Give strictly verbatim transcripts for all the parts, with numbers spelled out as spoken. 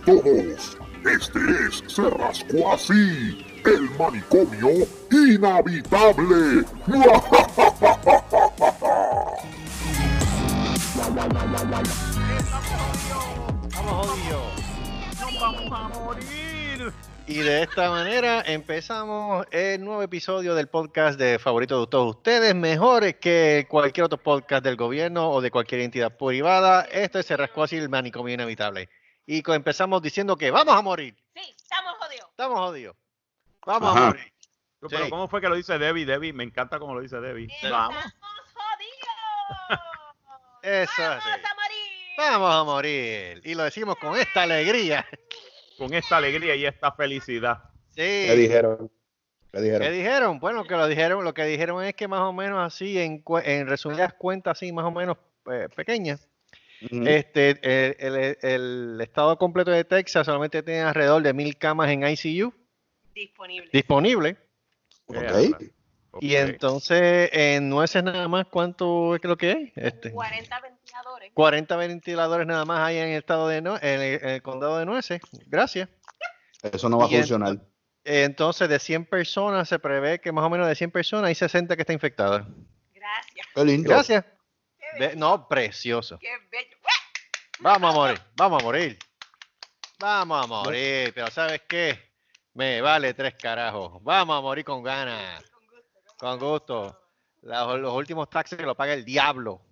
todos. Este es Se Rascó Así, el manicomio inhabitable. Vamos jodidos. Nos vamos a morir. Y de esta manera empezamos el nuevo episodio del podcast de favorito de todos ustedes, mejores que cualquier otro podcast del gobierno o de cualquier entidad privada. Esto es Se Rascó Así, el manicomio inhabitable. Y empezamos diciendo que vamos a morir. Sí, estamos jodidos. Estamos jodidos. Vamos Ajá. a morir. Pero Sí. ¿cómo fue que lo dice Debbie? Debbie, me encanta cómo lo dice Debbie. Estamos Vamos. jodidos. Eso Vamos sí. a morir. Vamos a morir. Y lo decimos con esta alegría. Con esta alegría y esta felicidad. Sí. ¿Qué dijeron? ¿Qué dijeron? ¿Qué dijeron? Bueno, que lo dijeron, lo que dijeron es que más o menos así, en, cu- en resumidas cuentas, así más o menos eh, pequeñas, Ujú. este, el, el- el estado completo de Texas solamente tiene alrededor de mil camas en I C U Disponible. disponibles. Ok. Y Ok. entonces, en nueces nada más, ¿cuánto es que lo que hay? Este, cuarenta ventiladores. cuarenta ventiladores nada más hay en el estado de Nue- en el, en el condado de Nueces. Gracias. Eso no va a Y en- funcionar. Entonces, de cien personas, se prevé que más o menos de cien personas hay sesenta que están infectadas. Gracias. Qué lindo. Gracias. Qué Ve- bello. no, precioso. Qué bello. Vamos a morir, vamos a morir. Vamos a morir, pero ¿sabes qué? Me vale tres carajos. Vamos a morir con ganas, Con gusto. con gusto. La- los últimos taxes que lo paga el diablo.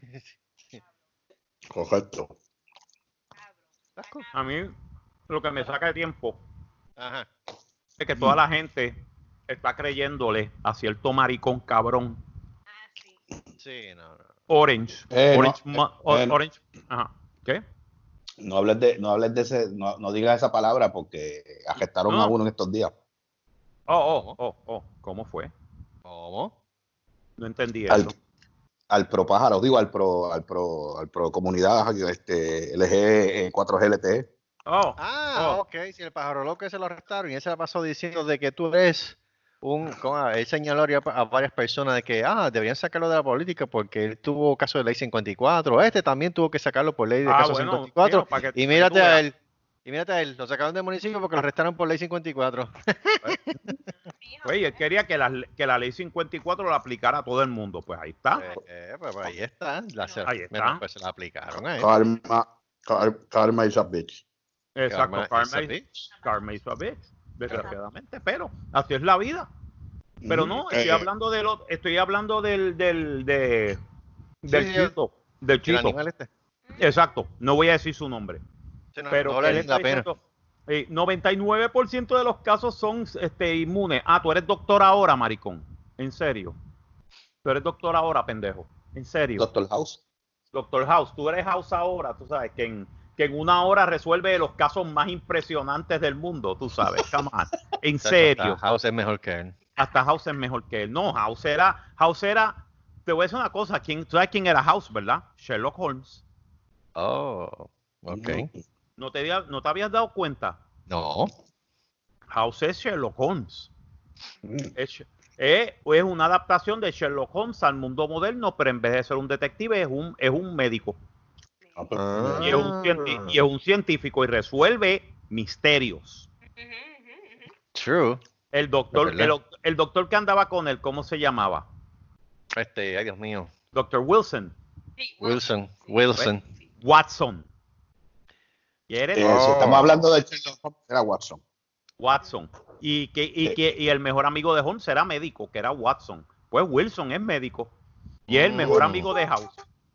Correcto. ¿Estás con- A mí lo que me saca de tiempo Ajá. es que toda la gente está creyéndole a cierto maricón cabrón. Ah, sí. Sí, no, no. Orange. Eh, no, Orange. ma- o- eh, Orange. Ajá. ¿Qué? No hables de, no hables de ese, no, no digas esa palabra porque arrestaron No. a uno en estos días. Oh, oh, oh, oh. ¿Cómo fue? ¿Cómo? No entendí Al, eso. al pro pájaro, digo, al pro, al pro, al pro comunidad, este, L G cuatro G L T E. Oh, Ah, oh. ok. Si el pájaro loco se lo arrestaron y él se la pasó diciendo de que tú eres un... ¿cómo? Él señaló a, a varias personas de que, ah, deberían sacarlo de la política porque él tuvo caso de ley cincuenta y cuatro. Este también tuvo que sacarlo por ley de Ah, caso bueno, cincuenta y cuatro. tío, para que- Y para que mírate tú a veas. él. Y mírate a él. Lo sacaron del municipio porque lo arrestaron por ley cincuenta y cuatro. Mijo, Oye, él quería que la, que la ley cincuenta y cuatro la aplicara a todo el mundo. Pues ahí está. Eh, eh, pues ahí está. La, se, Ahí está. mira, pues se la aplicaron a él. Karma, car- karma is a bitch. Exacto. Karma Karma, is a is- bitch. karma is a bitch, desgraciadamente. Pero así es la vida. Pero no, estoy Eh, hablando de lo, estoy hablando del, del, de, del Sí, chito. Del El chito. animal este. Exacto. No voy a decir su nombre. Sí, no, Pero no vale él ni está la pena. diciendo, eh, noventa y nueve por ciento de los casos son este, inmunes. Ah, tú eres doctor ahora, maricón. En serio. Tú eres doctor ahora, pendejo. En serio. Doctor House. Doctor House, tú eres House ahora, tú sabes, que en, que en una hora resuelve los casos más impresionantes del mundo, tú sabes. Come on. En Chacho, serio. hasta House es mejor que él. Hasta House es mejor que él. No, House era, House era, te voy a decir una cosa, ¿quién, tú sabes quién era House, ¿verdad? Sherlock Holmes. Oh, ok. ¿No te, había- no te habías dado cuenta? No. House es Sherlock Holmes. Mm. Es, es, es una adaptación de Sherlock Holmes al mundo moderno, pero en vez de ser un detective es un, es un médico. Ah, pues, Ah. Y es un, cienti- y es un científico y resuelve misterios. Ujú, ujú, ujú. True. El doctor, Es verdad. el, el doctor que andaba con él, ¿cómo se llamaba? Este, ay Dios mío. doctor Wilson. Sí, Wilson. Wilson. Sí. Watson. Y eres eh, Oh. Si estamos hablando de Sherlock Holmes, era Watson. Watson. Y que, y que y el mejor amigo de Holmes era médico, que era Watson. Pues Wilson es médico. Y es el mejor Mm. amigo de House.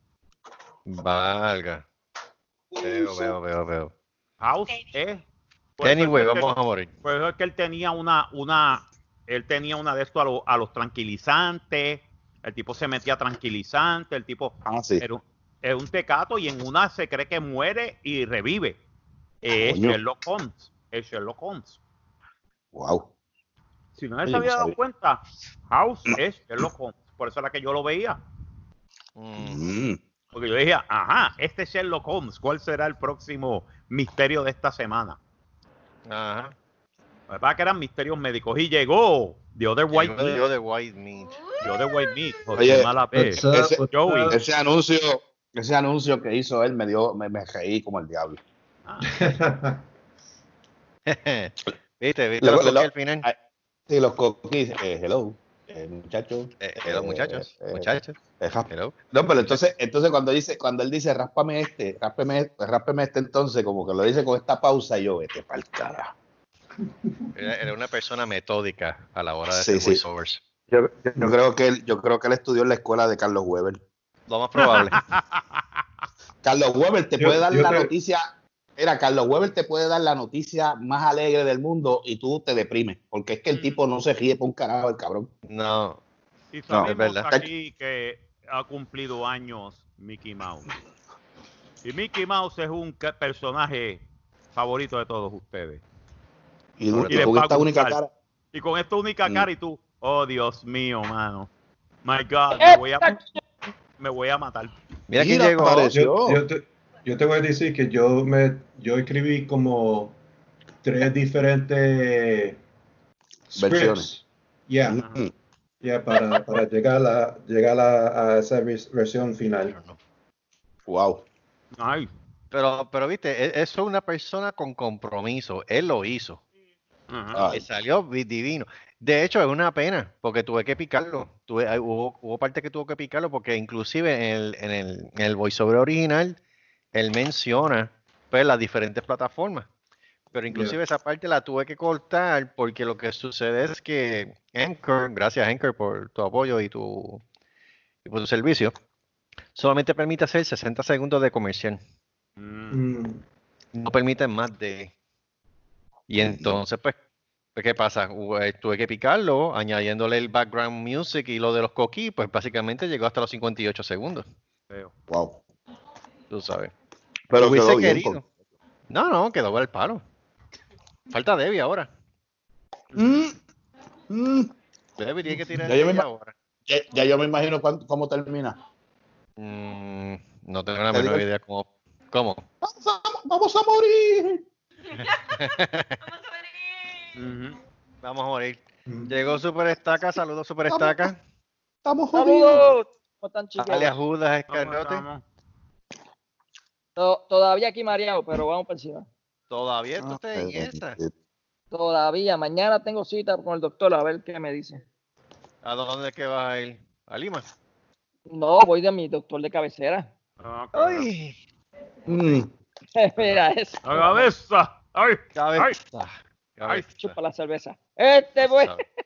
Valga. Veo, veo, veo, veo. House es. por eso Anyway, es que- vamos a morir. Por eso es que él tenía una, una, él tenía una de esto a, lo- a los tranquilizantes. El tipo se metía tranquilizante, el tipo Ah, sí. era un, era un tecato y en una se cree que muere y revive. Es Coño. Sherlock Holmes. Es Sherlock Holmes. Wow. Si no se Oye, no había dado sabía. cuenta, House es Sherlock Holmes. Por eso era que yo lo veía. Mm. Mm. Porque yo decía, ajá, este es Sherlock Holmes. ¿Cuál será el próximo misterio de esta semana? Ajá. Me parece que eran misterios médicos. Y llegó The Other White Llegó Meat. The Other White Meat. The Other White Meat. José Oye, Malapé. What's up? ese- What's Joey. up? Ese anuncio, ese anuncio que hizo él me dio, me, me reí como el diablo. Ah, ¿Viste? ¿Viste Lo- los lo- cookies al final? ah, Sí, los cookies, eh, hello, eh, muchachos. Eh, hello, muchachos, eh, muchachos. eh, rap- Hello. No, pero entonces, entonces cuando dice, cuando él dice ráspame este, ráspame, ráspame este, entonces como que lo dice con esta pausa, y yo vete pa'l carajo. Era, era una persona metódica a la hora de Sí, hacer sí. voiceovers. Yo, yo- yo creo que él, yo creo que él estudió en la escuela de Carlos Weber. Lo más probable. Carlos Weber te Yo- puede dar yo la te- noticia. Era Carlos Weber te puede dar la noticia más alegre del mundo y tú te deprimes, porque es que el tipo no se ríe por un carajo, el cabrón. No. Y No, sabemos es verdad. aquí que ha cumplido años Mickey Mouse. Y Mickey Mouse es un ca- personaje favorito de todos ustedes. Y, Sobre y todo. con Y le esta va a única gustar. cara. Y con esta única Mm. cara y tú, oh Dios mío, mano. My God, me voy a, me voy a matar. Mira quién Mira, llegó. apareció. Yo, yo, te, yo te voy a decir que yo me yo escribí como tres diferentes Versiones. scripts. Yeah, Mm. yeah, para, para llegar, a, llegar a, a esa vers- versión final. Wow. Ay, Pero, pero viste, e- eso es una persona con compromiso. Él lo hizo. ajá. Ay. Y salió vi- divino. De hecho, es una pena, porque tuve que picarlo. Tuve, hay- hubo, hubo parte que tuvo que picarlo, porque inclusive en el, en el, en el voiceover original, él menciona pues, las diferentes plataformas. Pero inclusive esa parte la tuve que cortar, porque lo que sucede es que Anchor, gracias Anchor por tu apoyo y tu, y por tu servicio, solamente permite hacer sesenta segundos de comercial. Mm. Mm, No permiten más de... Y entonces, pues, pues, ¿qué pasa? Hu- eh, Tuve que picarlo, añadiéndole el background music y lo de los coquis, pues básicamente llegó hasta los cincuenta y ocho segundos, Feo. Wow. tú sabes. Pero Hubiese quedó bien. querido. No, no, quedó el palo. Falta Debbie ahora. Mm. Mm. Debbie tiene que tirar Ya yo me ella ima- ahora. Ya, ya yo me imagino cuán- cómo termina. Mm, no tengo la Te menor digo- idea cómo. ¿Cómo? Vamos a, vamos a morir. Vamos a ver. Ujú. Vamos a morir. mm. Llegó Super Estaca, saludos Super Estaca. Estamos jodidos. Saludos. ¿Cómo están, chicos? Alias Judas ¿Cómo Escariote. estamos? To- Todavía aquí mareado, pero vamos por encima. Todavía tú estás en Eh, esa. eh, Todavía. Mañana tengo cita con el doctor a ver qué me dice. ¿A dónde es que vas a ir? ¿A Lima? No, voy de mi doctor de cabecera. Ah, cabrón. ¡Ay! mm. Mira eso. La cabeza. Ay, Cabeza. Cabeza. Chupa la cerveza. Este, pues.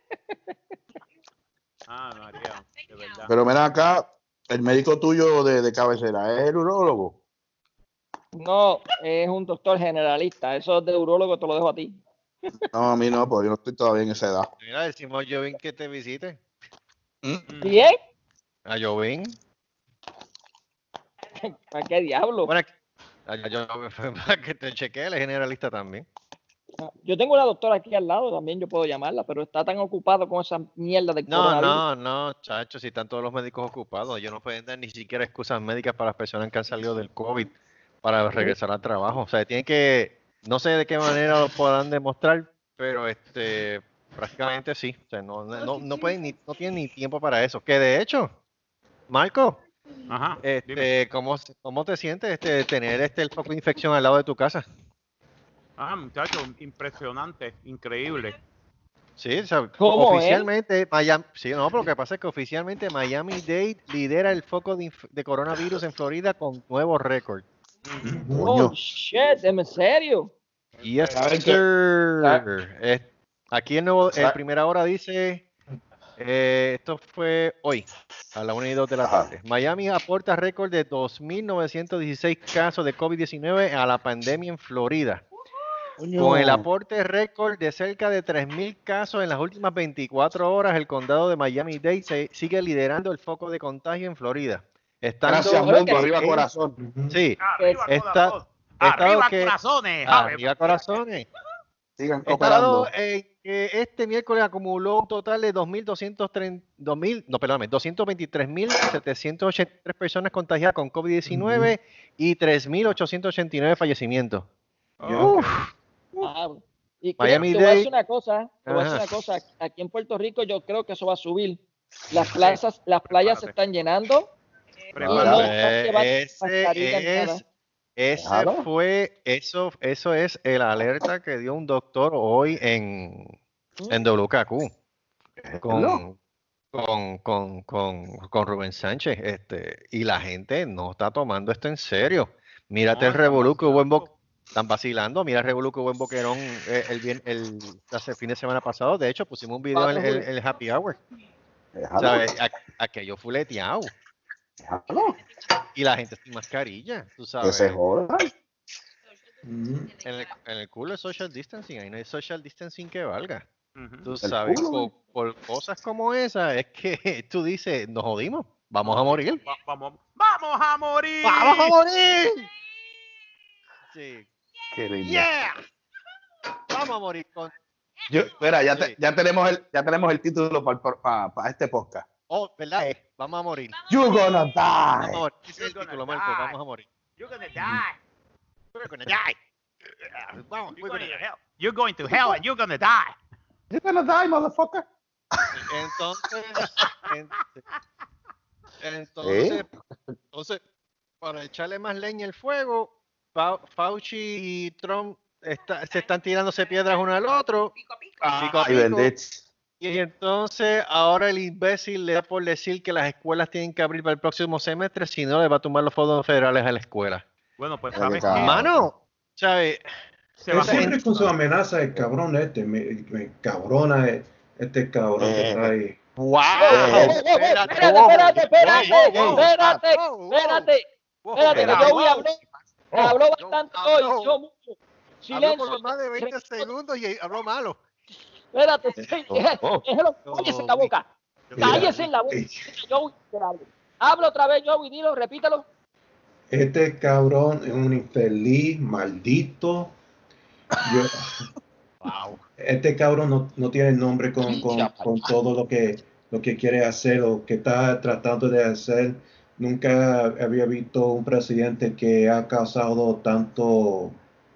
Ah, María, de verdad. Pero mira acá, el médico tuyo de, de cabecera es el urólogo. No, es un doctor generalista. Eso de urólogo te lo dejo a ti. No, a mí no, porque yo no estoy todavía en esa edad. Mira, decimos a Jovín que te visite. Mm. ¿Bien? A Jovín. ¿Para qué diablo? Bueno, a yo, para que te chequee, él es generalista también. Yo tengo una doctora aquí al lado, también yo puedo llamarla, pero está tan ocupado con esa mierda de No, coronavirus. no, no, chacho, si están todos los médicos ocupados, ellos no pueden dar ni siquiera excusas médicas para las personas que han salido del COVID para regresar al trabajo. O sea, tienen que, no sé de qué manera lo podrán demostrar, pero este, prácticamente sí. O sea, no, no, no pueden ni, no tienen ni tiempo para eso. Que de hecho, Marco, Ajá. dime. este, ¿cómo, cómo te sientes este, tener este el foco de infección al lado de tu casa? Ah, muchacho, impresionante, increíble. Sí, o sea, ¿Cómo, eh? oficialmente, Miami, sí, no, pero lo que pasa es que oficialmente Miami-Dade lidera el foco de, inf- de coronavirus en Florida con nuevo récord. Oh, shit, ¿en serio? Yes, ¿Saben qué? sir. Es- aquí en, nuevo, en ¿Sabe? primera hora dice, eh, esto fue hoy, a las una y dos de la Ajá. tarde. Miami aporta récord de dos mil novecientos dieciséis casos de COVID diecinueve a la pandemia en Florida. Con el aporte récord de cerca de tres mil casos en las últimas veinticuatro horas, el condado de Miami-Dade se sigue liderando el foco de contagio en Florida. Estando Gracias, Bueno, mundo, que- arriba en- corazón. Ujú. Sí, Arriba, Está- corazón. estado Arriba, que- corazones. arriba corazones. Sigan Estado operando. en que este miércoles acumuló un total de dos mil doscientos treinta, dos mil, no, perdóname, doscientos veintitrés mil setecientos ochenta y tres personas contagiadas con COVID diecinueve y tres mil ochocientos ochenta y nueve fallecimientos. Oh, Ah, y creo- Miami te voy a decir Dade. una cosa, te voy a decir Ajá. una cosa, aquí en Puerto Rico yo creo que eso va a subir. Las plazas, las playas se Prepárate. están llenando y no prepárate. están llevando Ese mascarilla en nada. es, Ese Claro. fue, eso, eso es el alerta que dio un doctor hoy en, en W K Q con, con, con, con, con Rubén Sánchez. Este, y la gente no está tomando esto en serio. Mírate No, el están revolú que hubo en Bo- vacilando. están vacilando. Mira el revolú que hubo en Boquerón eh, el, bien- el, hace fin de semana pasado. De hecho, pusimos un video en el, el Happy Hour. Déjalo, ¿Sabes? A- Aquello fuleteado. déjalo. Y la gente sin mascarilla, tú Que sabes. se joda. Ujú. En el, en el culo es social distancing, ahí no hay social distancing que valga. Ujú. Tú El sabes, culo. por, por cosas como esa, es que tú dices, nos jodimos, vamos a morir. Va- vamos, ¡vamos a morir! ¡Vamos a morir! Sí. Qué lindo. ¡Yeah! Vamos a morir con... Yo, espera, ya, te- Sí. ya, tenemos el, ya tenemos el título para este podcast. Oh, ¿verdad? Eh, Vamos a morir. You're gonna Vamos a die. morir. Ese es el You're título, gonna Marco, die. vamos a morir. You're gonna die. We're gonna die. Vamos, You're we're going gonna to hell. You're going to hell and you're gonna die. You're gonna die, motherfucker. Entonces, en- entonces, entonces, para echarle más leña al fuego, Fau- Fauci y Trump está- se están tirándose piedras uno al otro. Pico, pico. Pico a Ay, pico. bendito. Y entonces ahora el imbécil le da por decir que las escuelas tienen que abrir para el próximo semestre, si no le va a tomar los fondos federales a la escuela. Bueno, pues Ay, sabes qué cabrón. qué? Mano, ¿sabes? Se va Él a siempre con su amenaza, el cabrón este, me, me cabrona eh, este cabrón que está ahí. ¡Wow! Eh, Espérate, espérate, espérate, Wow, wow, wow. espérate, Wow, wow. espérate, Wow, espérate, que wow. Joey habló, habló bastante habló. hoy, yo mucho. Habló Silencio. por más de veinte segundos y habló malo. Espérate, sí, Oh. déjelo, cállese en la boca, cállese en la boca, Joey, que hable. Habla otra vez, Joey, dilo, repítalo. Este cabrón es un infeliz, maldito. Yo- Wow. este cabrón no, no tiene nombre con, con, con todo lo que, lo que quiere hacer o que está tratando de hacer. Nunca había visto un presidente que ha causado tanto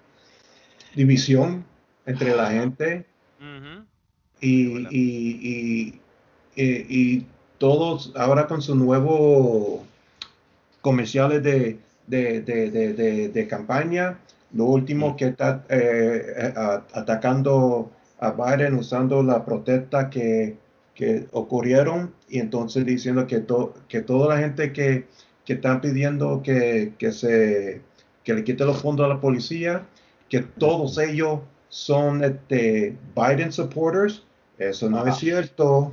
división entre la gente. Ujú. Y, y, y, y, y todos ahora con sus nuevos comerciales de, de, de, de, de, de campaña, lo último que está eh, a- atacando a Biden usando la protesta que, que ocurrieron y entonces diciendo que, to, que toda la gente que, que están pidiendo que, que, se, que le quite los fondos a la policía, que todos ellos son este, Biden supporters. Eso no Ajá. es cierto.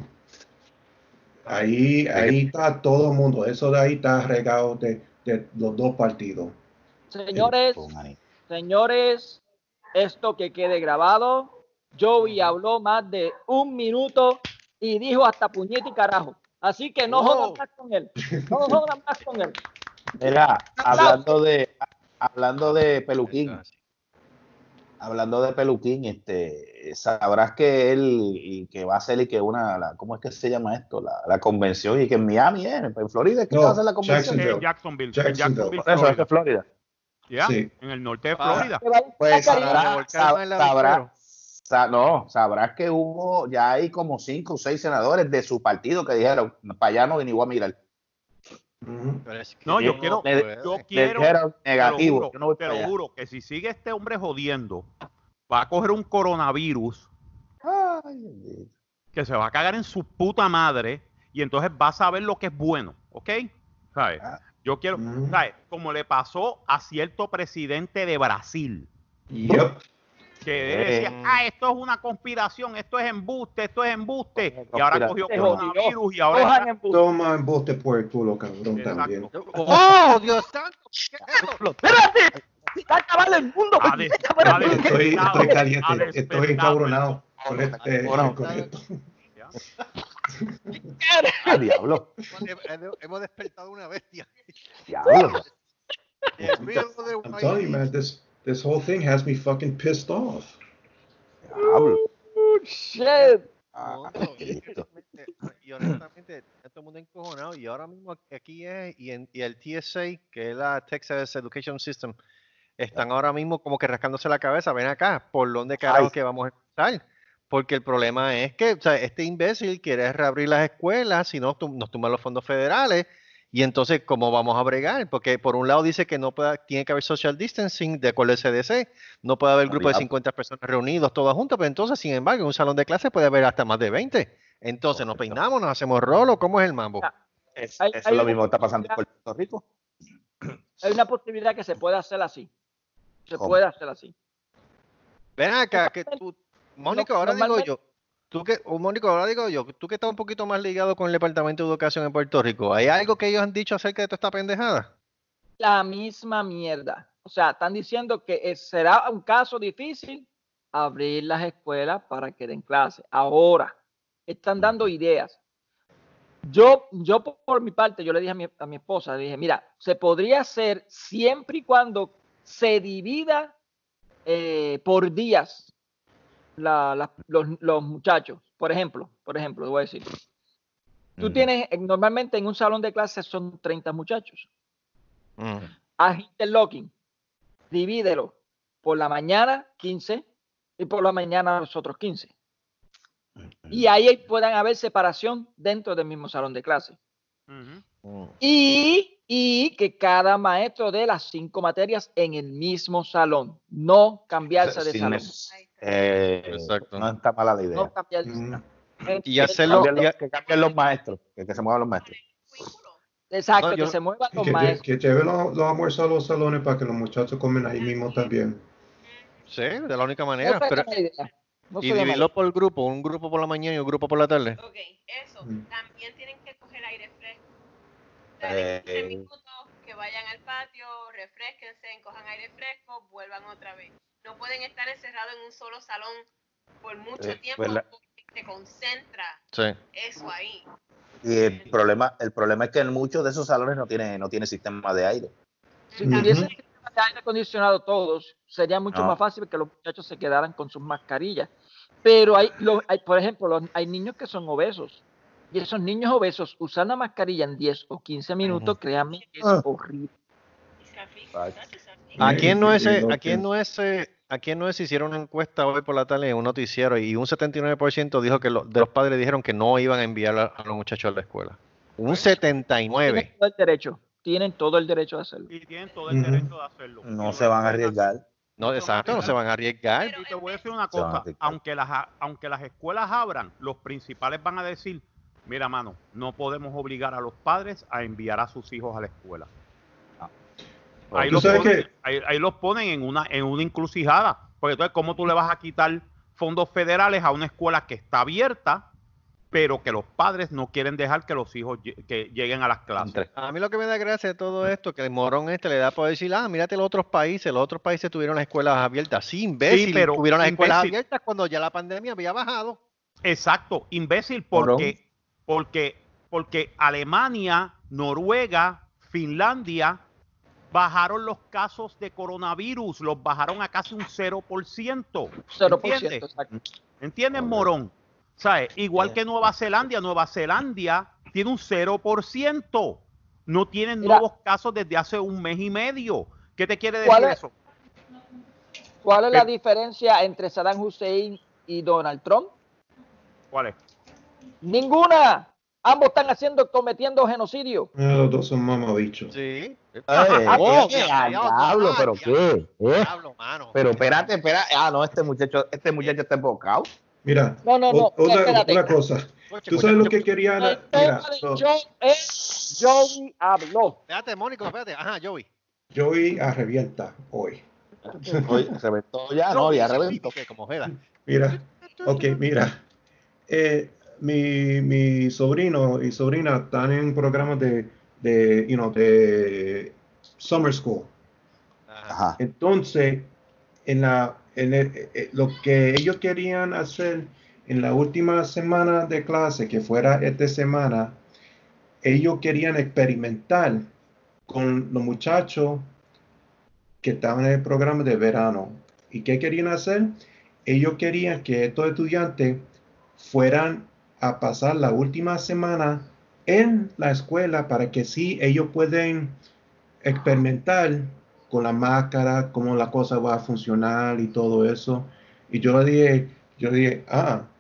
Ahí, ahí está todo el mundo. Eso de ahí está regado de, de los dos partidos. Señores, señores, esto que quede grabado, Joey habló más de un minuto y dijo hasta puñete y carajo. Así que no Wow. jodan más con él, no jodan más con él. Mira, hablando de, hablando de Peluquín, hablando de Peluquín, este, sabrás que él y que va a hacer y que una, la, ¿cómo es que se llama esto? La, la convención y que en Miami, eh, en Florida, es que No, va a hacer la convención. Jacksonville. En Jacksonville, en Jacksonville. Jacksonville, Por eso es Florida. de Florida. Ya, Sí. en el norte de Ah. Florida. Que vaya Pues a Caribe. Para sabrás, revolcar sab- más el sabrás, avispero. sa- no, sabrás que hubo, ya hay como cinco o seis senadores de su partido que dijeron, para allá no ni voy a mirar. Ujú. Pero es que No, yo no quiero, puede. yo Le quiero, dijeron te lo negativo, juro, yo no voy te para lo allá. juro que si sigue este hombre jodiendo, va a coger un coronavirus Ay, bendito. que se va a cagar en su puta madre y entonces va a saber lo que es bueno, ¿ok? ¿Sabes? Ah. Yo quiero, Ujú. ¿sabes? Como le pasó a cierto presidente de Brasil, Yep. que él Eh. decía, ah, esto es una conspiración, esto es embuste, esto es embuste, Eh, y ahora conspiración. cogió Se jodió. coronavirus y ahora Cojan está- en bus. Toma embuste por el culo, cabrón, Exacto. también. ¡Oh, Dios santo! ¿Qué es eso? ¡Espérate! ¡Va a acabar el mundo! A de- Espérate. a de- Estoy, Despertado, estoy caliente, ha estoy despertado. encabronado con este, Bueno. con esto. ¿Ya? Ah, diablo, Hemos- Hemos despertado una bestia. diablo. El ruido de I'm telling you, man, this, this whole thing has me fucking pissed off. Diablo. Shit. Ah, No, y, Cristo. honestamente, y honestamente, está todo el mundo encojonado. Y ahora mismo aquí es, y, en, y el T S A, que es la Texas Education System, están ahora mismo como que rascándose la cabeza. Ven acá, ¿por dónde carajo Ay. que vamos a empezar? Porque el problema es que o sea, este imbécil quiere reabrir las escuelas, si no tu- nos tumban los fondos federales. Y entonces, ¿cómo vamos a bregar? Porque por un lado dice que no puede, tiene que haber social distancing de acuerdo al C D C, no puede haber grupo de cincuenta personas reunidos todas juntas, pero entonces, sin embargo, en un salón de clase puede haber hasta más de veinte. Entonces, nos peinamos, nos hacemos rolo, ¿cómo es el mambo? Es, Hay- eso hay es lo una mismo que está pasando en posibilidad- Puerto Rico. Hay una posibilidad que se pueda hacer así. Se ¿Cómo? puede hacer así. Ven acá, que tú, Mónico, No- ahora digo normalmente- yo, tú que, oh, Mónico, ahora digo yo, tú que estás un poquito más ligado con el Departamento de Educación en Puerto Rico, ¿hay algo que ellos han dicho acerca de toda esta pendejada? La misma mierda. O sea, están diciendo que es- será un caso difícil abrir las escuelas para que den clase. Ahora, están dando ideas. Yo, yo por, por mi parte, yo le dije a mi, a mi esposa, le dije, mira, se podría hacer siempre y cuando se divida eh, por días la- la- los, los muchachos. Por ejemplo, por ejemplo, le voy a decir, tú Mm. tienes, eh, normalmente en un salón de clases son treinta muchachos. Mm. Haz interlocking, divídelo por la mañana quince y por la mañana los otros quince. Y ahí puedan haber separación dentro del mismo salón de clase. Ujú. Mm. Y, y que cada maestro dé las cinco materias en el mismo salón, no cambiarse de Sin salón. neces- eh, Exacto. No está mala la idea. No cambiarse. Mm. Y hacerlo- Cambien los- ya- que cambien los maestros, que, que se muevan los maestros. Exacto, No, yo- que se muevan Y los que, lle- maestros. que lleven los, los almuerzos a los salones para que los muchachos comen ahí mismo también. Sí, de la única No manera. sería Pero, mala idea. No y sería mala dividirlo por grupo, un grupo por la mañana y un grupo por la tarde. Ok, eso. Mm. También tienen que coger aire fresco. Dale Eh, quince minutos, que vayan al patio, refresquense, cojan aire fresco, vuelvan otra vez. No pueden estar encerrados en un solo salón por mucho Eh, tiempo ¿verdad? porque se concentra Sí. eso ahí. Y el problema, el problema es que en muchos de esos salones no tiene, no tiene sistema de aire. Si Ujú. tuviesen sistema de aire acondicionado todos, sería mucho No. más fácil que los muchachos se quedaran con sus mascarillas. Pero hay, lo- hay por ejemplo, los- hay niños que son obesos. Y esos niños obesos usando la mascarilla en diez o quince minutos, Ujú. créanme, que es Ah. horrible. Y se afica, Ay. muchachos, se afica. ¿A Sí, quién no y- es, y ese- lo a quién que- no es, eh, a quién no es hicieron una encuesta hoy por la tarde en un noticiero y un setenta y nueve por ciento dijo que lo- de los padres dijeron que no iban a enviar a, a los muchachos a la escuela? Un setenta y nueve. Tienen todo el derecho. Tienen todo el derecho de hacerlo. Y tienen todo el Ujú. derecho de hacerlo. Y No lo se van a pueden hacer. arriesgar. No, exacto, no se van a arriesgar. Pero Y te voy a decir en una Se van a cosa, arriesgar. aunque las, a- aunque las escuelas abran, los principales van a decir, mira, mano, no podemos obligar a los padres a enviar a sus hijos a la escuela. Ahí Tú los, sabes ponen, que- ahí, ahí los ponen en una, en una encrucijada. Porque entonces, ¿cómo tú le vas a quitar fondos federales a una escuela que está abierta, pero que los padres no quieren dejar que los hijos lle- que lleguen a las clases? Entre- A mí lo que me da gracia de todo esto, que el morón este le da por decir, ah, mírate los otros países, los otros países tuvieron las escuelas abiertas. Sí, imbécil, pero tuvieron las escuelas imbécil. abiertas cuando ya la pandemia había bajado. Exacto, imbécil, porque, porque, porque Alemania, Noruega, Finlandia bajaron los casos de coronavirus, los bajaron a casi un cero por ciento. cero por ¿Entiendes? ciento, exacto. ¿Entiendes, Correcto. morón? ¿Sabes? Igual Sí. que Nueva Zelanda, Nueva Zelanda tiene un cero por ciento. No tienen Mira. nuevos casos desde hace un mes y medio. ¿Qué te quiere ¿Cuál decir es? eso? ¿Cuál es la Pero- diferencia entre Saddam Hussein y Donald Trump? ¿Cuál es? Ninguna. Ambos están haciendo, cometiendo genocidio. Ah, los dos son mamabichos. Sí. Ay, Oh, eh, ya, al ya, diablo, ya, pero ya. qué, ¿eh? Diablo, mano. Pero espérate, espérate. Ah, no, este muchacho, este muchacho está embocado. Mira, No, no, no, o- otra, espérate. otra cosa. Tú sabes lo que querían. El Mira, tema de so- Joe es Joey habló. Espérate, Mónico, espérate. Ajá, Joey. Joey a revienta hoy. Oye, reventó ya, no, ya reventó. Que como jeda. Mira, ok, mira. Eh, mi, mi sobrino y sobrina están en programas de, de, you know, de summer school. Ajá. Ajá. Entonces, en la, en el- eh, eh, lo que ellos querían hacer en la última semana de clase, que fuera esta semana, ellos querían experimentar con los muchachos que estaban en el programa de verano. ¿Y qué querían hacer? Ellos querían que estos estudiantes fueran a pasar la última semana en la escuela para que sí ellos pueden experimentar con la máscara, cómo la cosa va a funcionar y todo eso. Y yo le dije, yo le dije, ah,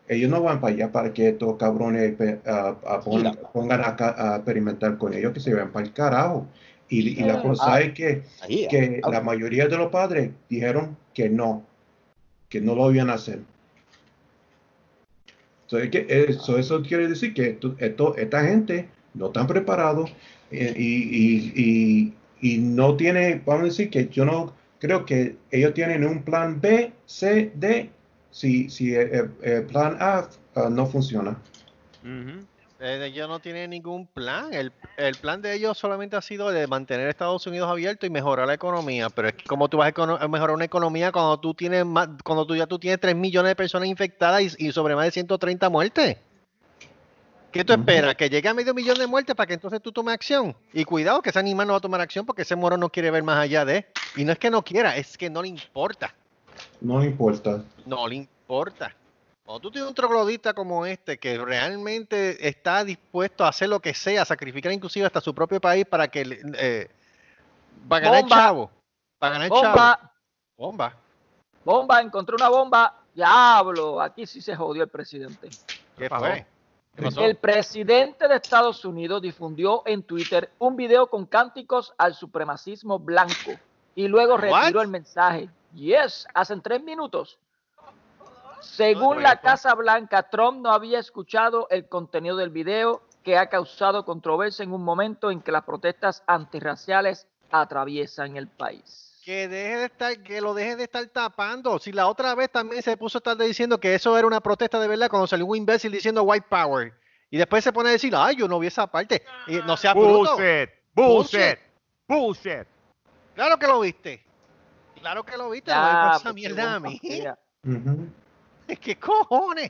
ellos no van para allá para que estos cabrones uh, uh, pongan, pongan a, a experimentar con ellos, que se vayan para el carajo. Y, y la cosa ah, es que, ahí, que ah, la mayoría de los padres dijeron que no, que no lo iban a hacer. Entonces, que eso, eso quiere decir que esto, esto, esta gente no están preparados eh, y, y, y, y no tiene, vamos a decir que yo no creo que ellos tienen un plan B, C, D, si, si el, el plan A uh, no funciona. Uh-huh. Ellos no tienen ningún plan. El, el plan de ellos solamente ha sido de mantener Estados Unidos abierto y mejorar la economía. Pero es que como tú vas a mejorar una economía cuando tú tienes más, cuando tú ya tú tienes tres millones de personas infectadas y, y sobre más de ciento treinta muertes. ¿Qué tú esperas? ¿Que llegue a medio millón de muertes para que entonces tú tomes acción? Y cuidado que ese animal no va a tomar acción porque ese moro no quiere ver más allá de... Y no es que no quiera, es que no le importa. No le importa. No le importa. Cuando tú tienes un troglodita como este que realmente está dispuesto a hacer lo que sea, sacrificar inclusive hasta su propio país para que eh, para ganar bomba. chavo, para ganar bomba. chavo. Bomba. Bomba, encontré una bomba. Diablo, aquí sí se jodió el presidente. ¿Qué fue? ¿Qué pasó? El presidente de Estados Unidos difundió en Twitter un video con cánticos al supremacismo blanco y luego retiró What? el mensaje. Yes, hace tres minutos. Según la Casa Blanca, Trump no había escuchado el contenido del video, que ha causado controversia en un momento en que las protestas antirraciales atraviesan el país. Que deje de estar, que lo deje de estar tapando. Si la otra vez también se puso a estar diciendo que eso era una protesta de verdad cuando salió un imbécil diciendo white power. Y después se pone a decir, ay, yo no vi esa parte. Y no sea bruto. Bullshit, bullshit, bullshit. Claro que lo viste. Claro que lo viste. Ya, no me esa mierda a mí. Uh-huh. ¿Qué cojones?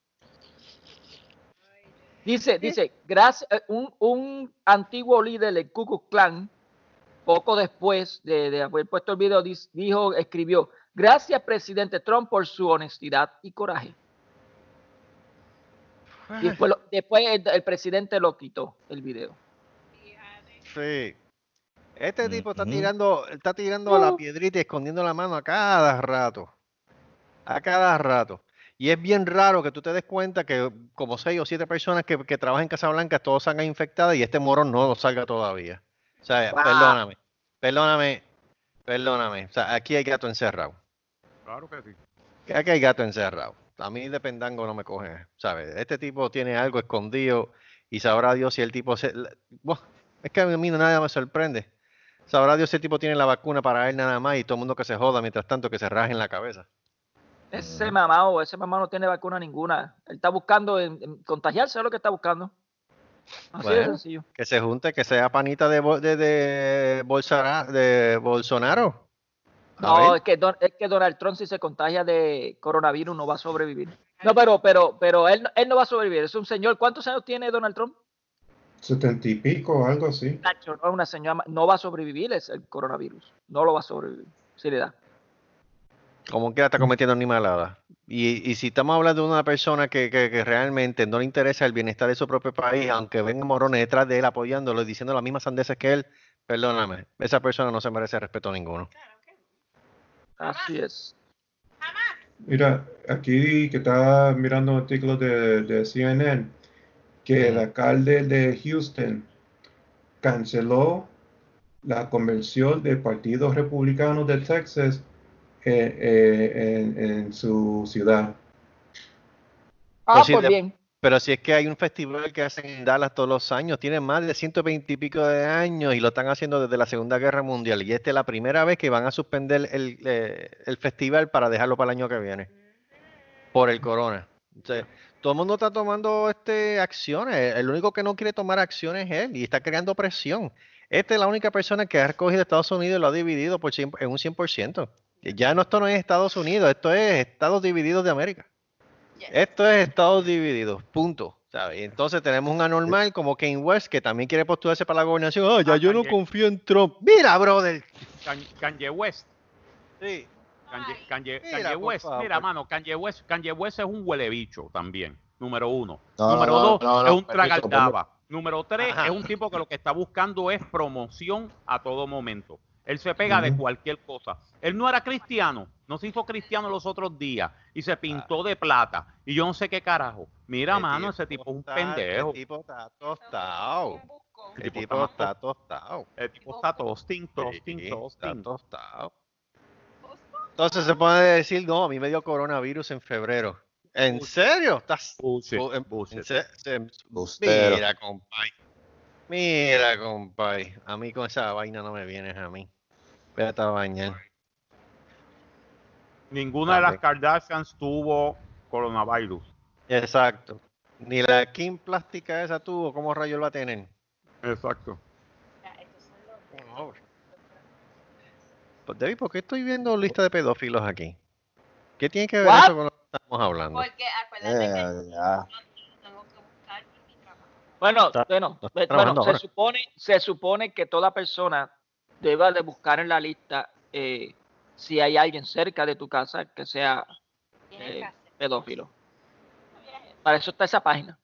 Dice, dice, gracias, un, un antiguo líder del Ku Klux Klan, poco después de, de haber puesto el video, dijo, escribió, gracias presidente Trump por su honestidad y coraje. Y después, lo, después el, el presidente lo quitó, el video. Sí. Este tipo está tirando, está tirando uh. la piedrita y escondiendo la mano a cada rato. A cada rato. Y es bien raro que tú te des cuenta que como seis o siete personas que, que trabajan en Casablanca todos salgan infectadas y este morón no salga todavía. O sea, wow. perdóname, perdóname, perdóname. O sea, aquí hay gato encerrado. Claro que sí. Aquí hay gato encerrado. A mí de pendango no me coge, ¿sabes? Este tipo tiene algo escondido y sabrá Dios si el tipo se... Bueno, es que a mí nada me sorprende. Sabrá Dios si el tipo tiene la vacuna para él nada más y todo el mundo que se joda mientras tanto que se raje en la cabeza. Ese mamado, ese mamado no tiene vacuna ninguna. Él está buscando en, en contagiarse, es lo que está buscando. Así bueno, de sencillo. Que se junte, que sea panita de, de, de, Bolsonaro, de Bolsonaro. No, es que, don, es que Donald Trump si se contagia de coronavirus no va a sobrevivir. No, pero, pero, pero él, él no va a sobrevivir. Es un señor. ¿Cuántos años tiene Donald Trump? Setenta y pico, algo así. Nacho, no, una señora, no va a sobrevivir es el coronavirus. No lo va a sobrevivir. Si le da. Como quiera está cometiendo animalada. Y, y si estamos hablando de una persona que, que, que realmente no le interesa el bienestar de su propio país, aunque vengan morones detrás de él apoyándolo y diciendo las mismas sandeces que él, perdóname, esa persona no se merece respeto ninguno. Así es. Mira, aquí que está mirando un artículo de, de C N N, que el alcalde de Houston canceló la convención del Partido Republicano de Texas Eh, eh, en, en su ciudad. Ah, si pues de, bien. Pero si es que hay un festival que hacen en Dallas todos los años, tienen más de ciento veinte y pico de años y lo están haciendo desde la Segunda Guerra Mundial. Y esta es la primera vez que van a suspender el, eh, el festival para dejarlo para el año que viene. Por el corona. O sea, todo el mundo está tomando este, acciones. El único que no quiere tomar acciones es él y está creando presión. Esta es la única persona que ha recogido Estados Unidos y lo ha dividido por cien, en un cien por ciento. Ya no, esto no es Estados Unidos, esto es Estados Divididos de América. Yes. Esto es Estados Divididos, punto. ¿Sabes? Y entonces tenemos un anormal como Kanye West que también quiere postularse para la gobernación. Ah, ya ah, yo Kanye. no confío en Trump. Mira, brother. Kanye West. Sí. Kanye, Kanye, mira, Kanye West. Favor. Mira, mano, Kanye West, Kanye West es un huele bicho también. Número uno. No, Número no, dos, no, no, es un tragaldaba. Número tres, Ajá. es un tipo que lo que está buscando es promoción a todo momento. Él se pega de Ujú. cualquier cosa. Él no era cristiano, no se hizo cristiano los otros días y se pintó de plata. Y yo no sé qué carajo. Mira, El mano, ese tipo es un está- pendejo. El tipo está tostado. Un busco. El El tipo tipo está más está to- tostado. El tipo está toasting, toasting, Sí, está toasting. tostado. Entonces se puede decir, no, a mí me dio coronavirus en febrero. ¿En Bullshit. serio? ¿Estás? Bullshit, bu- en- bullshit. en se- se- Bustero. Mira, compay. Mira, compay. A mí con esa vaina no me vienes a mí. Vete a bañar. Ninguna de las También. Kardashians tuvo coronavirus. Exacto. Ni la Kim plástica esa tuvo, ¿cómo rayos va a tener? Exacto. Ya, estos son los- No. Pues David, ¿por qué estoy viendo lista de pedófilos aquí? ¿Qué tiene que ver What? eso con lo que estamos hablando? Porque acuérdate que Eh, ya. tengo que buscar mi trabajo. Bueno, Está- bueno, está eh, trabajando bueno, se ahora. supone, se supone que toda persona deba de buscar en la lista eh, si hay alguien cerca de tu casa que sea Tienes eh, que hacer. pedófilo. Mira, Para eso está esa página.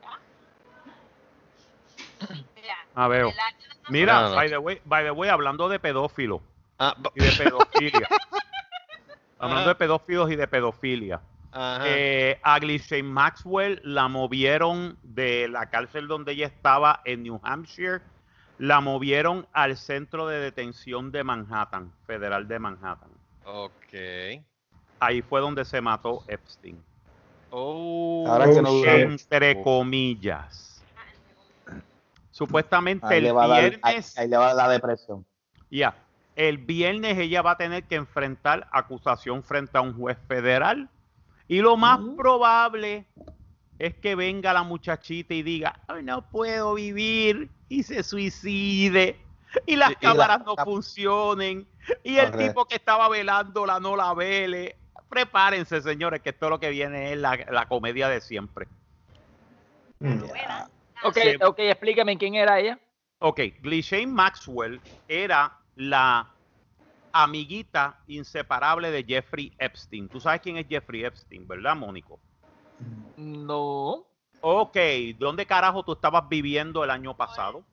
mira, Ah, veo. el año no Mira, No, no. by the way, by the way, hablando de pedófilos Ah, bo- y de pedofilia. Hablando Ajá. de pedófilos y de pedofilia. Ajá. Eh, a Ghislaine Maxwell la movieron de la cárcel donde ella estaba en New Hampshire, la movieron al centro de detención de Manhattan, federal de Manhattan. Ok. Ahí fue donde se mató Epstein. Oh, Ahora que no Oh, dura shit. mucho. Entre comillas. Supuestamente Ahí el le va a dar, ahí, viernes, ahí le va a dar la depresión. ya, el viernes ella va a tener que enfrentar acusación frente a un juez federal. Y lo más Mm. probable es que venga la muchachita y diga, "Ay, no puedo vivir", y se suicide. Y las Y- y cámaras la- no la- funcionen. Y el Correcto. tipo que estaba velándola no la vele. Prepárense, señores, que esto lo que viene es la, la comedia de siempre. Mm. novela. Ok, Sí. ok, explícame quién era ella. Ok, Ghislaine Maxwell era la amiguita inseparable de Jeffrey Epstein. Tú sabes quién es Jeffrey Epstein, ¿verdad, Mónico? No. Ok, ¿dónde carajo tú estabas viviendo el año pasado?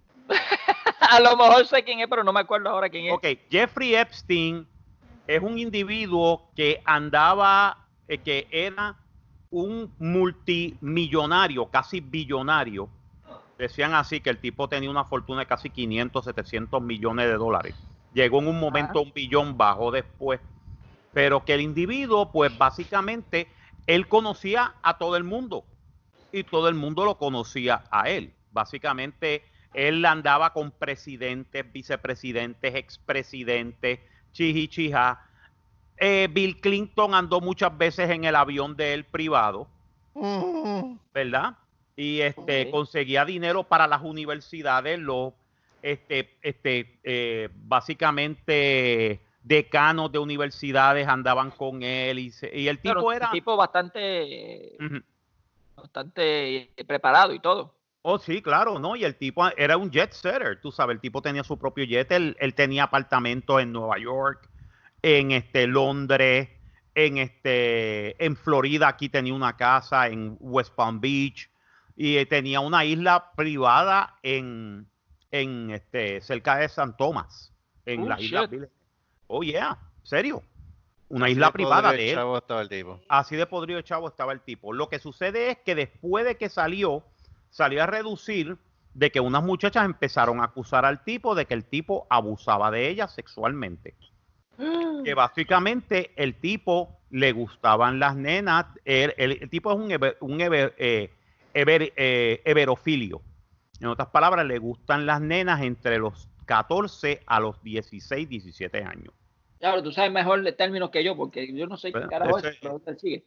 A lo mejor sé quién es, pero no me acuerdo ahora quién es. Ok, Jeffrey Epstein es un individuo que andaba, eh, que era un multimillonario, casi billonario. Decían así que el tipo tenía una fortuna de casi quinientos, setecientos millones de dólares. Llegó en un momento a un billón, bajó después. Pero que el individuo, pues básicamente, él conocía a todo el mundo y todo el mundo lo conocía a él. Básicamente, él andaba con presidentes, vicepresidentes, expresidentes, chihichija. Eh, Bill Clinton andó muchas veces en el avión de él privado, Mm. ¿verdad? Y este Ok. conseguía dinero para las universidades, los este, este, eh, básicamente decanos de universidades andaban con él y, se- y el Pero tipo un era... tipo bastante, Ujú. bastante preparado y todo. Oh, sí, claro, ¿no? Y el tipo era un jet setter, tú sabes, el tipo tenía su propio jet, él, él tenía apartamentos en Nueva York, en este Londres, en este en Florida, aquí tenía una casa en West Palm Beach y eh, tenía una isla privada en, en este cerca de San Tomás, en Oh, las Islas shit. Vírgenes. Oh, yeah, serio. Una Así isla de privada podrido de él. chavo estaba el tipo. Así de podrido chavo estaba el tipo. Lo que sucede es que después de que salió, salió a reducir de que unas muchachas empezaron a acusar al tipo de que el tipo abusaba de ellas sexualmente. Que básicamente el tipo le gustaban las nenas. El, el- el tipo es un, ever- un ever- eh, ever- eh, everofilio. En otras palabras, le gustan las nenas entre los catorce a los dieciséis, diecisiete años. Claro, tú sabes mejor de términos que yo, porque yo no sé qué Bueno, carajo ese- es, pero él sigue.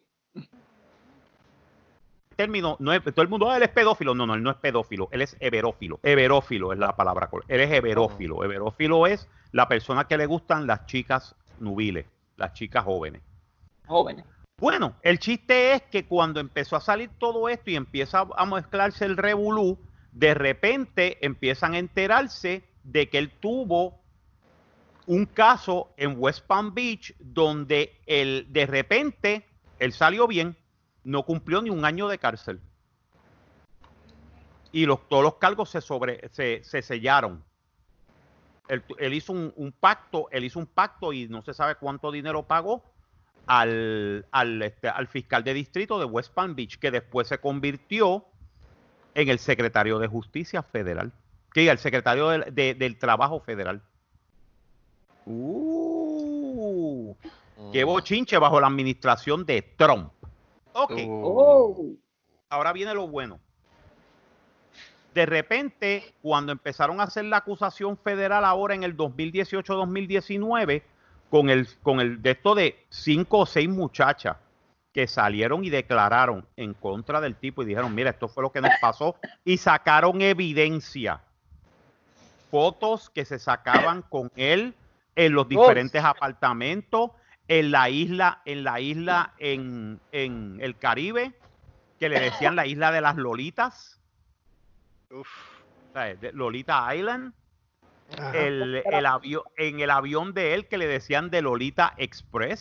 Término, no es, todo el mundo, "Ah, él es pedófilo". No, no, él no es pedófilo, él es everófilo. Everófilo es la palabra correcta. Él es everófilo. Everófilo es la persona que le gustan las chicas nubiles, las chicas jóvenes. Jóvenes. Bueno, el chiste es que cuando empezó a salir todo esto y empieza a mezclarse el revolú, de repente empiezan a enterarse de que él tuvo un caso en West Palm Beach donde él, de repente él salió bien, no cumplió ni un año de cárcel. Y los, todos los cargos se, sobre, se, se sellaron. Él, él hizo un, un pacto, él hizo un pacto y no se sabe cuánto dinero pagó al, al, este, al fiscal de distrito de West Palm Beach, que después se convirtió en el secretario de Justicia Federal, que el secretario de, de, del Trabajo Federal. Uh, mm. Qué bochinche bajo la administración de Trump. Ok. Oh. Ahora viene lo bueno. De repente, cuando empezaron a hacer la acusación federal ahora en el dos mil dieciocho dos mil diecinueve, con el, con el de esto de cinco o seis muchachas que salieron y declararon en contra del tipo y dijeron, mira, esto fue lo que nos pasó, y sacaron evidencia, fotos que se sacaban con él en los diferentes oh. apartamentos, en la isla, en la isla en, en el Caribe, que le decían la isla de las Lolitas. Uf. Lolita Island, el, el avión, en el avión de él que le decían de Lolita Express.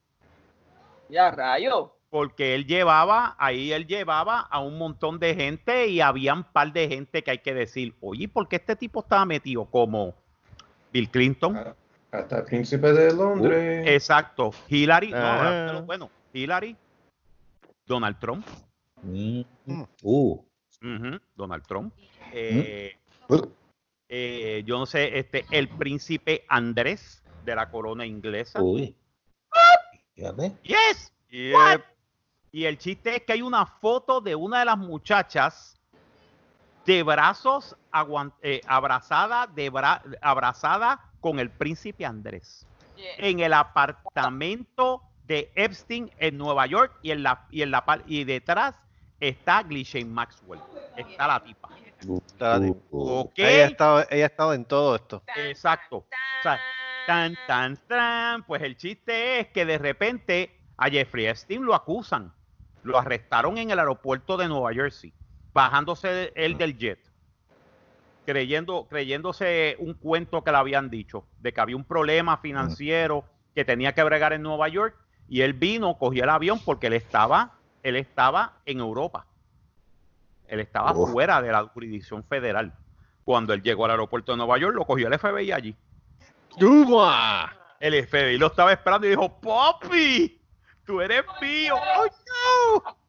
Ya rayo. Porque él llevaba, ahí él llevaba a un montón de gente y había un par de gente que hay que decir, oye, ¿por qué este tipo estaba metido como Bill Clinton? Hasta el príncipe de Londres. Uh, exacto. Hillary, uh-huh. no, bueno, Hillary, Donald Trump. Mm. Uh. Uh-huh, Donald Trump. Eh, uh. eh, yo no sé, este, el príncipe Andrés de la corona inglesa. Uy. Fíjate. Yes. Yep. Y el chiste es que hay una foto de una de las muchachas de brazos aguant- eh, abrazada, de bra- abrazada con el príncipe Andrés. Yeah. En el apartamento de Epstein en Nueva York y en la y en la y detrás está Ghislaine Maxwell. Está la tipa. Está la tipa. Okay. Ella, ha estado, ella ha estado en todo esto. Exacto. O sea, tan, tan, tan. Pues el chiste es que de repente a Jeffrey Epstein lo acusan. Lo arrestaron en el aeropuerto de Nueva Jersey, bajándose él del jet, creyendo, creyéndose un cuento que le habían dicho, de que había un problema financiero que tenía que bregar en Nueva York, y él vino, cogió el avión porque él estaba, él estaba en Europa. Él estaba oh. fuera de la jurisdicción federal. Cuando él llegó al aeropuerto de Nueva York, lo cogió el F B I allí. ¡Tuma! El F B I lo estaba esperando y dijo, ¡Papi! ¡Tú eres mío! ¡Oh, no!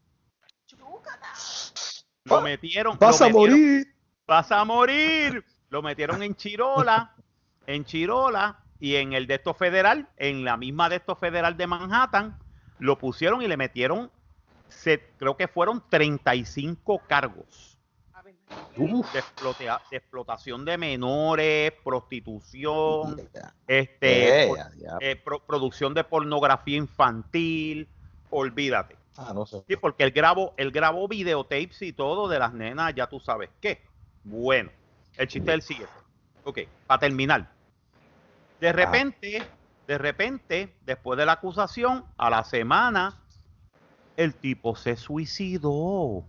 Lo metieron... ¡Vas lo a metieron, morir! ¡Vas a morir! Lo metieron en Chirola, en Chirola, y en el de esto federal, en la misma de esto federal de Manhattan, lo pusieron y le metieron, se, creo que fueron treinta y cinco cargos. Uf. De, explotea, de explotación de menores, prostitución, yeah. este, yeah, por, yeah. Eh, pro, producción de pornografía infantil, olvídate. Ah, no sé. Sí, porque él grabó, él grabó videotapes y todo de las nenas, ya tú sabes qué. Bueno, el chiste del siguiente. Ok, para terminar. De repente, ah. de repente, después de la acusación, a la semana, el tipo se suicidó.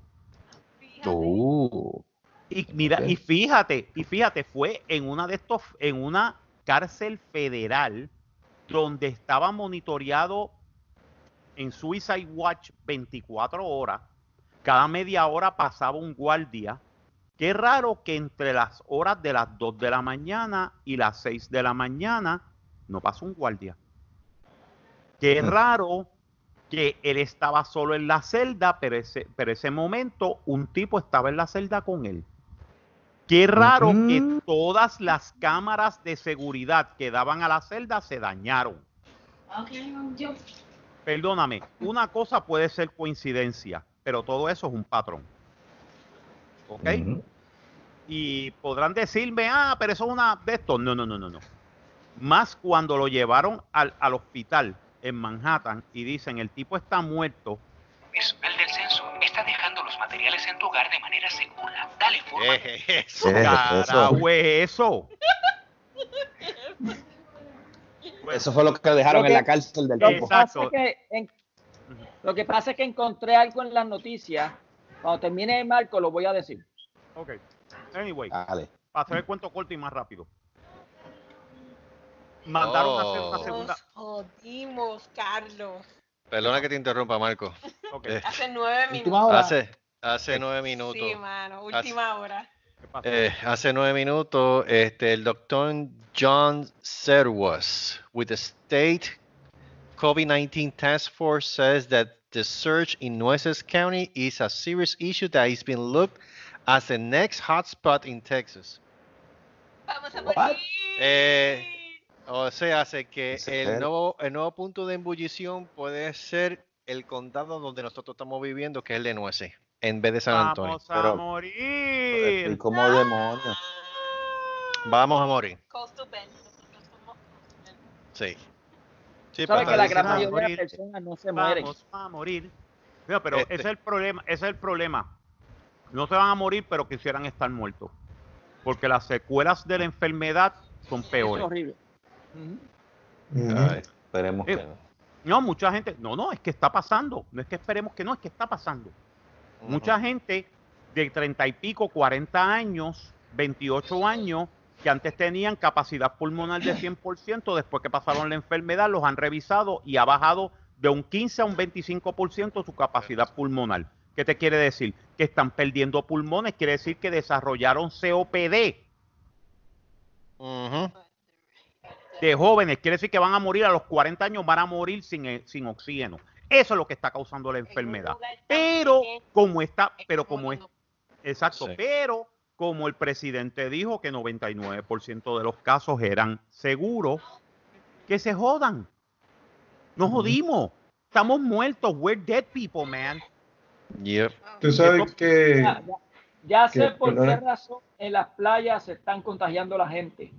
Oh. Y mira, okay. y fíjate, y fíjate, fue en una de estos, en una cárcel federal donde estaba monitoreado en Suicide Watch veinticuatro horas. Cada media hora pasaba un guardia. Qué raro que entre las horas de las dos de la mañana y las seis de la mañana no pasó un guardia. Qué raro que él estaba solo en la celda, pero ese, pero ese momento un tipo estaba en la celda con él. Qué raro uh-huh. que todas las cámaras de seguridad que daban a la celda se dañaron. Okay, yo. Perdóname, una cosa puede ser coincidencia, pero todo eso es un patrón. ¿Ok? Uh-huh. Y podrán decirme, ah, pero eso es una de estos. No, no, no, no, no. Más cuando lo llevaron al, al hospital en Manhattan y dicen, el tipo está muerto. Es el del censo. Está dejando los materiales en tu hogar de manera segura. Dale forma. Eh, eso, carajo, eso. Eso fue lo que dejaron lo que, en la cárcel del tipo. Exacto. Que en, lo que pasa es que encontré algo en las noticias. Cuando termine el marco lo voy a decir. Ok. Anyway. Dale. Para hacer el cuento corto y más rápido. Mandaron oh. a hacer una segunda. Nos jodimos, Carlos. Perdona que te interrumpa, Marco. Okay. Hace nueve minutos. Hace, hace nueve minutos. Sí, mano, última hace, hora. Eh, hace nueve minutos, este, el doctor John Serwas, with the state COVID nineteen task force, says that the surge in Nueces County is a serious issue that is being looked as the next hotspot in Texas. Vamos a morir. Eh, o sea, hace que el nuevo, el nuevo punto de ebullición puede ser el condado donde nosotros estamos viviendo, que es el de Nueces, en vez de San Antonio. Vamos a Pero- morir. ¿Y cómo demonios? Vamos a morir. Coastal Bend. Nosotros somos Coastal Bend. Sí. Sí, Sabes pero que la está gran diciendo- mayoría de morir. las personas no se mueren. Vamos a morir. Mira, pero Este- ese es el problema, ese es el problema. No se van a morir, pero quisieran estar muertos. Porque las secuelas de la enfermedad son Es peores. horrible. Ujú. Ujú. Ay, Esperemos Eh, que no. No, mucha gente, no, no, es que está pasando. No es que esperemos que no, es que está pasando. ujú. Mucha gente de treinta y pico, cuarenta años, veintiocho años, que antes tenían capacidad pulmonar de cien por ciento, después que pasaron la enfermedad, los han revisado y ha bajado de un quince a un veinticinco por ciento su capacidad pulmonar. ¿Qué te quiere decir? Que están perdiendo pulmones, quiere decir que desarrollaron C O P D Ujú. de jóvenes, quiere decir que van a morir a los cuarenta años, van a morir sin, eh, sin oxígeno. Eso es lo que está causando la enfermedad. Pero como está, pero como es, exacto, Sí. pero como el presidente dijo que noventa y nueve por ciento de los casos eran seguros, que se jodan. Nos jodimos. Estamos muertos. We're dead people, man. Yep. Tú sabes que Ya, ya- ya sé que- por qué perdona. razón en las playas se están contagiando la gente.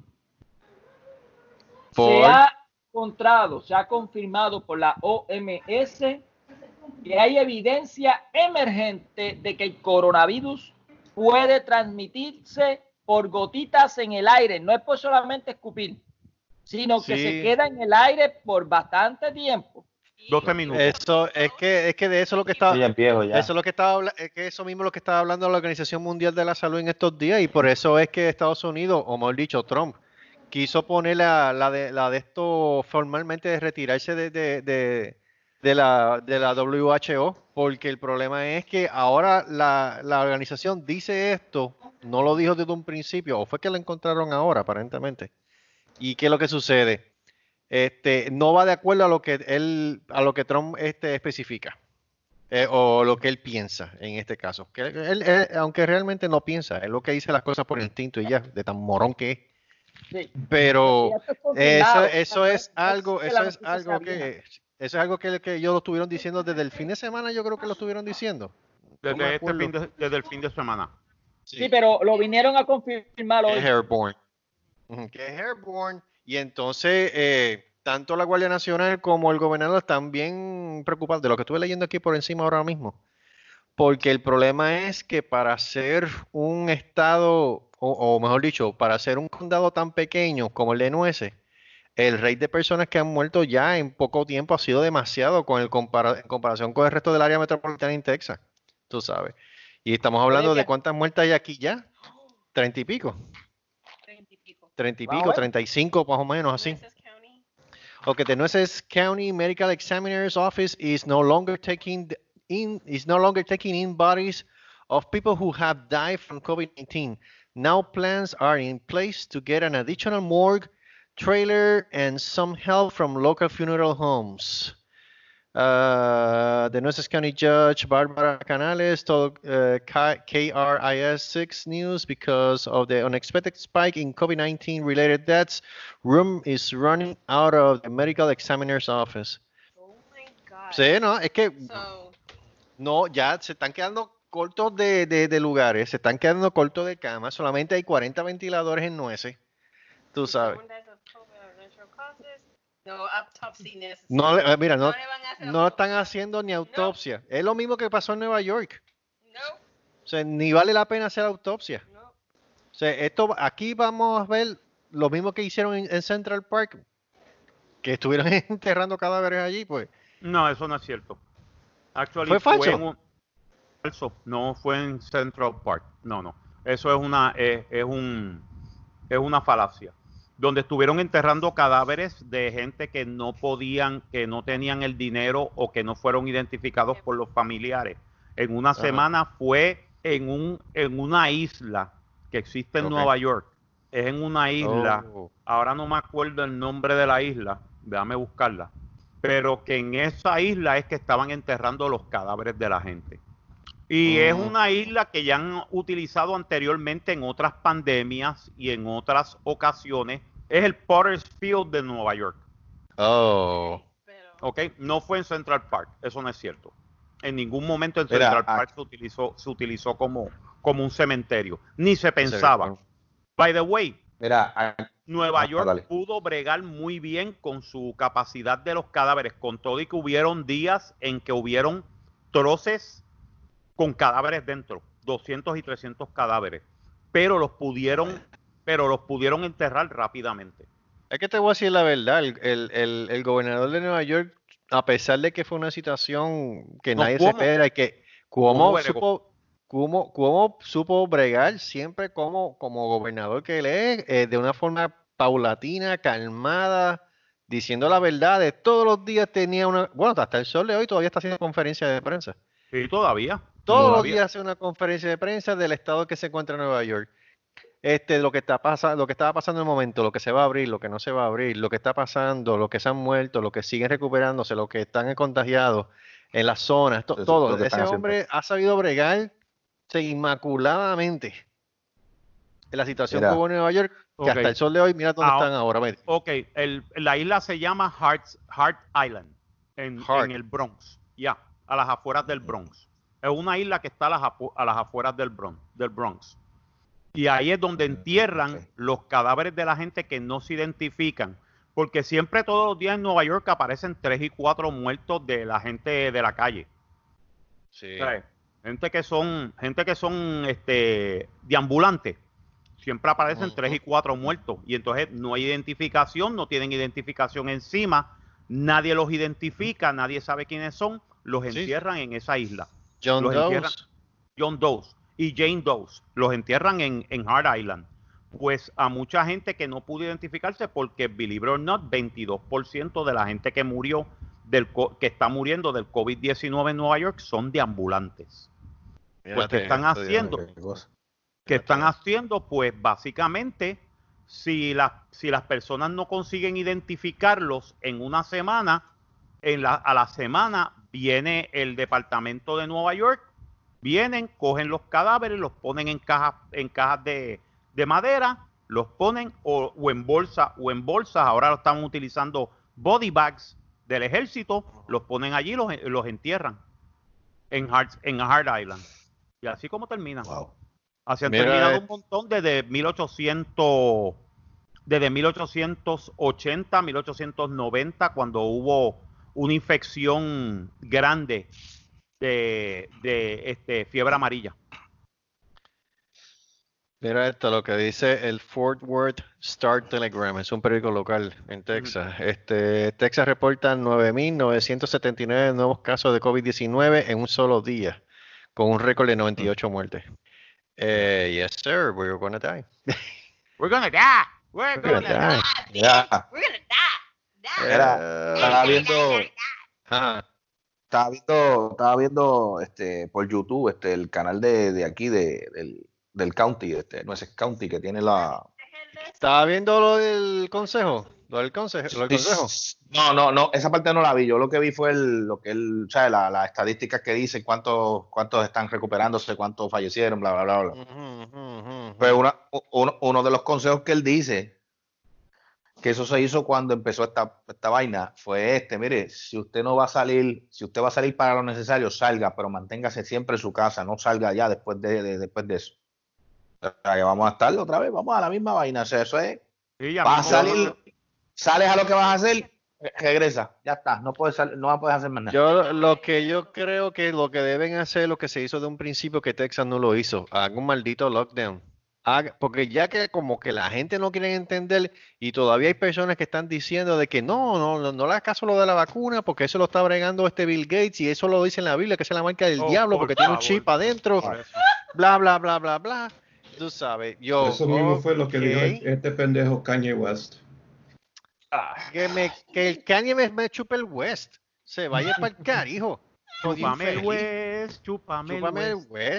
Por- Se ha encontrado, se ha confirmado por la O M S que hay evidencia emergente de que el coronavirus puede transmitirse por gotitas en el aire. No es por solamente escupir, sino que Sí. se queda en el aire por bastante tiempo. doce minutos. Eso es que es que de eso es lo que está Sí, ya empiezo ya. eso es lo que estaba habla- es que eso mismo es lo que estaba hablando la Organización Mundial de la Salud en estos días, y por eso es que Estados Unidos, o mejor dicho, Trump quiso poner la, la de la de esto formalmente de retirarse de, de, de, de la de la W H O, porque el problema es que ahora la, la organización dice esto, no lo dijo desde un principio, o fue que lo encontraron ahora aparentemente. ¿Y qué es lo que sucede? Este, no va de acuerdo a lo que él, a lo que Trump este, especifica, eh, o lo que él piensa en este caso. Que él, él, aunque realmente no piensa, es lo que dice las cosas por instinto y ya, de tan morón que es. Sí. Pero Ya está eso, confirmado. eso es No algo, que eso la es noticia algo sea que, vieja. eso es algo que, que ellos lo estuvieron diciendo desde el fin de semana. Yo creo que lo estuvieron diciendo. No me Desde, este acuerdo. fin de, desde el fin de semana. Sí, pero lo vinieron a confirmar Que hoy. es airborne. Ujú, que es airborne. Y entonces, eh, tanto la Guardia Nacional como el gobernador están bien preocupados de lo que estuve leyendo aquí por encima ahora mismo. Porque el problema es que para ser un estado, o, o mejor dicho, para ser un condado tan pequeño como el de Nueces, el rate de personas que han muerto ya en poco tiempo ha sido demasiado con el compara- en comparación con el resto del área metropolitana en Texas. Tú sabes. Y estamos hablando de cuántas muertes hay aquí ya. Treinta y pico. Treinta y pico. Treinta y Vamos a pico, ver. treinta y cinco más o menos así. Nueces County. Okay, the Nueces County Medical Examiner's Office is no longer taking the- in is no longer taking in bodies of people who have died from COVID nineteen. Now plans are in place to get an additional morgue, trailer, and some help from local funeral homes. Uh, the Nueces County Judge Barbara Canales told uh, K R I S six News because of the unexpected spike in COVID nineteen related deaths, room is running out of the medical examiner's office. Oh my God. Sí, no, es que So, no, ya se están quedando cortos de, de, de lugares, se están quedando cortos de camas, solamente hay cuarenta ventiladores en Nueces, tú sabes. someone dies of COVID or natural causes, no autopsy necessary. No, le- eh, mira, no, le van a hacer no están autopsia. haciendo ni autopsia. Es lo mismo que pasó en Nueva York. No, O sea, ni vale la pena hacer autopsia. no. O sea, esto, aquí vamos a ver lo mismo que hicieron en, en Central Park, que estuvieron enterrando cadáveres allí, pues. No, eso no es cierto. Actually, ¿Fue falso? en un- falso. No fue en Central Park. No, no. Eso es una, es, es un, es una falacia. Donde estuvieron enterrando cadáveres de gente que no podían, que no tenían el dinero o que no fueron identificados por los familiares. En una Ajá. semana fue en un, en una isla que existe en Ok. Nueva York es en una isla, Oh. ahora no me acuerdo el nombre de la isla, déjame buscarla, pero que en esa isla es que estaban enterrando los cadáveres de la gente. Y es Mm. una isla que ya han utilizado anteriormente en otras pandemias y en otras ocasiones. Es el Potter's Field de Nueva York. Oh. Pero ¿Ok? No fue en Central Park, eso no es cierto. En ningún momento en Mira, Central a- Park se utilizó, se utilizó como, como un cementerio. Ni se Ese pensaba. rincón. By the way, Mira, a- Nueva Ah, York dale. pudo bregar muy bien con su capacidad de los cadáveres, con todo y que hubieron días en que hubieron troces con cadáveres dentro, doscientos y trescientos cadáveres, pero los pudieron, pero los pudieron enterrar rápidamente. Es que te voy a decir la verdad, el, el, el, el gobernador de Nueva York, a pesar de que fue una situación que No, nadie se ¿cómo? espera y que ¿Cómo Cuomo bregó? supo, Cuomo, Cuomo supo bregar siempre como, como gobernador que él es, eh, de una forma paulatina, calmada, diciendo la verdad, de todos los días tenía una, bueno, hasta el sol de hoy todavía está haciendo conferencia de prensa. Sí, todavía. Todos los Todavía. días hace una conferencia de prensa del estado que se encuentra en Nueva York. Este, lo que está pasando, lo que estaba pasando en el momento, lo que se va a abrir, lo que no se va a abrir, lo que está pasando, lo que se han muerto, lo que siguen recuperándose, lo que están contagiados en las zonas, to- Eso es todo. lo que Ese están haciendo. hombre ha sabido bregar inmaculadamente en la situación que Mira. hubo en Nueva York, que Ok. hasta el sol de hoy, mira dónde Ah, están ahora. Ve. Ok, el- la isla se llama Hart, Hart Island, en, Hart. en el Bronx, ya, a las afueras del Bronx. Es una isla que está a las, afu- a las afueras del Bronx, del Bronx. Y ahí es donde entierran ok. los cadáveres de la gente que no se identifican. Porque siempre todos los días en Nueva York aparecen tres y cuatro muertos de la gente de la calle. Sí. O sea, gente que son, gente que son este, deambulantes. Siempre aparecen Ujú. tres y cuatro muertos. Y entonces no hay identificación, no tienen identificación encima. Nadie los identifica, nadie sabe quiénes son. Los Sí. entierran en esa isla. John Los entierran. Doe. John Doe y Jane Doe. Los entierran en, en Hart Island. Pues a mucha gente que no pudo identificarse porque, believe it or not, veintidós por ciento de la gente que murió, del co- que está muriendo del COVID diecinueve en Nueva York son deambulantes. Pues, ¿qué están Fíjate, haciendo? Qué cosa. ¿Qué están Fíjate. haciendo? Pues básicamente, si, la- si las personas no consiguen identificarlos en una semana, en la, a la semana viene el departamento de Nueva York, vienen, cogen los cadáveres, los ponen en cajas, en cajas de, de madera, los ponen o, o en bolsa o en bolsas. Ahora lo están utilizando body bags del ejército, los ponen allí, los, los entierran en Hart, en Hart Island. Y así como termina. Wow. Así han Mira, terminado eh. un montón desde mil ochocientos, desde mil ochocientos ochenta, mil ochocientos noventa, cuando hubo una infección grande de, de este, fiebre amarilla. Mira esto, lo que dice el Fort Worth Star Telegram, es un periódico local en Texas. Este, Texas reporta nueve mil novecientos setenta y nueve nuevos casos de COVID diecinueve en un solo día, con un récord de noventa y ocho muertes. Eh, yes, sir, we're gonna die. We're gonna die. We're We're gonna gonna die. die. Mira, we're gonna die. Die. Mira, Eh, estaba viendo, ajá. estaba viendo, estaba viendo este por YouTube este el canal de, de aquí de, del, del county, este, no es county que tiene la ¿Estaba viendo lo del consejo? Lo del consejo, lo del consejo. No, no, no, esa parte no la vi. Yo lo que vi fue el, lo que él, ¿sabes? La, las estadísticas que dice cuántos, cuántos están recuperándose, cuántos fallecieron, bla, bla, bla, bla. Ujú, ujú, ujú. Pues una, uno, uno de los consejos que él dice, que eso se hizo cuando empezó esta, esta vaina, fue este, mire, si usted no va a salir, si usted va a salir para lo necesario, salga, pero manténgase siempre en su casa, no salga ya después de, de- después de eso. O sea, que vamos a estar otra vez, vamos a la misma vaina, o sea, eso es, Sí, ya vas a mismo- salir, sales a lo que vas a hacer, regresa, ya está, no puedes sal- no puedes hacer más nada. Yo lo que yo creo que lo que deben hacer, lo que se hizo de un principio que Texas no lo hizo, haga un maldito lockdown. Haga- porque ya que como que la gente no quiere entender y todavía hay personas que están diciendo de que no, no, no, no le hagas caso a lo de la vacuna porque eso lo está bregando este Bill Gates y eso lo dice en la Biblia que esa es la marca del Oh, diablo por porque tiene un favor, chip adentro, por eso. bla, bla, bla, bla, bla. Tú sabes, yo. Eso mismo fue lo que dijo ok, este pendejo Kanye West. que, me, que el Kanye me, me chupe el West. Se vaya para el carijo. Jodido Chúpame el infeliz. West, chúpame el Chúpame el West. West.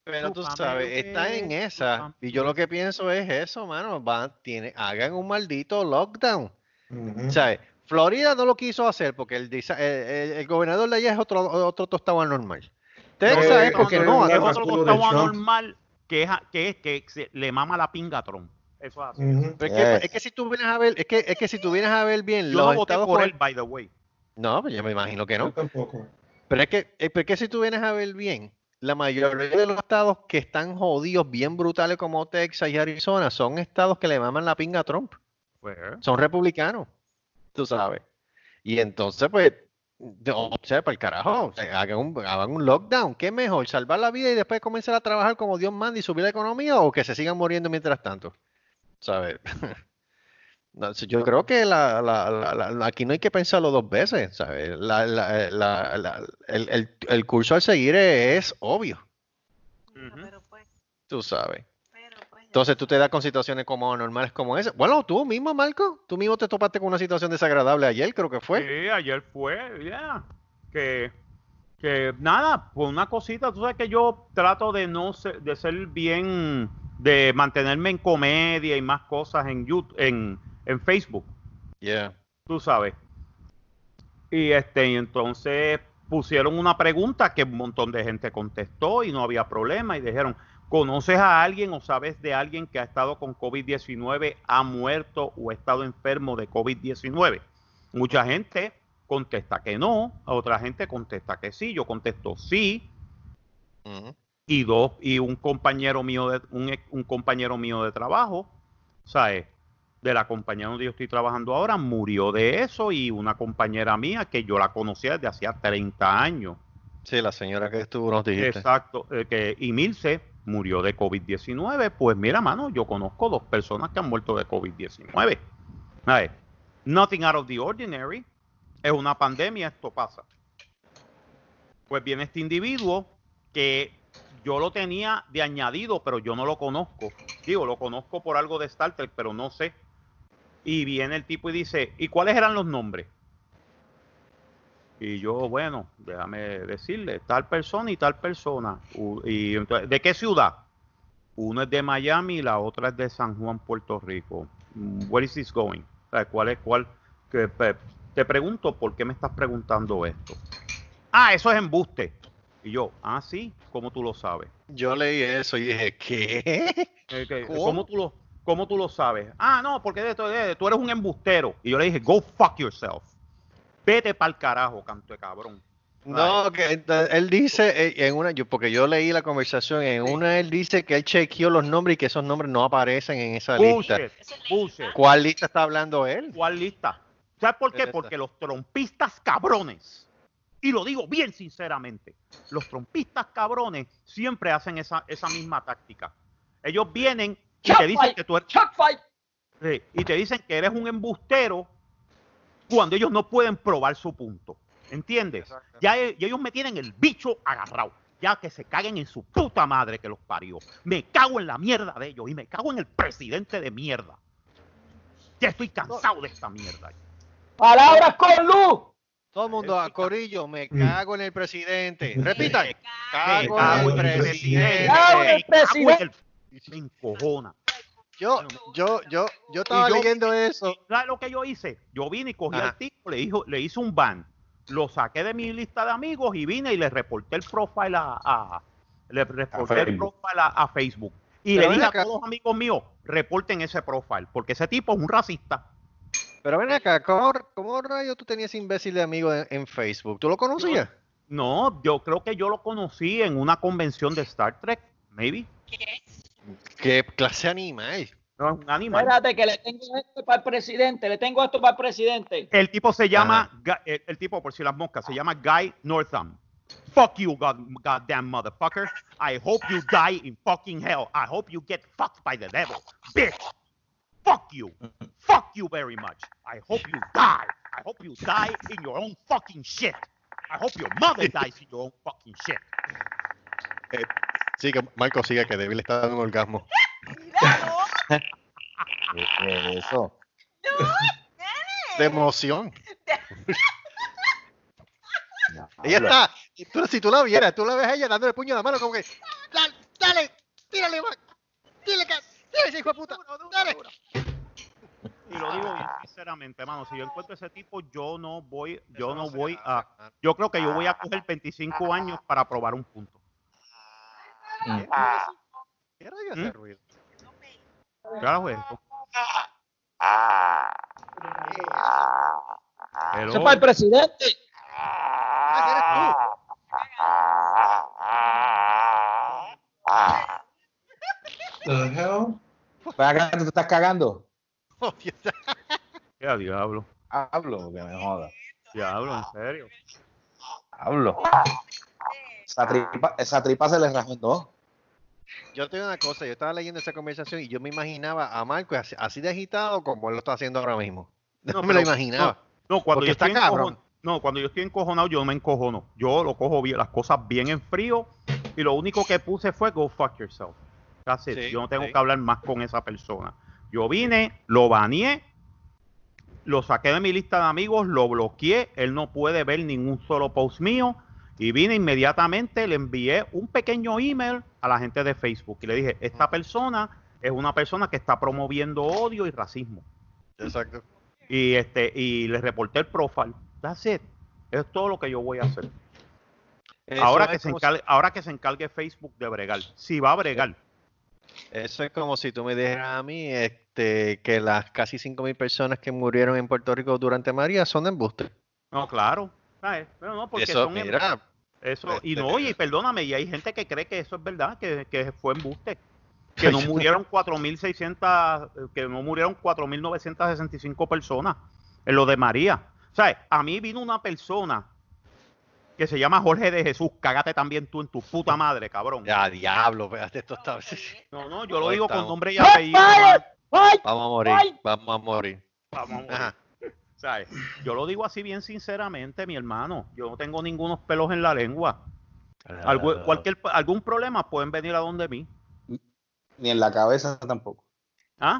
Pero tú Chúpame, sabes, está en esa. chúpame. Y yo lo que pienso es eso, mano. Van, tiene, hagan un maldito lockdown. Ujú. ¿Sabes? Florida no lo quiso hacer porque el, disa- el, el- el gobernador de allá es otro, otro tostado anormal. Texas Eh, es porque ese no. es es un otro arrastrado de tostado Trump. anormal que es, que es que se- le mama la pinga a Trump. Eso es así. Ujú. Pero es, que, Yes. es que si tú vienes a ver, es que, es que si tú vienes a ver bien Yo los no voté estados por con- él, by the way. No, pues yo me imagino que Yo no. tampoco. Pero es que, eh, pero es que si tú vienes a ver bien, la mayoría de los estados que están jodidos, bien brutales como Texas y Arizona, son estados que le maman la pinga a Trump. Pues, Son republicanos, tú sabes. Y entonces, pues, no, o sea, para el carajo, o sea, hagan un, hagan un lockdown. ¿Qué es mejor? ¿Salvar la vida y después comenzar a trabajar como Dios manda y subir la economía o que se sigan muriendo mientras tanto? ¿Sabes? No, si yo creo que la, la- la- la- aquí no hay que pensarlo dos veces, ¿sabes? La- la- la- la- el, el- el curso al seguir es, es obvio, Ujú. Pero pues, tú sabes. pero pues. ya Entonces tú te das con situaciones como normales como esa. Bueno, tú mismo, Marco, tú mismo te topaste con una situación desagradable ayer, creo que fue. Sí, ayer fue, ya. Que, que nada, pues una cosita, tú sabes que yo trato de no ser, de ser bien, de mantenerme en comedia y más cosas en YouTube, en, en Facebook, Yeah. tú sabes. Y este, y entonces pusieron una pregunta que un montón de gente contestó y no había problema y dijeron, ¿conoces a alguien o sabes de alguien que ha estado con COVID diecinueve, ha muerto o ha estado enfermo de COVID diecinueve? Mucha gente contesta que no, otra gente contesta que sí. Yo contesto sí, Ujú. y dos, y un compañero mío de un, ex- un compañero mío de trabajo, ¿sabes? De la compañía donde yo estoy trabajando ahora, murió de eso, y una compañera mía que yo la conocía desde hacía treinta años. Sí, la señora que estuvo nos dijiste. Exacto, eh, que y Milce murió de COVID diecinueve. Pues mira, mano, yo conozco dos personas que han muerto de COVID diecinueve. ¿Sabes? Nothing out of the ordinary. Es una pandemia, esto pasa. Pues viene este individuo que yo lo tenía de añadido, pero yo no lo conozco. Digo, lo conozco por algo de Star Trek, pero no sé. Y viene el tipo y dice, ¿y cuáles eran los nombres? Y yo, bueno, déjame decirle, tal persona y tal persona. U- Y entonces, ¿de qué ciudad? Uno es de Miami y la otra es de San Juan, Puerto Rico. Mm, Where is this going? O sea, ¿cuál es cuál? Que, pe- te pregunto, ¿por qué me estás preguntando esto? Ah, eso es embuste. Y yo, ah, sí, ¿cómo tú lo sabes? Yo leí eso y dije, ¿qué? Eh, que- ¿Cómo? ¿Cómo tú lo, cómo tú lo sabes? Ah, no, porque de- de- tú eres un embustero. Y yo le dije, go fuck yourself. Vete pa'l carajo, canto de cabrón. No, que ent- él dice eh, en una, yo, porque yo leí la conversación, en una él dice que él chequeó los nombres y que esos nombres no aparecen en esa lista. Bullshit, bullshit. ¿Cuál lista está hablando él? ¿Cuál lista? ¿Sabes por ¿Qué qué? lista? Porque los trompistas cabrones, y lo digo bien sinceramente, los trompistas cabrones siempre hacen esa, esa misma táctica. Ellos vienen y Chuck te dicen fight, que tú eres, Chuck fight. sí, y te dicen que eres un embustero cuando ellos no pueden probar su punto. ¿Entiendes? Exacto. Ya, e- ya ellos me tienen el bicho agarrado. Ya que se caguen en su puta madre que los parió. Me cago en la mierda de ellos y me cago en el presidente de mierda. Ya estoy cansado de esta mierda. Palabras con luz. Todo el mundo a Corillo, me cago en el presidente. Repita, Me cago cago en el presidente. Cago en el Me cago en presidente. el- Me encojona. Yo, yo, yo, yo estaba Y yo- leyendo eso. ¿Sabes lo que yo hice? Yo vine y cogí Ajá. al tipo, le, hizo, le hice un ban. Lo saqué de mi lista de amigos y vine y le reporté el profile a, a- le reporté el Facebook. profile a, a Facebook. Y Pero le ven dije a acá. todos los amigos míos, reporten ese profile, porque ese tipo es un racista. Pero ven acá, ¿cómo, cómo rayos tú tenías ese imbécil de amigo en, en Facebook? ¿Tú lo conocías? No, yo creo que yo lo conocí en una convención de Star Trek, maybe. ¿Qué? ¿Qué clase de animal? No, es un animal. Espérate que le tengo esto para el presidente. Le tengo esto para el presidente. El tipo se llama, Ga- el, el tipo, por si las moscas, se llama Guy Northam. Fuck you, god, goddamn motherfucker. I hope you die in fucking hell. I hope you get fucked by the devil. Bitch. Fuck you. Fuck you very much. I hope you die. I hope you die in your own fucking shit. I hope your mother dies in your own fucking shit. Eh, sí, que Marco sigue que David le está dando un orgasmo. Mira, no, ¿Qué es eso? no, De nene. emoción. No, Ella habla. está, y tú- si tú la vieras, tú la ves a ella dándole el puño a la mano como que... ¡Dale, ese hijo de puta. Dale. Y lo digo bien sinceramente, hermano, si yo encuentro ese tipo, yo no voy, yo no voy a, yo creo que yo voy a coger veinticinco años para probar un punto. ¿Qué rayos ese ruido? Claro, esto. ¡Ese fue el presidente! Ah, The hell? ¿Para acá tú te estás cagando? eres tú. ¿Qué diablo? Hablo, que me joda. Diablo, en serio. Hablo. Esa tripa, esa tripa se le rajó en dos. Yo te digo una cosa, yo estaba leyendo esa conversación y yo me imaginaba a Marco así, así de agitado como él lo está haciendo ahora mismo. No, No, me lo pero- imaginaba. No, cuando Porque yo está estoy cabrón. encojonado, no, cuando yo estoy encojonado, yo no me encojono. Yo lo cojo bien, las cosas bien en frío. Y lo único que puse fue go fuck yourself. That's it. Sí, Yo no tengo sí. que hablar más con esa persona. Yo vine, lo baneé, lo saqué de mi lista de amigos, lo bloqueé. Él no puede ver ningún solo post mío. Y vine inmediatamente, le envié un pequeño email a la gente de Facebook. Y le dije, esta persona es una persona que está promoviendo odio y racismo. Exacto. Y este y le reporté el profile. That's it. Es todo lo que yo voy a hacer. Eso Ahora es que se como encargue, ahora que se encargue Facebook de bregar. Si va a bregar. si- eso es como si tú me dijeras a mí este, que las casi cinco mil personas que murieron en Puerto Rico durante María son de embuste. No, claro. ¿Sabes? Pero no, porque Eso, son mira, eso y este- no, oye, perdóname, y hay gente que cree que eso es verdad, que, que fue embuste. Que no murieron cuatro mil seiscientos, que no murieron cuatro mil novecientos sesenta y cinco personas en lo de María. ¿Sabes? A mí vino una persona que se llama Jorge de Jesús. Cágate también tú en tu puta madre, cabrón. ya, diablo, espérate, esto está... No, no, yo lo Hoy digo estamos. con nombre y apellido. ¡Fire! ¡Ay! Vamos a morir, ¡Ay! vamos a morir. Vamos a morir. Ajá. ¿Sabes? Yo lo digo así bien sinceramente, mi hermano. Yo no tengo ningunos pelos en la lengua. Algu- cualquier, algún problema pueden venir a donde mí. Ni en la cabeza tampoco. ¿Ah?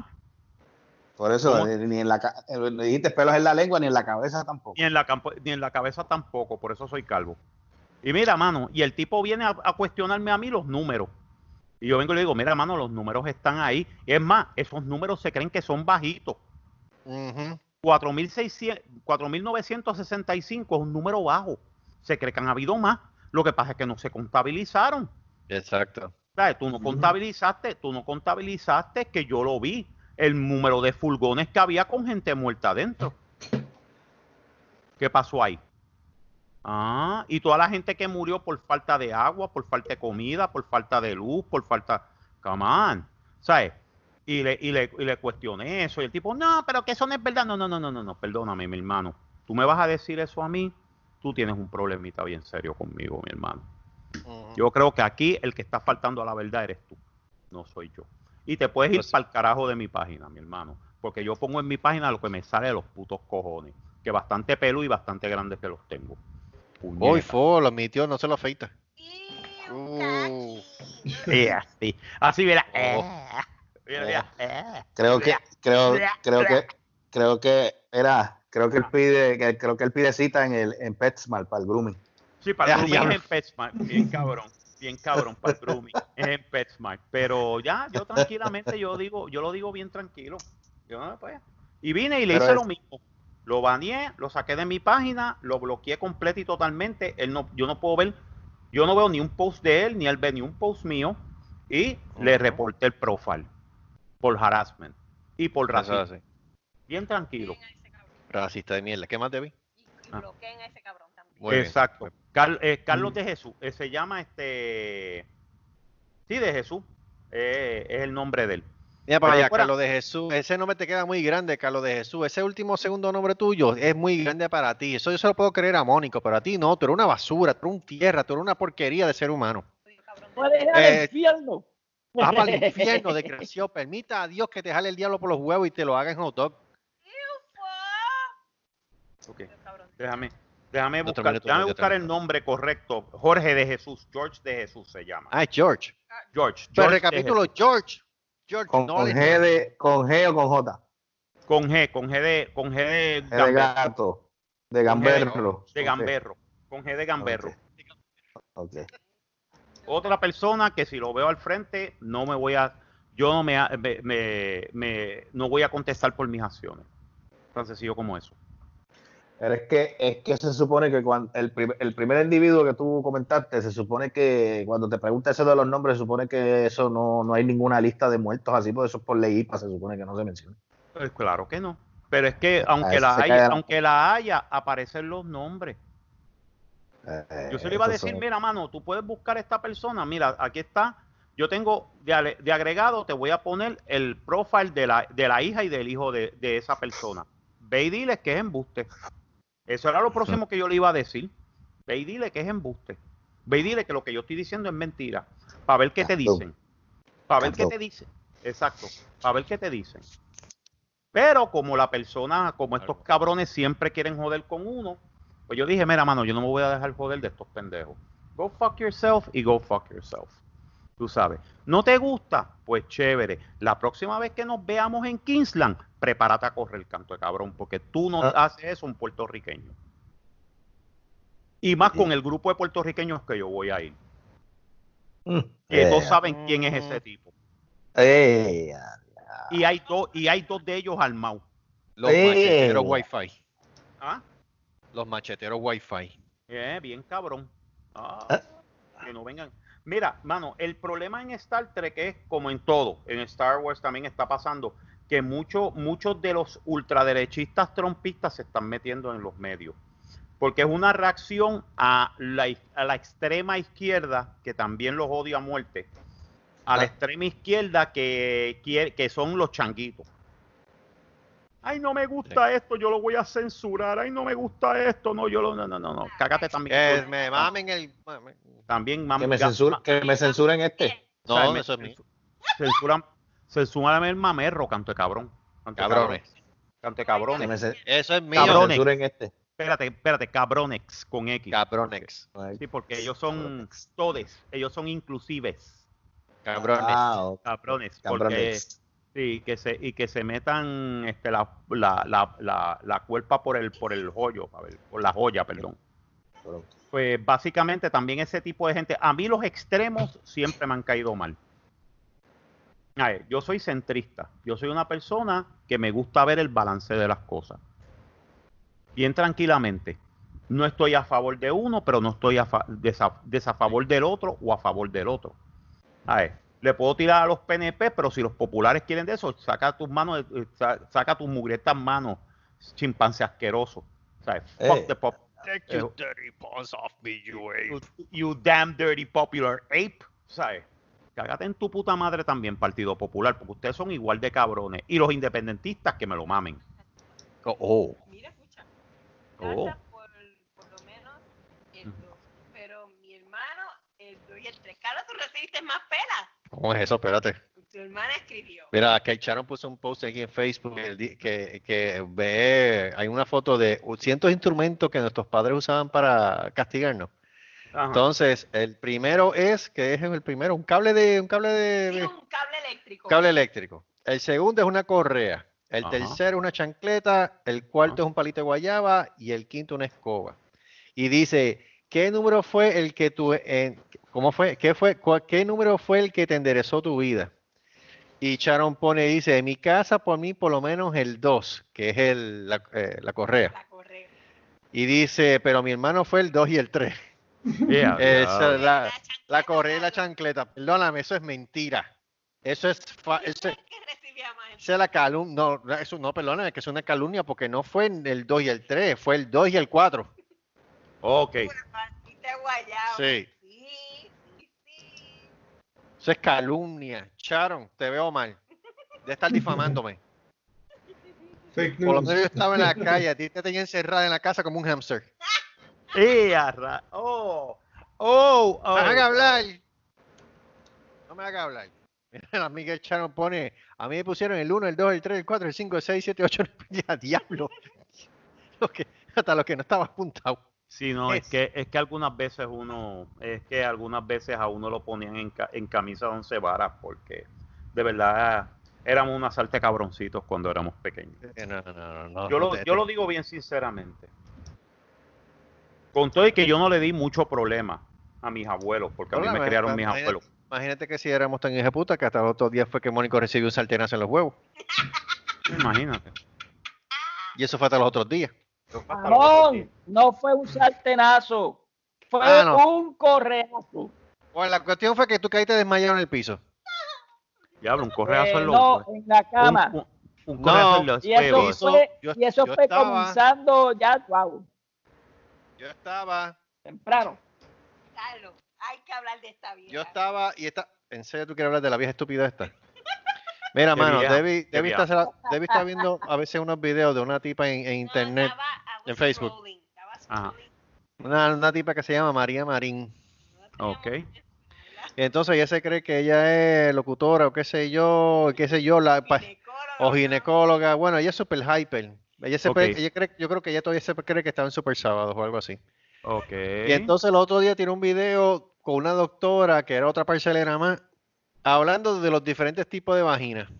Por eso, ¿Cómo? eh, ni en la ca- eh, dijiste pelos en la lengua, ni en la cabeza tampoco. Ni en la campo- ni en la cabeza tampoco, por eso soy calvo. Y mira, mano, y el tipo viene a, a cuestionarme a mí los números. Y yo vengo y le digo, mira, mano, los números están ahí. Es más, esos números se creen que son bajitos. Ujú. cuatro mil seiscientos, cuatro mil novecientos sesenta y cinco es un número bajo. Se cree que han habido más. Lo que pasa es que no se contabilizaron. Exacto. ¿Sabes? Tú no contabilizaste, tú no contabilizaste que yo lo vi. El número de furgones que había con gente muerta adentro. ¿Qué pasó ahí? Ah, y toda la gente que murió por falta de agua, por falta de comida, por falta de luz, por falta... Come on, ¿sabes? Y le, y, le, y le cuestioné eso. Y el tipo, no, pero que eso no es verdad. No, no, no, no, no, no, perdóname, mi hermano. Tú me vas a decir eso a mí, tú tienes un problemita bien serio conmigo, mi hermano. Ujú. Yo creo que aquí el que está faltando a la verdad eres tú, no soy yo. Y te puedes ir Pues- para el carajo de mi página, mi hermano. Porque yo pongo en mi página lo que me sale de los putos cojones. Que bastante pelo y bastante grandes que los tengo. Uy, Puñeta. fo, lo mi tío no se lo afeita. Y Uh. Y así, así mira. Oh. eh, mira, mira, eh. Creo que, creo, creo que, creo que era, creo que él pide, que- creo que él pide cita en el, en PetSmart para el grooming. Sí, para el Ya, grooming diablo. es en PetSmart. Bien cabrón. Bien cabrón para el grooming. Es en PetSmart. Pero ya, yo tranquilamente, yo digo, yo lo digo bien tranquilo. Yo no, pues. Y vine y le Pero hice es- lo mismo. Lo baneé, lo saqué de mi página, lo bloqueé completo y totalmente. Él no, yo no puedo ver, yo no veo ni un post de él, ni él ve ni un post mío. Y le Ujú. reporté el profile por harassment y por Eso racismo. es así. Bien tranquilo. bloqueen a ese cabrón. Racista de mierda. ¿Qué más te vi? Y Ah. bloqueen a ese cabrón también. Muy bien. Exacto. Car- eh, Carlos Mm. de Jesús. eh, se llama este. Sí, de Jesús. eh, es el nombre de él. Mira para Pero allá, fuera- Carlos de Jesús. Ese nombre te queda muy grande, Carlos de Jesús. Ese último segundo nombre tuyo es muy grande para ti. Eso yo se lo puedo creer a Mónico, pero a ti no. Tú eres una basura, tú eres un tierra, tú eres una porquería de ser humano. Oye, cabrón, Puede ir al Eh, infierno. Vas para el infierno, desgraciado. Permita a Dios que te jale el diablo por los huevos y te lo haga en hot dog. Ok, Oye, cabrón. déjame, déjame No buscar, termine tu déjame video, buscar el termina. nombre correcto. Jorge de Jesús. George de Jesús se llama. Ah, es George. George. Pero George de recapitulo, Jesús. George. George, Con, no con le- G de, con G o con J. Con G, con G de, con G de G de Gamberro. gato. De Con G de- gamberro. De Ok, Gamberro. Con G de Gamberro. ok. Otra persona que si lo veo al frente, no me voy a, yo no me, me, me, me no voy a contestar por mis acciones. Tan sencillo como eso. Pero es que, es que se supone que cuando el, prim, el primer individuo que tú comentaste, se supone que cuando te preguntas eso de los nombres, se supone que eso no, no hay ninguna lista de muertos así, por eso es por ley I P A, se supone que no se menciona. Pues claro que no. Pero es que aunque la haya, aunque la haya, aparecen los nombres. Eh, Yo se le iba a decir, son... mira, mano, tú puedes buscar a esta persona, mira, aquí está, yo tengo de, de agregado, te voy a poner el profile de la, de la hija y del hijo de, de esa persona. Ve y diles que es embuste. Eso era lo próximo que yo le iba a decir. Ve y dile que es embuste. Ve y dile que lo que yo estoy diciendo es mentira. Para ver qué te dicen. Para ver qué te dicen. Exacto. Para ver qué te dicen. Pero como la persona, como estos cabrones siempre quieren joder con uno, pues yo dije, mira, mano, yo no me voy a dejar joder de estos pendejos. Go fuck yourself y go fuck yourself. Tú sabes. ¿No te gusta? Pues chévere. La próxima vez que nos veamos en Kingsland, prepárate a correr, canto de cabrón, porque tú no ah. haces eso un puertorriqueño. Y más con el grupo de puertorriqueños que yo voy a ir. Mm. Que eh. todos saben quién es ese tipo. Eh. Y hay dos, y hay dos de ellos armados. Los eh. macheteros Wi-Fi. ¿Ah? Los macheteros Wi-Fi. Eh, bien cabrón. Ah, ¿Ah? Que no vengan. Mira, mano, el problema en Star Trek es como en todo. En Star Wars también está pasando que mucho, muchos de los ultraderechistas trumpistas se están metiendo en los medios. Porque es una reacción a la, a la extrema izquierda, que también los odia a muerte. A la extrema izquierda que, que, que son los changuitos. Ay, no me gusta sí. esto, yo lo voy a censurar. Ay, no me gusta esto, no, yo lo... No, no, no, no. Cágate también. Que me mamen el... También mamen... Que me, censur, que me censuren este. No, o sea, me, eso es mío. Censuran, censúrame el mamerro, canto de cabrón. Canto cabrones. De canto de cabrones. Me, eso es mío. Cabrones. Censuren este. Espérate, espérate, cabronex con X. Cabronex. Sí, porque ellos son todes, ellos son inclusives. Cabrones. Ah, okay. Cabrones. Porque... Sí, que se, y que se metan este, la, la, la, la, la cuerpa por el, por el joyo, a ver, por la joya, perdón. Pues básicamente también ese tipo de gente, a mí los extremos siempre me han caído mal. A ver, yo soy centrista, yo soy una persona que me gusta ver el balance de las cosas. Bien tranquilamente. No estoy a favor de uno, pero no estoy a fa desa desafavor del otro o a favor del otro. A ver. Le puedo tirar a los P N P, pero si los populares quieren de eso, saca tus manos, saca tus mugrientas manos, chimpancé asqueroso. ¿Sabes? Eh, Fuck the pop. Take your dirty paws off me, you ape. You, you damn dirty popular ape. ¿Sabes? Cágate en tu puta madre también, Partido Popular, porque ustedes son igual de cabrones. Y los independentistas que me lo mamen. Oh. oh. Mira, escucha. Gracias oh. por, por lo menos el dos. Pero mi hermano, el dos y el tres. Carlos, tú recibiste más pelas. ¿Cómo es eso? Espérate. Tu hermana escribió. Mira, que Sharon puso un post aquí en Facebook que, que, que ve, hay una foto de cientos de instrumentos que nuestros padres usaban para castigarnos. Ajá. Entonces, el primero es, que es el primero, un cable de, un cable de, sí, un cable eléctrico. Cable eléctrico. El segundo es una correa. El Ajá. tercero una chancleta. El cuarto Ajá. es un palito de guayaba y el quinto una escoba. Y dice, ¿qué número fue el que tú, eh, cómo fue, qué fue, cuál, qué número fue el que te enderezó tu vida? Y Sharon pone, dice, en mi casa por mí por lo menos el dos, que es el, la, eh, la correa. La correa. Y dice, pero mi hermano fue el dos y el tres. Yeah, Esa, yeah. La, la correa y la chancleta. Perdóname, eso es mentira. Eso es... Fa, eso, esa es la calumnia. No, eso no, perdóname, que es una calumnia porque no fue el dos y el tres, fue el dos y el cuatro. Ok. Sí. Sí, sí, sí. Eso es calumnia. Sharon, te veo mal. De estar difamándome. Fake news. Por lo menos yo estaba en la calle, a ti te tenía encerrada en la casa como un hamster. ¡Eh, arra! ¡Oh! ¡Oh! ¡Oh! ¡Me haga hablar! No me haga hablar. Mira, a Miguel Sharon pone, a mí me pusieron el uno, el dos, el tres, el cuatro, el cinco, el seis, siete, ocho, ¡ya, diablo! Lo que, hasta lo que no estaba apuntado. Sí, no, es, es que es que algunas veces uno, es que algunas veces a uno lo ponían en, en camisa de once varas, porque de verdad éramos una salta de cabroncitos cuando éramos pequeños. No, no, no, no, yo, no lo, te, yo lo digo bien sinceramente. Con todo y que yo no le di mucho problema a mis abuelos, porque a mí me criaron mis abuelos. Imagínate que si éramos tan hijeputa que hasta los otros días fue que Mónico recibió un sartenazo en los huevos. Imagínate. Y eso fue hasta los otros días. Ramón, no fue un sartenazo, fue Ah, no. un correazo. Bueno, la cuestión fue que tú caíste desmayado en el piso. Diablo, un correazo Eh, en los no, huevos. en la cama. Un, un, un No, correazo en los Y eso huevos. fue, Yo- y eso yo fue estaba- comenzando ya, wow, Yo estaba, temprano. Carlos, hay que hablar de esta vieja. yo estaba y esta. ¿En serio tú quieres hablar de la vieja estúpida esta? Mira, Qué mano, vieja, Debbie, qué Debbie, vieja. está, Debbie está viendo a veces unos videos de una tipa en, en No, internet, estaba- I was en Facebook. scrolling, estaba Ajá. scrolling. una, una tipa que se llama María Marín. Ok. Y entonces ella se cree que ella es locutora o qué sé yo, qué sé yo, la, pa- Ginecóloga, o ginecóloga. Bueno, ella es super hyper. Ella se Ok. cree- ella cree, yo creo que ella todavía se cree que estaba en Super Sábado o algo así. Ok. Y entonces el otro día tiene un video con una doctora que era otra parcelera más, hablando de los diferentes tipos de vagina.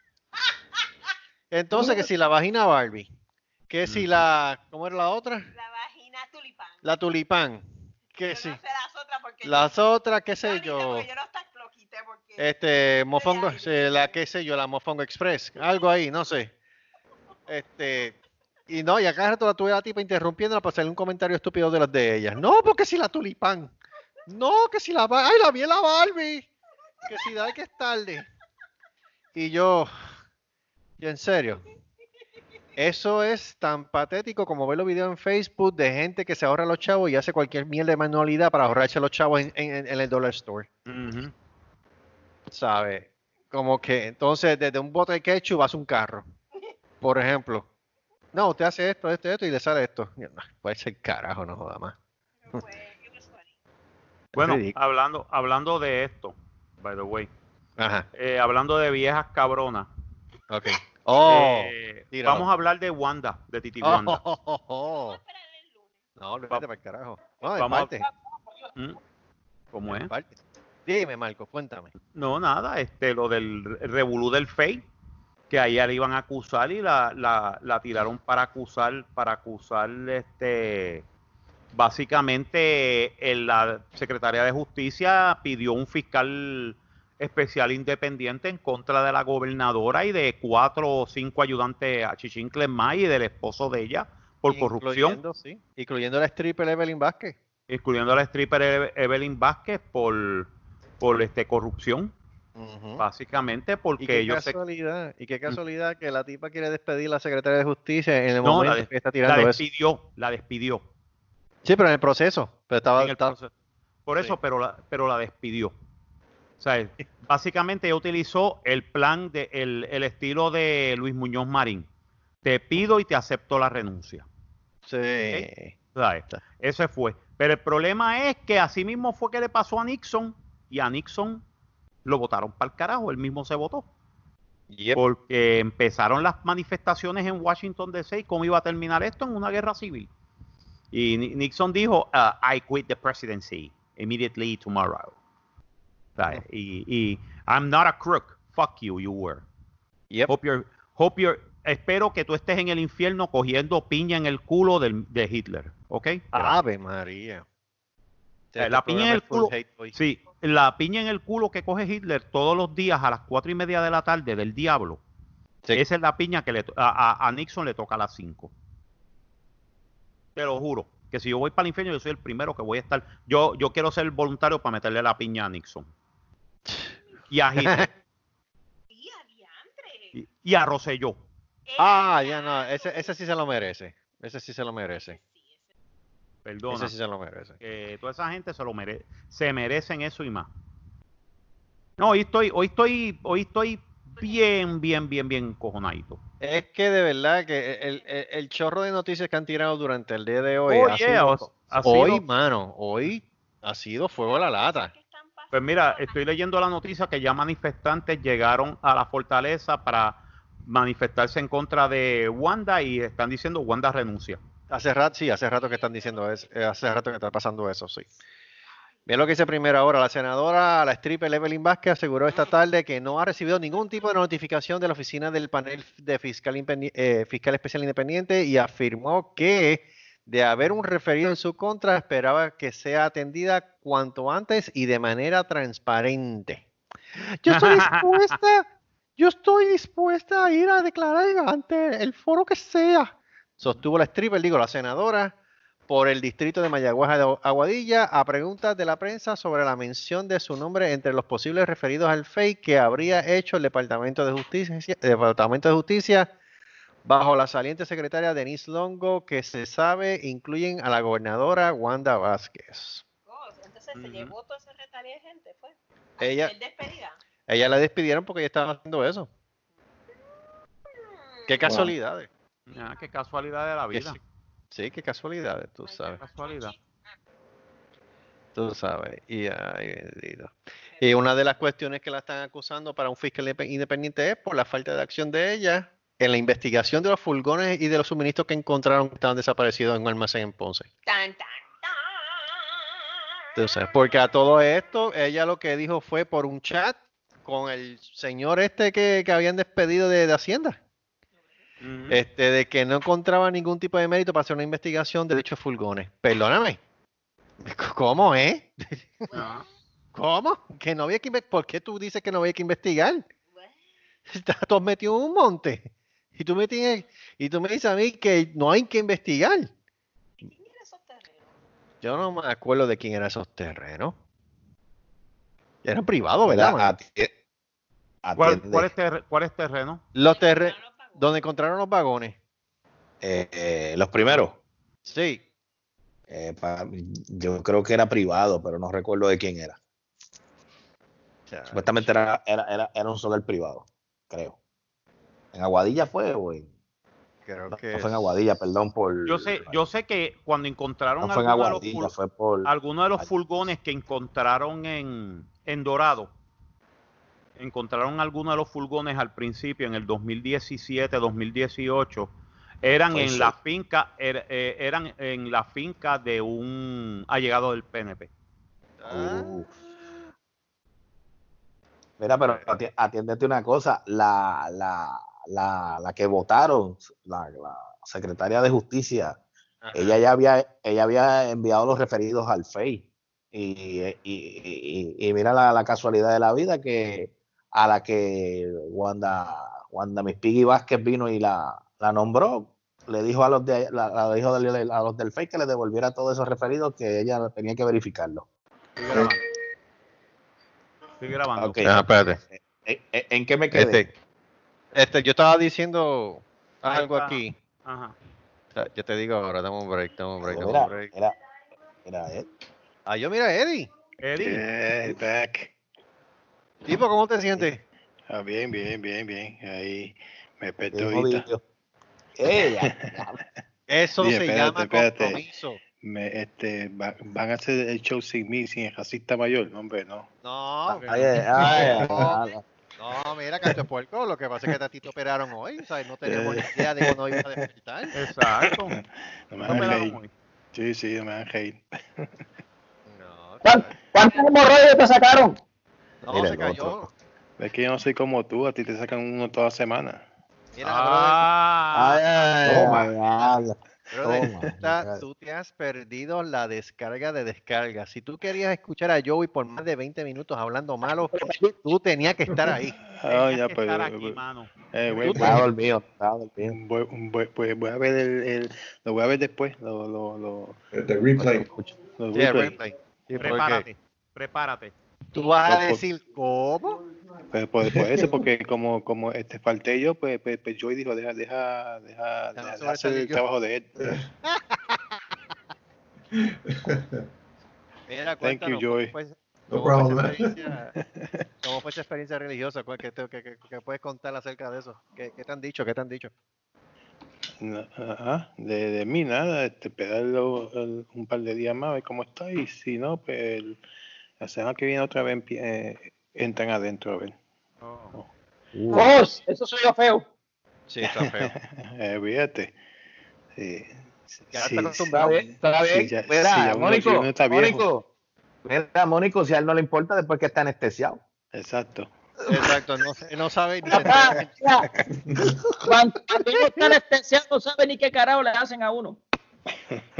Entonces que si la vagina Barbie, que si Ujú. la, ¿cómo era la otra? La vagina tulipán. La tulipán, que Yo si no sé las otras porque las otras, qué yo, sé ni sé yo. porque yo no está- lo quité porque Este, mofongo, ay, sí, la qué sé yo, la mofongo express, algo ahí, no sé. Este, y no, y a cada rato la tuve a la tipa interrumpiéndola para hacerle un comentario estúpido de las de ellas. No, porque si la tulipán. No, que si la Bar- ay, la vi en la Barbie. Que si da que es tarde. Y yo, y en serio, eso es tan patético como ver los videos en Facebook de gente que se ahorra los chavos y hace cualquier mierda de manualidad para ahorrarse los chavos en, en- en el dollar store. Ujú. ¿Sabes? Como que entonces desde un bote de ketchup vas a un carro, por ejemplo. No, usted hace esto, esto, esto y le sale esto. No, puede ser carajo, no joda más. no fue, it was funny. Bueno, ridículo. hablando, hablando de esto, by the way, Ajá, eh, hablando de viejas cabronas, ok. Oh, eh, tíralo. vamos a hablar de Wanda, de Titi oh, Wanda. oh, oh, oh. Vamos a esperar el lunes. No, olvídate para el carajo. No, en Vamos a- parte. ¿Mm? ¿Cómo es? En parte. Dime, Marco, cuéntame. No, nada, este, lo del revolú del Fey, que a ella le iban a acusar y la, la, la tiraron para acusar, para acusar, este, básicamente en la Secretaría de Justicia pidió un fiscal especial independiente en contra de la gobernadora y de cuatro o cinco ayudantes a Chichincles más y del esposo de ella por corrupción, Incluyendo, sí, incluyendo la stripper Evelyn Vázquez. incluyendo a la stripper Eve- Evelyn Vázquez por, por este, corrupción, Ujú. básicamente Y porque qué ellos se... casualidad, y qué casualidad que la tipa quiere despedir a la secretaria de justicia en el No, la, momento des- que está la tirando eso. despidió, la despidió. Sí, pero en el proceso. Pero estaba, en el estaba- proceso. Por eso, sí. pero, la, pero la despidió. O sea, básicamente ella utilizó el plan, de, el, el estilo de Luis Muñoz Marín. Te pido y te acepto la renuncia. Sí. ¿Sabes? Ese fue. Pero el problema es que así mismo fue que le pasó a Nixon y a Nixon lo votaron para el carajo. Él mismo se votó. Yep. Porque empezaron las manifestaciones en Washington D C y cómo iba a terminar esto en una guerra civil. Y Ni- Nixon dijo, uh, I quit the presidency immediately tomorrow. ¿Sabes? Y, y I'm not a crook. Fuck you, you were. Yep. Hope you're, hope you're, espero que tú estés en el infierno cogiendo piña en el culo del- de Hitler. ¿Ok? Ave María. Eh, la piña en el Full culo. hate hoy. Sí, la piña en el culo que coge Hitler todos los días a las cuatro y media de la tarde del diablo. Sí. Esa es la piña que le to- a, a- a Nixon le toca a las cinco. Te lo juro, que si yo voy para el infierno, yo soy el primero que voy a estar. Yo, yo quiero ser voluntario para meterle la piña a Nixon. Y a Hitler. Y adiantre. y, y a Rosselló. Ah, ya no, ese, ese sí se lo merece. Ese sí se lo merece. Perdona. Ese sí se lo merece. Que toda esa gente se lo mere se merecen eso y más. No, hoy estoy, hoy estoy, hoy estoy bien, bien, bien, bien cojonadito. Es que de verdad que el, el- el chorro de noticias que han tirado durante el día de hoy Oh, ha yeah, sido, os- ha hoy, sido- mano, hoy ha sido fuego a la lata. Pues mira, estoy leyendo la noticia que ya manifestantes llegaron a la fortaleza para manifestarse en contra de Wanda y están diciendo Wanda renuncia. Hace rato, sí, hace rato que están diciendo eso, eh, hace rato que está pasando eso, sí. Bien lo que dice primero ahora, la senadora, la stripper Evelyn Vázquez aseguró esta tarde que no ha recibido ningún tipo de notificación de la oficina del panel de fiscal, impendi- eh, fiscal especial independiente y afirmó que de haber un referido en su contra esperaba que sea atendida cuanto antes y de manera transparente. Yo estoy dispuesta, yo estoy dispuesta a ir a declarar ante el foro que sea, sostuvo la stripper, digo, la senadora por el distrito de Mayagüez de Aguadilla a preguntas de la prensa sobre la mención de su nombre entre los posibles referidos al F E I que habría hecho el Departamento de Justicia, el Departamento de Justicia bajo la saliente secretaria Denise Longo, que se sabe incluyen a la gobernadora Wanda Vázquez. Oh, entonces se llevó toda esa secretaria de gente, fue. Ella, ¿Es despedida? ella la despidieron porque ella estaba haciendo eso. Qué casualidades. Ah, qué casualidad de la vida. Sí, sí, qué casualidades, tú sabes. Qué casualidad. Tú sabes. Y, ay, bendito. Y una de las cuestiones que la están acusando para un fiscal independiente es por la falta de acción de ella en la investigación de los furgones y de los suministros que encontraron que estaban desaparecidos en un almacén en Ponce. Tan, tan, tan. Entonces, porque a todo esto, ella lo que dijo fue por un chat con el señor este que, que habían despedido de, de Hacienda. Uh-huh. Este, de que no encontraba ningún tipo de mérito para hacer una investigación de dichos furgones. Perdóname. ¿Cómo, eh? No. ¿Cómo? Que no había que investigar. ¿Por qué tú dices que no había que investigar? Estás todos metidos en un monte. Y tú, me tienes, y tú me dices a mí que no hay que investigar. ¿Quién era esos terrenos? Yo no me acuerdo de quién eran esos terrenos. Eran privados, ¿verdad? ¿Cuál, cuál, es ter, ¿Cuál es terreno? Los terrenos. ¿Dónde encontraron los vagones? Eh, eh, ¿Los primeros? Sí. Eh, pa, yo creo que era privado, pero no recuerdo de quién era. Chach. Supuestamente era, era, era, era un solar privado, creo. ¿En Aguadilla fue, güey? Creo no, que no fue en Aguadilla, perdón por... Yo sé, yo sé que cuando encontraron no fue en Aguadilla, los, fue por... algunos de los furgones que encontraron en, en Dorado, encontraron algunos de los furgones al principio, en el dos mil diecisiete, dos mil dieciocho, eran fue en sí. la finca, er, eh, eran en la finca de un allegado del P N P. Ah. Uh. Mira, pero atiéndete una cosa, la, la, la, la que votaron, la, la secretaria de Justicia, ajá, ella ya había, ella había enviado los referidos al F E I. Y, y, y, y mira la, la casualidad de la vida que a la que Wanda, Wanda Miss Piggy Vázquez vino y la, la nombró, le dijo a los de la, la dijo de, a los del F E I que le devolviera todos esos referidos, que ella tenía que verificarlo. Estoy grabando. Okay. Ah, espérate. ¿En, en, ¿En qué me quedé? Este, este, yo estaba diciendo algo aquí. Ajá. O sea, yo te digo ahora, dame un break, dame un break, dame mira, un break. Mira, mira, Ed. Ah, yo mira, Eddie. Eddie. Yeah, back. Tipo, ¿cómo te sientes? Ah, bien, bien, bien, bien. Ahí me desperté ahorita. Eso sí, se espérate, llama espérate. compromiso. Me, este, va, van a hacer el show sin mí, sin el racista mayor, no, hombre, no. No, ay, ay, ay, no, no, mira, canto de puerco, lo que pasa es que a ti te operaron hoy, o sea, no tenemos ni idea de cuándo ibas a despertar. Exacto. No me hagan reír. Sí, sí, no me hagan reír. No, ¿cuántos hemorroides te sacaron? No, mira, se cayó. Es que yo no soy como tú, a ti te sacan uno toda semana. Mira, ah, ay, ay, toma. ay, ay, Brother, toma, tú, está, tú te has perdido la descarga de descarga. Si tú querías escuchar a Joey por más de veinte minutos hablando malo, tú tenías que estar ahí. Ah, ya, que pues, estar pues, aquí, mano. Eh, güey, estaba dormido, estaba dormido. Voy, voy, voy, voy a ver el, el, lo voy a ver después, lo, lo, lo, The replay. lo Sí, replay. replay. Sí, Prepárate, prepárate. Tú vas a No, decir, ¿cómo? Pues por, por eso, porque como, como este falté yo, pues, pues, pues Joey dijo, deja, deja, deja, deja, deja hacer el trabajo de él. Mira, Thank you, cuéntanos, Joey. ¿cómo fue, No cómo fue problem, esa experiencia, ¿cómo fue esa experiencia religiosa? ¿Qué, te- qué- qué- qué puedes contar acerca de eso? ¿Qué, qué te han dicho? ¿Qué te han dicho? No, ajá, de, de mí nada, este, esperarlo el- un par de días más, a ver cómo está, y si no, pues el- la semana que viene otra vez empie- eh, entran adentro a ver. Oh. Uh, ¡Oh! Eso soy yo feo. Sí, está feo. eh, fíjate. Sí. Ya Sí, está acostumbrado. Está bien, está bien. Sí, ya- Mira, sí, ya uno- Mónico, ya uno está viejo. Mónico, mira, Mónico, si a él no le importa después que está anestesiado. Exacto. Exacto, no, no sabe ni Papá, sentarse. mira, Cuando cuando uno está anestesiado no sabe ni qué carajo le hacen a uno.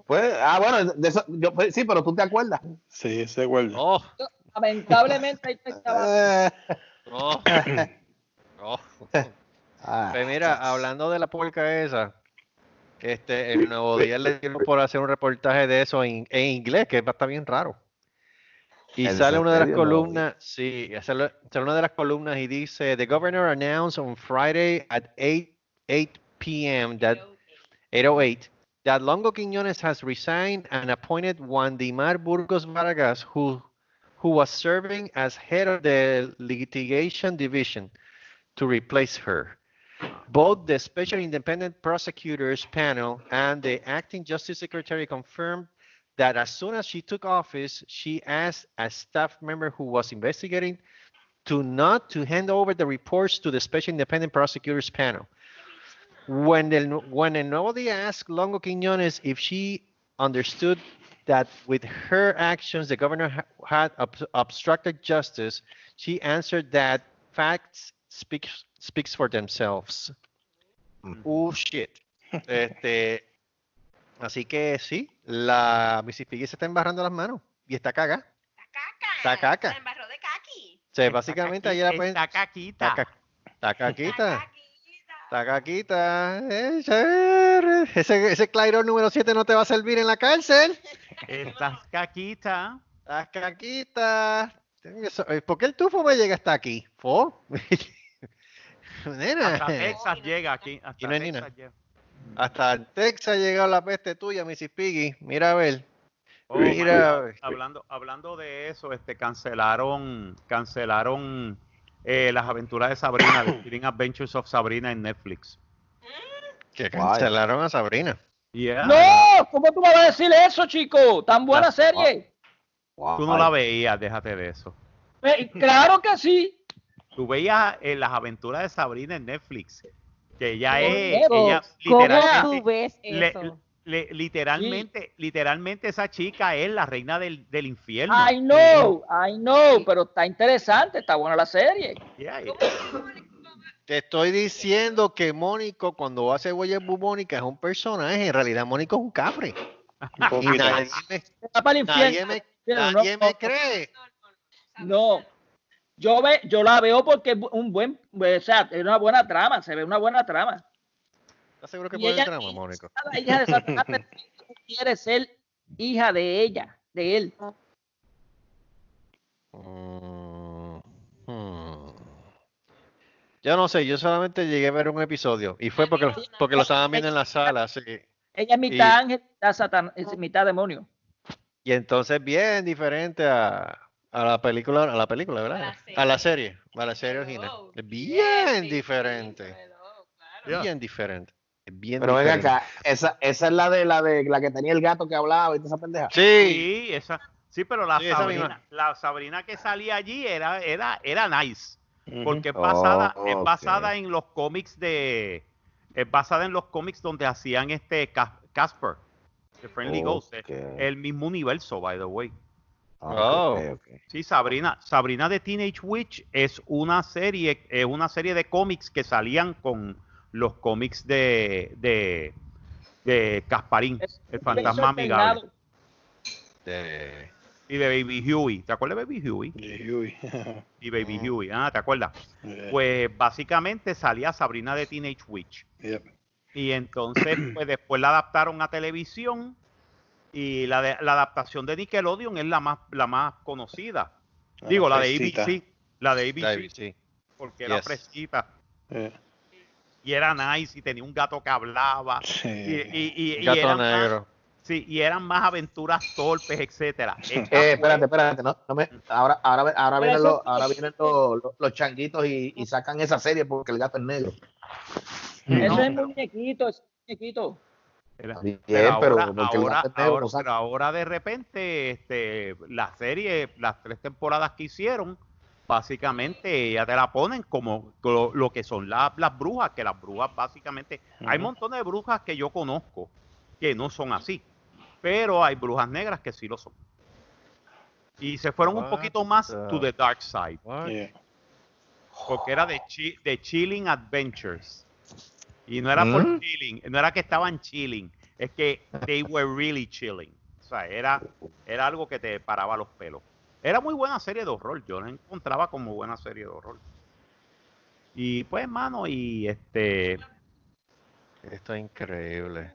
Pues, ah, bueno, de eso, yo, pues, sí, pero tú te acuerdas. Sí, se acuerda. Oh, Lamentablemente ahí estaba. Eh, oh, oh. ah, Pues mira, hablando de la puerca esa, este, el Nuevo Día le dio por hacer un reportaje de eso en, en inglés, que está bien raro. Y ¿en sale una de las serio? No lo vi. columnas, sí, sale, sale una de las columnas y dice, The governor announced on Friday at eight p m that eight oh eight that Longo Quiñones has resigned and appointed Wandimar Burgos Vargas, who who was serving as head of the litigation division, to replace her. Both the Special Independent Prosecutors Panel and the Acting Justice Secretary confirmed that as soon as she took office, she asked a staff member who was investigating to not to hand over the reports to the Special Independent Prosecutors Panel. When the, when el Nuevo Día asked Longo Quiñones if she understood that with her actions the governor ha had ob obstructed justice, she answered that facts speak, speaks for themselves. Mm. Oh, shit. Este, así que sí, la Missis Piggy se está embarrando las manos y está caga. Está caca. Está caca. Se embarró de caqui. O sea, básicamente ahí la Está caquita. Está, ca está caquita. Está Está caquita. Eh, chévere. ese, ese Clairo número siete no te va a servir en la cárcel. Estás caquita. Estás caquita. ¿Por qué el tufo me llega hasta aquí? ¿Fo? Hasta Texas llega aquí. Hasta no Texas llega. Hasta Texas ha llegado la peste tuya, Missis Piggy. Mira a ver. Oh, Mira. man, hablando, hablando de eso, este cancelaron, cancelaron eh, las aventuras de Sabrina, The Thrilling Adventures of Sabrina en Netflix. Que cancelaron a Sabrina. Yeah. No, ¿cómo tú me vas a decir eso, chico? Tan buena La, serie. Wow. Tú no la veías, déjate de eso. Eh, claro que sí. Tú veías eh, las aventuras de Sabrina en Netflix, que ella es, Pero, ella ¿cómo literalmente, tú ves le, eso? le, literalmente, sí. literalmente esa chica es la reina del, del infierno. I know, I know, pero está interesante, está buena la serie. Yeah, yeah. Te estoy diciendo que Mónico, cuando hace huella bubónica, es un personaje. En realidad, Mónico es un cafre. Y nadie me, nadie me, nadie me cree. No, yo ve, yo la veo porque es un buen, o sea, es una buena trama, se ve una buena trama. ¿Estás seguro que puede trama, Mónico? La hija de Satanás quiere ser hija de ella, de él. Hmm. Hmm. Yo no sé, yo solamente llegué a ver un episodio y fue porque, porque lo estaban viendo en la sala. Así que, ella es mitad y, ángel, mitad Satan, es mitad demonio. Y entonces bien diferente a, a la película, a la película, ¿verdad? A la serie, a la serie original. Bien diferente. Bien diferente. Bien Pero venga diferente. acá, esa, esa es la de la de la que tenía el gato que hablaba y toda esa pendeja. Sí, sí, esa, sí, pero la sí, Sabrina, la Sabrina que salía allí era, era, era nice. Porque es basada, oh, es basada okay. en los cómics de, es basada en los cómics donde hacían este Casper, The Friendly okay. Ghost, el mismo universo, by the way. Oh. Okay, okay. Sí, Sabrina, Sabrina de Teenage Witch es una serie, es una serie de cómics que salían con los cómics de, de, de Casparín, es, el fantasma amigable. De... Y de Baby Huey. ¿Te acuerdas de Baby Huey? Baby Huey. Y Baby Huey. Ah, ¿te acuerdas? Yeah. Pues básicamente salía Sabrina de Teenage Witch. Yep. Y entonces, pues después la adaptaron a televisión. Y la, de, la adaptación de Nickelodeon es la más, la más conocida. Ah, Digo, la de A B C. La de A B C. A B C. Porque era yes. fresquita. Yeah. Y era nice. Y tenía un gato que hablaba. Sí. Y, y, y, y gato era negro. Más, sí, y eran más aventuras torpes, etcétera. Eh, espérate, espérate, no, no me, ahora, ahora, ahora vienen los, ahora vienen los, los, los changuitos y, y sacan esa serie porque el gato es negro. Ese no, es muñequito, ese muñequito. Era, Bien, pero, pero, ahora, ahora, negro, ahora, no pero ahora de repente, este, la serie, las tres temporadas que hicieron, básicamente ya te la ponen como lo, lo que son la, las brujas, que las brujas básicamente, uh-huh. hay montones de brujas que yo conozco que no son así. Pero hay brujas negras que sí lo son. Y se fueron What un poquito más the... to the dark side. Yeah. Porque era de, chi de Chilling Adventures. Y no era ¿Mm? por chilling, no era que estaban chilling, es que they were really chilling. O sea, era, era algo que te paraba los pelos. Era muy buena serie de horror. Yo la encontraba como buena serie de horror. Y pues, mano, y este... Esto es increíble.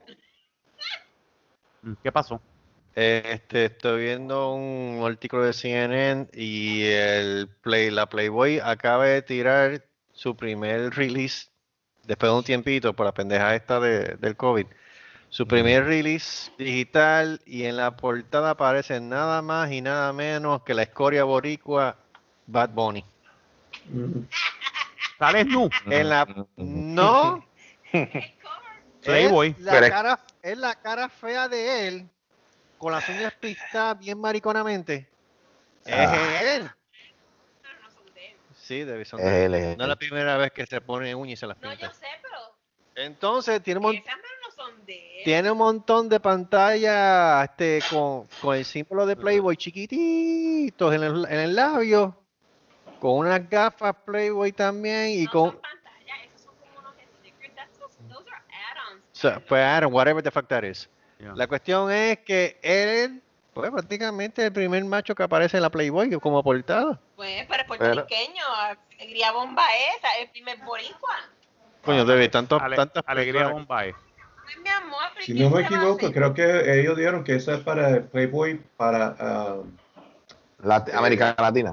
¿Qué pasó? Este, estoy viendo un artículo de C N N y el Play, la Playboy acaba de tirar su primer release después de un tiempito por la pendeja esta de, del COVID. Su primer release digital y en la portada aparece nada más y nada menos que la escoria boricua Bad Bunny. ¿Sales nu? En la, no. Playboy. Es la, cara, es la cara fea de él con las uñas pintadas bien mariconamente. Ah. Es él. Pero no son de él. Sí, debe ser. Es él, es No es la primera vez que se pone uñas y se las No, pinta. yo sé, pero Entonces tiene un, mon- esas manos no son de él. tiene un montón de pantallas este, con, con el símbolo de Playboy chiquititos en el, en el labio, con unas gafas Playboy también y No con... son pantallas, esos son como unos stickers. That's just- those are add-ons. So, pues Aaron, whatever the fuck that is. Yeah. La cuestión es que él, pues prácticamente el primer macho que aparece en la Playboy como portada. Pues, pero es puertorriqueño, alegría bomba esa, el primer boricua. Coño, debe tanto, Ale- tantas Alegría personas. Bombay. Pues, mi amor, pero Si ¿quién no me se va a equivoco, hacer? creo que ellos dijeron que esa es para Playboy para ah, Lat- América Latina.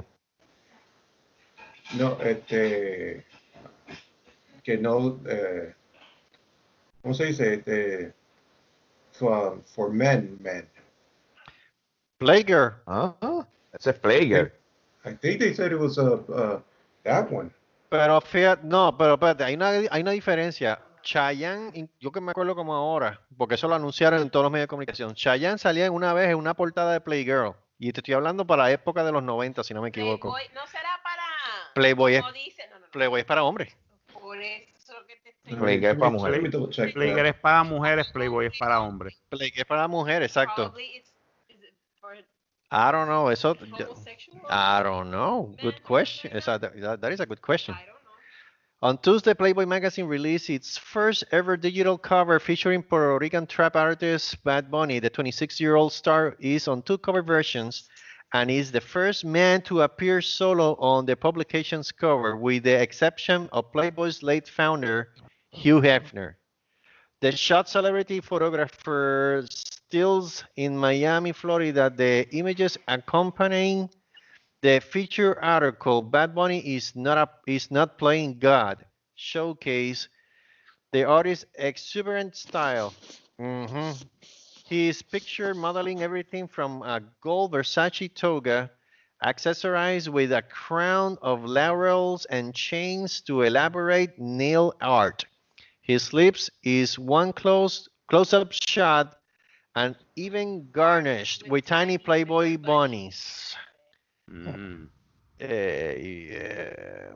no, este que no eh, ¿cómo se dice? Este, for, for men, men. Playgirl. Ah, ese es Playgirl. I think they said it was uh, uh, that one. Pero fíjate, no, pero espérate, hay una, hay una diferencia. Chayanne, in- yo que me acuerdo como ahora, porque eso lo anunciaron en todos los medios de comunicación. Chayanne salía en una vez en una portada de Playgirl. Y te estoy hablando para la época de los noventa, si no me equivoco. Playboy, no será para. Playboy es, como dice, no, no, no. Playboy es para hombres. Por eso que te estoy Playgirl es para Let me mujeres. double check Playgirl that. es para mujeres, Playboy es para hombres. Playgirl es para mujeres, exacto. Probably it's, is it for I don't know, eso... homosexual? I don't know. Good question. Esa- that- that is a good question. I don't know. On Tuesday, Playboy magazine released its first ever digital cover featuring Puerto Rican trap artist Bad Bunny. The twenty-six-year-old star is on two cover versions and is the first man to appear solo on the publication's cover, with the exception of Playboy's late founder, Hugh Hefner. The shot celebrity photographer stills in Miami, Florida. The images accompanying the feature article, Bad Bunny is not a, is not playing God, showcase the artist's exuberant style. Mhm. He is pictured modeling everything from a gold Versace toga, accessorized with a crown of laurels and chains, to elaborate nail art. His lips is one close close-up shot and even garnished with tiny Playboy bunnies. Mm. Eh, y, eh,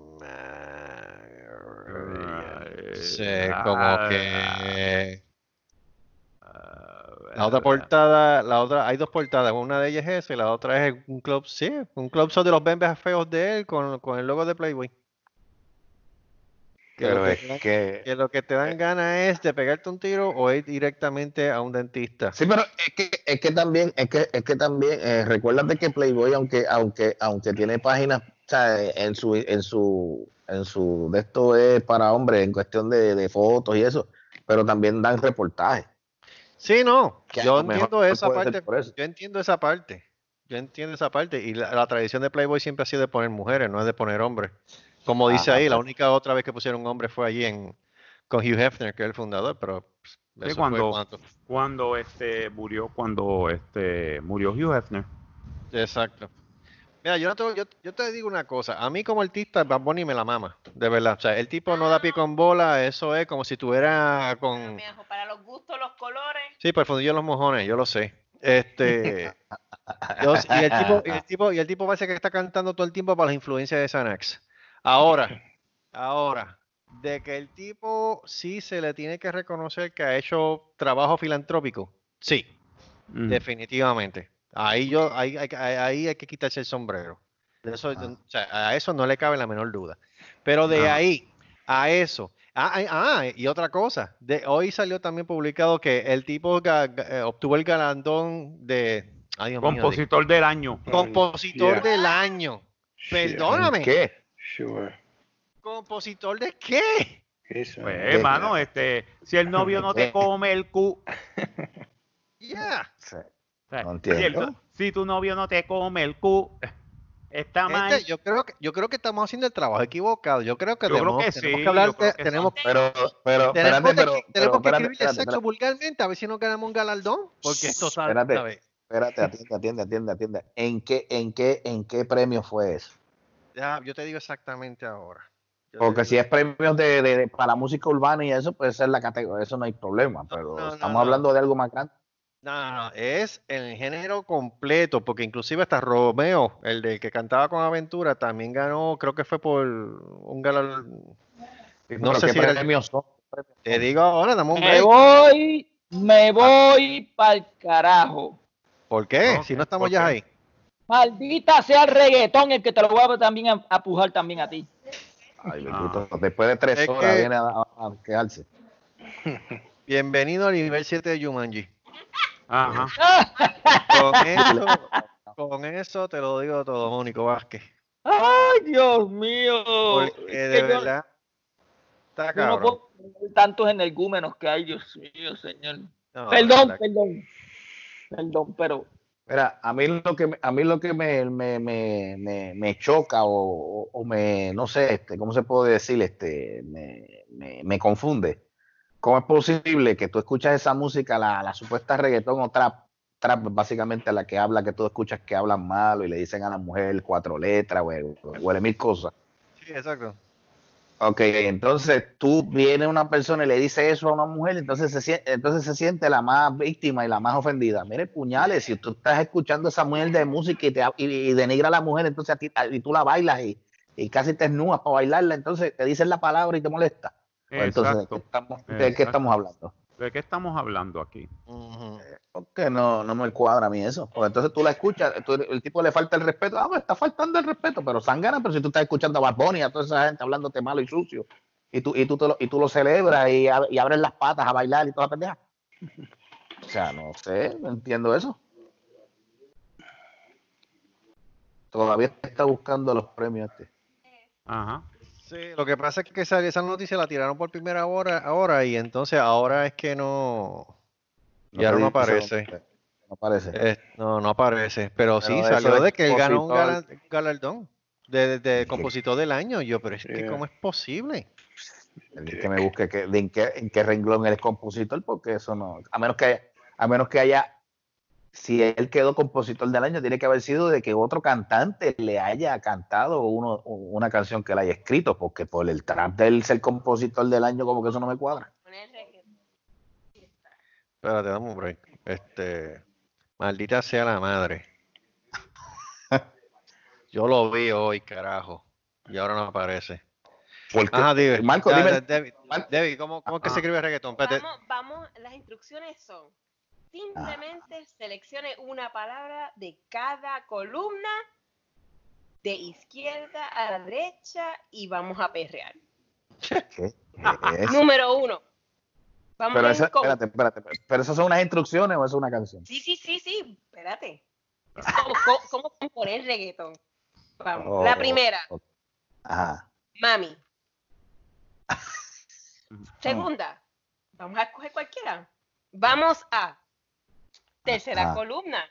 Right. sé, como Ah, que ah, la otra verdad. portada, la otra, hay dos portadas, una de ellas es esa y la otra es un club, sí, un club de los bembes feos de él con, con el logo de Playboy. Que lo Pero que, es te dan, que. que lo que te dan ganas es de pegarte un tiro o ir directamente a un dentista. Sí, pero es que, es que también, es que, es que también, eh, recuérdate que Playboy, aunque, aunque, aunque tiene páginas, o sea, en su, en su, en su, de esto es para hombres en cuestión de, de fotos y eso, pero también dan reportajes. Sí, no, Que a yo lo mejor entiendo esa puede ser parte, por eso. yo entiendo esa parte, yo entiendo esa parte y la, la tradición de Playboy siempre ha sido de poner mujeres, no es de poner hombres. Como dice Ajá, ahí, la pues. única otra vez que pusieron hombre fue allí en, con Hugh Hefner, que es el fundador, pero pues, Sí, eso cuando, fue cuánto. cuando este murió, cuando este murió Hugh Hefner. Exacto. Mira, yo, no te, yo, yo te digo una cosa, a mí como artista Bad Bunny me la mama, de verdad. O sea, el tipo no da pie con bola, eso es como si tuviera Pero, con... mijo, para los gustos, los colores. Sí, por el fundillo de los mojones, yo lo sé. Este... yo- y, el tipo, y, el tipo, y el tipo parece que está cantando todo el tiempo para las influencias de Xanax. Ahora, ahora, de que el tipo sí se le tiene que reconocer que ha hecho trabajo filantrópico, sí, Mm. definitivamente. Ahí yo, ahí, hay que- ahí hay que quitarse el sombrero. De eso, o sea, a eso no le cabe la menor duda. Pero de Ah. ahí a eso, Ah, ah, y otra cosa. De, hoy salió también publicado que el tipo ga, ga, eh, obtuvo el galardón de... Ay, Dios compositor mío, de, del año. compositor Yeah. del año. Perdóname. ¿Qué? Sure. ¿Compositor de qué? Eso. Pues, Eh, hermano, este, si el novio no te come el cu, Yeah. Sí, o sea, no si, el entiendo. no- si tu novio no te come el cu, está mal. Gente, yo creo que yo creo que estamos haciendo el trabajo equivocado. Yo creo que Yo creo tenemos, que tenemos sí, que hablar yo creo de- que tenemos, sí. Pero, pero, tenemos, espérate, de- pero, tenemos pero, que espérate, escribirle espérate, sexo espérate. vulgarmente a ver si nos ganamos un galardón, porque esto sale, Espérate, ¿sabes? espérate, atiende, atiende, atiende, atiende. ¿En qué, en qué, en qué premio fue eso? Ya, yo te digo exactamente ahora. Yo te Porque digo- si es premios de, de, de- para música urbana y eso puede ser la categoría, eso no hay problema, pero no, no, estamos no. hablando de algo más grande. No, no, no, es el género completo, porque inclusive hasta Romeo, el de que cantaba con Aventura, también ganó, creo que fue por un galardón. Sí, No pero sé ¿qué si era el- premios son? Te digo ahora, dame un Me break. voy, me voy pa'l carajo. ¿Por qué? Ok, Si no estamos ¿por ya qué? ahí. Maldita sea el reggaetón, el que te lo voy a también a, a pujar también a ti. Ay, Ah. bendito, después de tres Es horas que- viene a, a- a quejarse. Bienvenido al nivel siete de Jumanji. Ajá. Con eso, con eso te lo digo todo, Mónico Vázquez. Ay, Dios mío. Porque Es de que yo- verdad está yo no cabrón. puedo creer tantos energúmenos que hay, Dios mío, señor. No, Perdón, la- perdón. Perdón, pero Mira, a mí lo que me- a mí lo que me, me, me, me, me choca o, o- o me, no sé, este, ¿cómo se puede decir? Este, me, me, me confunde. ¿Cómo es posible que tú escuchas esa música, la, la supuesta reggaetón o trap, trap básicamente la que habla, que tú escuchas que hablan malo y le dicen a la mujer cuatro letras o, o mil cosas? Sí, exacto. Ok, entonces tú viene una persona y le dice eso a una mujer, entonces se siente, entonces se siente la más víctima y la más ofendida. Mire, puñales, si tú estás escuchando esa mujer de música y, te, y, y denigra a la mujer, entonces a ti, y tú la bailas y, y casi te esnúas para bailarla, entonces te dicen la palabra y te molesta. Pues entonces, ¿de qué Exacto. estamos, de Exacto. qué estamos hablando? ¿De qué estamos hablando aquí? Ujú. Porque no, no me cuadra a mí eso. Porque entonces tú la escuchas, tú- el tipo le falta el respeto. Ah, pues está faltando el respeto, pero sangana, pero si tú estás escuchando a Bad Bunny, a toda esa gente hablándote malo y sucio, y tú, y tú, te lo, y tú lo celebras y, ab- y abres las patas a bailar y toda la pendeja. O sea, no sé, no entiendo eso. Todavía está buscando los premios este. Ajá. Sí, lo que pasa es que esa, esa noticia la tiraron por primera hora ahora y entonces ahora es que no, ya te no dice aparece. dónde- No aparece. Eh, no, no aparece, pero, Pero sí eso salió es de que él ganó un compositor. gala- galardón de, de- de compositor del año. Yo, pero es que Yeah. ¿cómo es posible? El que me busque que, de en, qué, en qué renglón eres compositor, porque eso no, a menos que a menos que haya, si él quedó compositor del año, tiene que haber sido de que otro cantante le haya cantado uno, una canción que él haya escrito, porque por el trap de él ser compositor del año, como que eso no me cuadra. Poner reggaetón. Espérate, dame un break. Este, maldita sea la madre. Yo lo vi hoy, carajo, y ahora no aparece. Porque, Ajá, dime. Marco, Ya, dime, de- David, Marco. David, ¿cómo, cómo es que se escribe reggaetón? Espérate. Vamos, vamos, las instrucciones son, simplemente seleccione una palabra de cada columna, de izquierda a la derecha, y vamos a perrear. ¿qué es? Número uno. Vamos Pero, en esa, con- espérate, espérate, pero esas son unas instrucciones o es una canción. Sí, sí, sí, sí, espérate. Es como, co- cómo componer reggaetón. Vamos, Oh, la primera, oh, Ajá. mami. Segunda, vamos a escoger cualquiera. Vamos a tercera Ah. columna.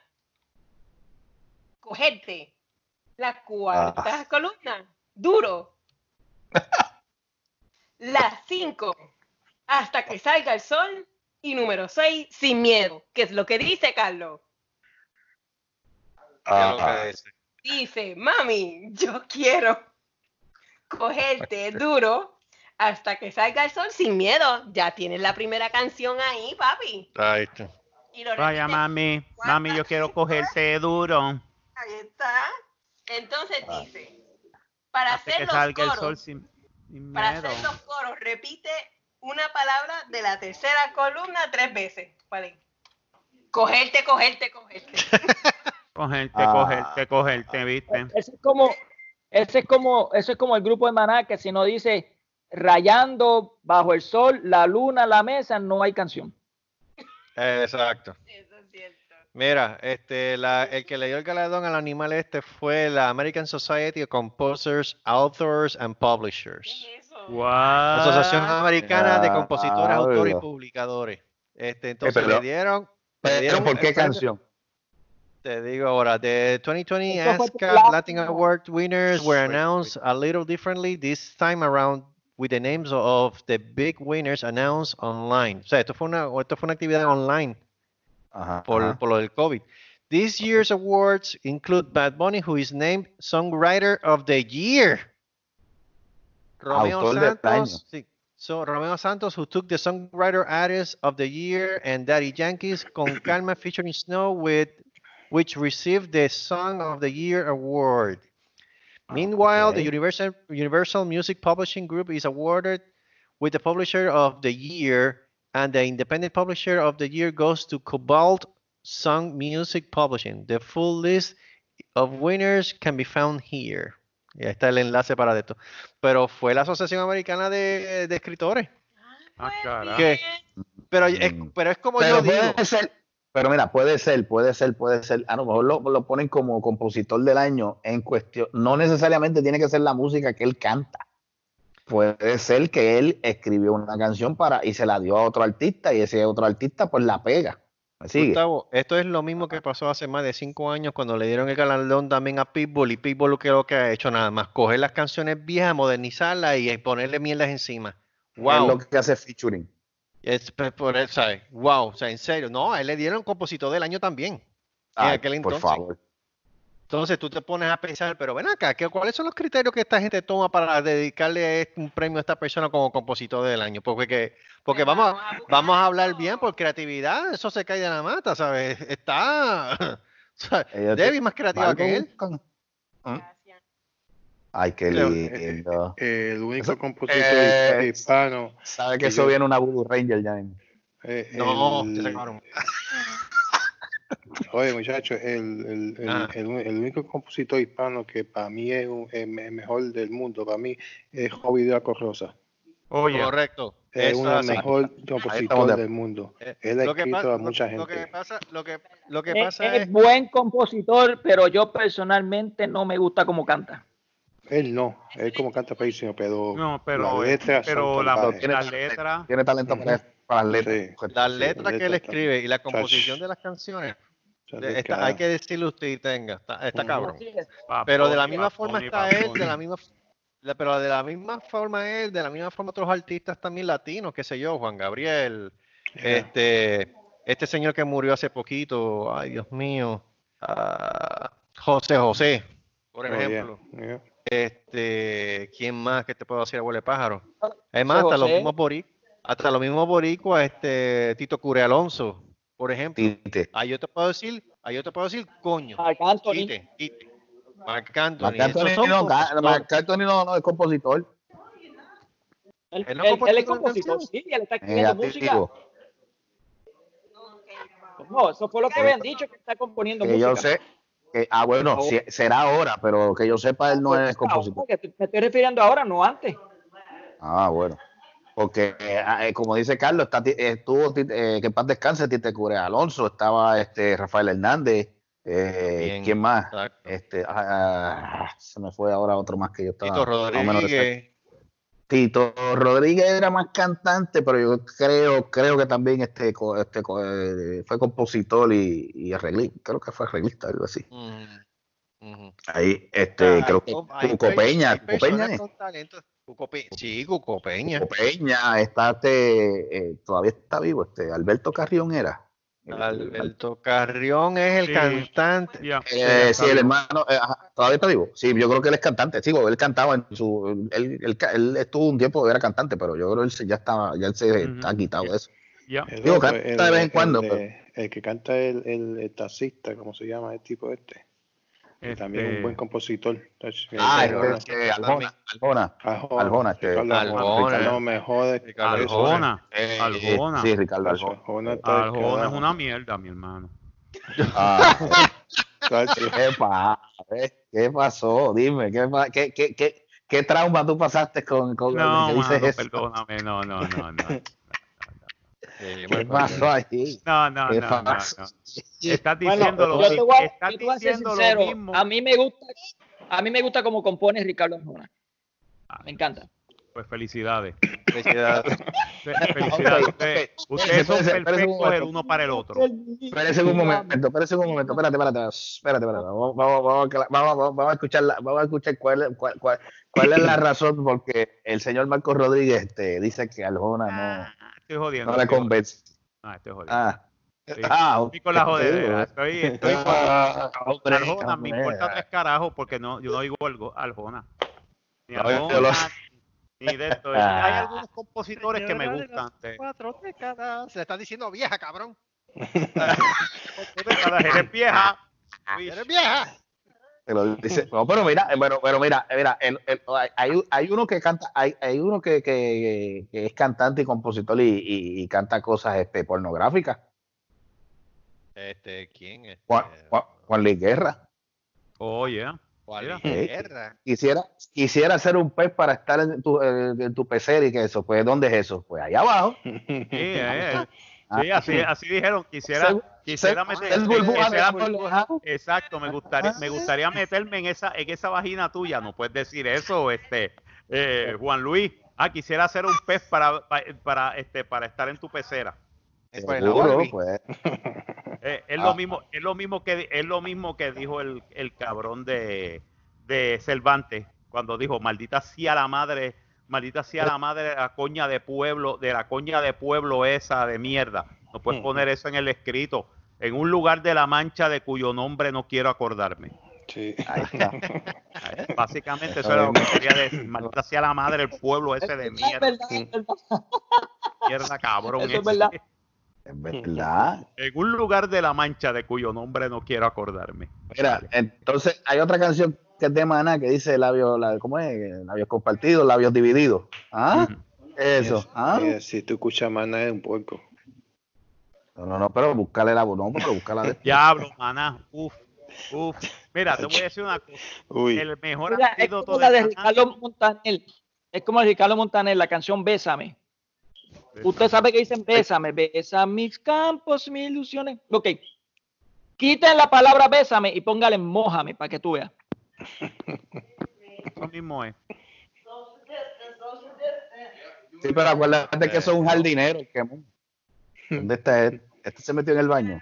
Cogerte. La cuarta Ah. columna. Duro. La cinco. Hasta que salga el sol. Y número seis, sin miedo. ¿Qué es lo que dice Carlos? ¿Qué es lo que Ah, dice? Dice, mami, yo quiero cogerte duro hasta que salga el sol sin miedo. Ya tienes la primera canción ahí, papi. Ahí está. Y lo Vaya, repites. mami, mami, yo quiero cogerte duro. Ahí está. Entonces dice, para Hasta hacer que los salga el coros, sol sin, sin para miedo. hacer los coros, repite una palabra de la tercera columna tres veces. Vale. Cogerte, cogerte, cogerte. Cogerte, Ah. cogerte, cogerte, ¿viste? Ese es como, ese es como, ese es como el grupo de Maná que si no dice rayando bajo el sol, la luna, la mesa, no hay canción. Exacto. Eso es cierto. Mira, este, la, el que le dio el galardón al animal este fue la American Society of Composers, Authors and Publishers. ¿Qué es eso? What? Asociación Americana de Compositores, Ah, Autores y verdad. Publicadores. Este, entonces pero- le dieron, le Pero, dieron ¿por qué el premio- canción? Te digo ahora, the twenty twenty Esto fue ASCAP platino. Latin Award winners were Wait, announced a little differently this time around with the names of the big winners announced online. O sea, esto fue una, esto fue una actividad online Ajá, por, ajá. por lo del COVID. This year's awards include Bad Bunny, who is named Songwriter of the Year. Romeo Autor del Santos, sí. So, Romeo Santos, who took the Songwriter Artist of the Year, and Daddy Yankees con Calma featuring Snow, with which received the Song of the Year award. Meanwhile, the Okay. Universal Universal Music Publishing Group is awarded with the Publisher of the Year, and the Independent Publisher of the Year goes to Cobalt Song Music Publishing. The full list of winners can be found here. Y ahí está el enlace para esto. Pero fue la Asociación Americana de, de Escritores. Ah, carajo. ¿Qué? Pero es, Mm. pero es como Pero yo digo. puede ser, pero mira, puede ser, puede ser, puede ser. A lo mejor lo, lo ponen como compositor del año en cuestión. No necesariamente tiene que ser la música que él canta. Puede ser que él escribió una canción para y se la dio a otro artista y ese otro artista pues la pega. ¿Me sigue? Gustavo, esto es lo mismo que pasó hace más de cinco años cuando le dieron el galardón también a Pitbull, y Pitbull lo que, lo que ha hecho nada más coger las canciones viejas, modernizarlas y ponerle mierdas encima. Es Wow. lo que hace featuring. Es pe- por eso, ¿sabes? Wow, o sea, en serio. No, a él le dieron compositor del año también. En Ay, aquel por entonces. favor. Entonces tú te pones a pensar, pero ven acá, ¿qué- ¿cuáles son los criterios que esta gente toma para dedicarle este- un premio a esta persona como compositor del año? Porque, que- porque Pues vamos, a- vamos a buscar vamos a hablar eso. bien por creatividad, eso se cae de la mata, ¿sabes? Está, ¿sabes? Ella te- Debbie es más creativa Algo que él. buscan. Gracias. Ay, qué Pero, lindo. Eh, el único Eso- compositor eh, hispano. Sabe que que eso yo- viene una Voodoo Ranger ya. mismo. eh, No, el- te sacaron. Oye, muchachos, el, el, el, Ah. el, el único compositor hispano que para mí es un- el me- mejor del mundo, para mí es Joby de la Rosa. Oye, Correcto. Es Eso uno es del así. mejor estamos compositor de- del mundo. Eh, Él ha lo que escrito pasa- a mucha lo- Lo que gente. pasa, lo que, lo que Es, pasa es es, buen compositor, pero yo personalmente no me gusta cómo canta. Él no, él como canta feísimo, pero no, pero, las letras pero son la, salvajes. Tiene- las letras, Tiene talento Ujú. para, para las letras. Sí. las sí, letras que él letras escribe y la Chach. composición de las canciones, O sea, de- de está- cada- hay que decirle usted y tenga, está, está Ujú. cabrón. Así es. Bad Pero de la Bunny, misma Bad forma Bunny, está Bad él, Bunny. de la misma, la- pero de la misma forma él, de la misma forma otros artistas también latinos, qué sé yo, Juan Gabriel, Yeah. este, este señor que murió hace poquito, ay Dios mío, ah, José José, por Oh, yeah, ejemplo. yeah. Este, ¿quién más que te puedo decir, abuelo de pájaro? Es más, José hasta los José. mismos boric, hasta los mismos boricuas, este, Tito Cure Alonso, por ejemplo. Tite. Ahí yo te puedo decir, ahí yo te puedo decir, coño, Marc Anthony. Tite, Tite, Marc Anthony, Marc esos Anthony son no, compositores. Marc Anthony no, no es compositor. Él, Él no él- compuso él es ninguna compositor, canción. sí, él está Es escribiendo música. activo. No, eso fue lo que habían dicho, que está componiendo Que música. yo sé. Que, ah, bueno, sí, será ahora, pero que yo sepa, él no Pues, es compositor. ahora, que me estoy refiriendo ahora, no antes. Ah, bueno. Porque, eh, eh, como dice Carlos, está, ti- estuvo, ti- eh, que en paz descanse, Tite Cure Alonso, estaba este Rafael Hernández, eh, Bien, ¿quién más? exacto. Este, ah, se me fue ahora otro más que yo estaba. Tito más o menos de cerca. Rodríguez, Tito Rodríguez era más cantante, pero yo creo, creo que también este, co- este co- eh, fue compositor y, y arreglista, creo que fue arreglista, algo así. ujú, ujú. Ahí, este, Ah, creo que hay Cuco per- Peña, hay Cuco Peña personas es. con talento. Cuco Pe- sí, Cuco Peña. Cuco Peña, está este, eh, todavía está vivo, este, Alberto Carrión era. Alberto Carrión es el Sí. cantante. Ya, Eh, ya sí, el está. hermano, eh, ajá, todavía está vivo. Sí, yo creo que él es cantante. Sí, él cantaba en su, él, él, ca- él estuvo un tiempo era cantante, pero yo creo que él se- ya estaba, ya él se Ujú. ha quitado de eso. Ya. El Digo, otro, canta de vez en cuando, El, pero- el que canta el, el, el taxista, ¿cómo se llama el tipo este? Este, También un buen compositor. Ah, Pero- este, este, Arjona, Arjona. Arjona, Arjona, este, Ricardo Arjona. No me jodes. Ricardo eso, Arjona. Eh, Arjona. Sí, Ricardo eso, Arjona. Arjona está del Arjona es carajo. una mierda, mi hermano. Ah, Tacho. ¿qué, pa- eh, ¿Qué pasó? Dime, ¿qué, pa- qué, qué, qué, ¿Qué trauma tú pasaste con, con no, el que dices mano, eso? perdóname, no, no, no, no. ¿Qué pasó ahí? No, no, ¿Qué no, no, pasó? no. Estás Bueno, diciendo lo yo te mismo. voy a, Estás yo te voy a ser diciendo lo sincero. mismo. A mí me gusta, a mí me gusta como compone Ricardo Arjona. Me encanta. Pues felicidades. Felicidades. Fe- Felicidades. Ok, Ustedes, ok. ustedes son Espérese, espérese un perfectos el momento. uno para el otro. Espérese un momento, espérese un momento, espérate, espérate, espérate, espérate. Vamos, vamos, vamos, a- vamos, vamos, vamos a escuchar, la- vamos a escuchar cuál, cuál, cuál, cuál es la razón porque el señor Marcos Rodríguez este, dice que Arjona Ah, estoy no, jodiendo. no le estoy convence. jodiendo. Ah, estoy jodiendo. Ah, Sí, ah, estoy con la ok, jodedera. bueno. Estoy, estoy con Ah, hombre, Arjona. Me hombre. importa tres carajos porque no, yo no digo algo Arjona. Ni No, yo Arjona, lo sé. ni de esto. Hay algunos compositores que me Señora de gustan. las sí. Cuatro décadas. Se le está diciendo vieja, cabrón. Cuatro décadas, eres vieja. Uy, Eres vieja. Te lo dice. No, pero mira, eh, bueno, pero mira, mira, el- el- hay, hay uno que canta, hay, hay uno que, que, que es cantante y compositor y, y, y canta cosas este, pornográficas. Este, ¿quién es? Juan, Juan, Juan Luis Guerra. Oye, ¿Cuál mira. Sí. guerra? Quisiera, quisiera ser un pez para estar en tu, en, en tu pecera y que eso, pues, ¿dónde es eso? Pues allá abajo. Sí, eh, Ah. sí, así, así dijeron. Quisiera, Se- quisiera se- meter, el burbuja quisiera- de burbuja. exacto, me gustaría, me gustaría meterme en esa, en esa vagina tuya. No puedes decir eso, este, eh, Juan Luis. Ah, quisiera ser un pez para, para, para, este, para estar en tu pecera. Es por el Seguro, Barbie. pues. Eh, es Ah. lo mismo, es lo mismo que es lo mismo que dijo el, el cabrón de, de Cervantes cuando dijo maldita sea la madre, maldita sea la madre de la coña de pueblo, de la coña de pueblo esa de mierda. No puedes poner eso en el escrito. En un lugar de la Mancha de cuyo nombre no quiero acordarme. Sí. Ahí está. Básicamente eso era lo que quería decir. Maldita sea la madre del pueblo ese de Es mierda. verdad, es verdad. Mierda cabrón. Eso es ese. verdad. Es verdad. En un lugar de la Mancha de cuyo nombre no quiero acordarme. Mira, entonces hay otra canción que es de Maná que dice labios, la- ¿cómo es? Labios compartidos, labios divididos. ¿Ah? Ujú. Eso. Mira, ¿Ah? mira, si tú escuchas Maná es un puerco. No, no, no, pero buscarle la no, pero buscarla de Diablo, maná. Uf, uf. Mira, te voy a decir una cosa. Uy, El mejor Mira, es antídoto como la de Maná- Ricardo Montaner. Es como la de Ricardo Montaner, la canción Bésame. Usted sabe que dicen Bésame, besa mis campos, mis ilusiones. Ok. Quiten la palabra Bésame y póngale Mójame para que tú veas. Eso mismo es. Sí, pero acuérdate que eso es un jardinero. Que, ¿dónde está él? Este se metió en el baño.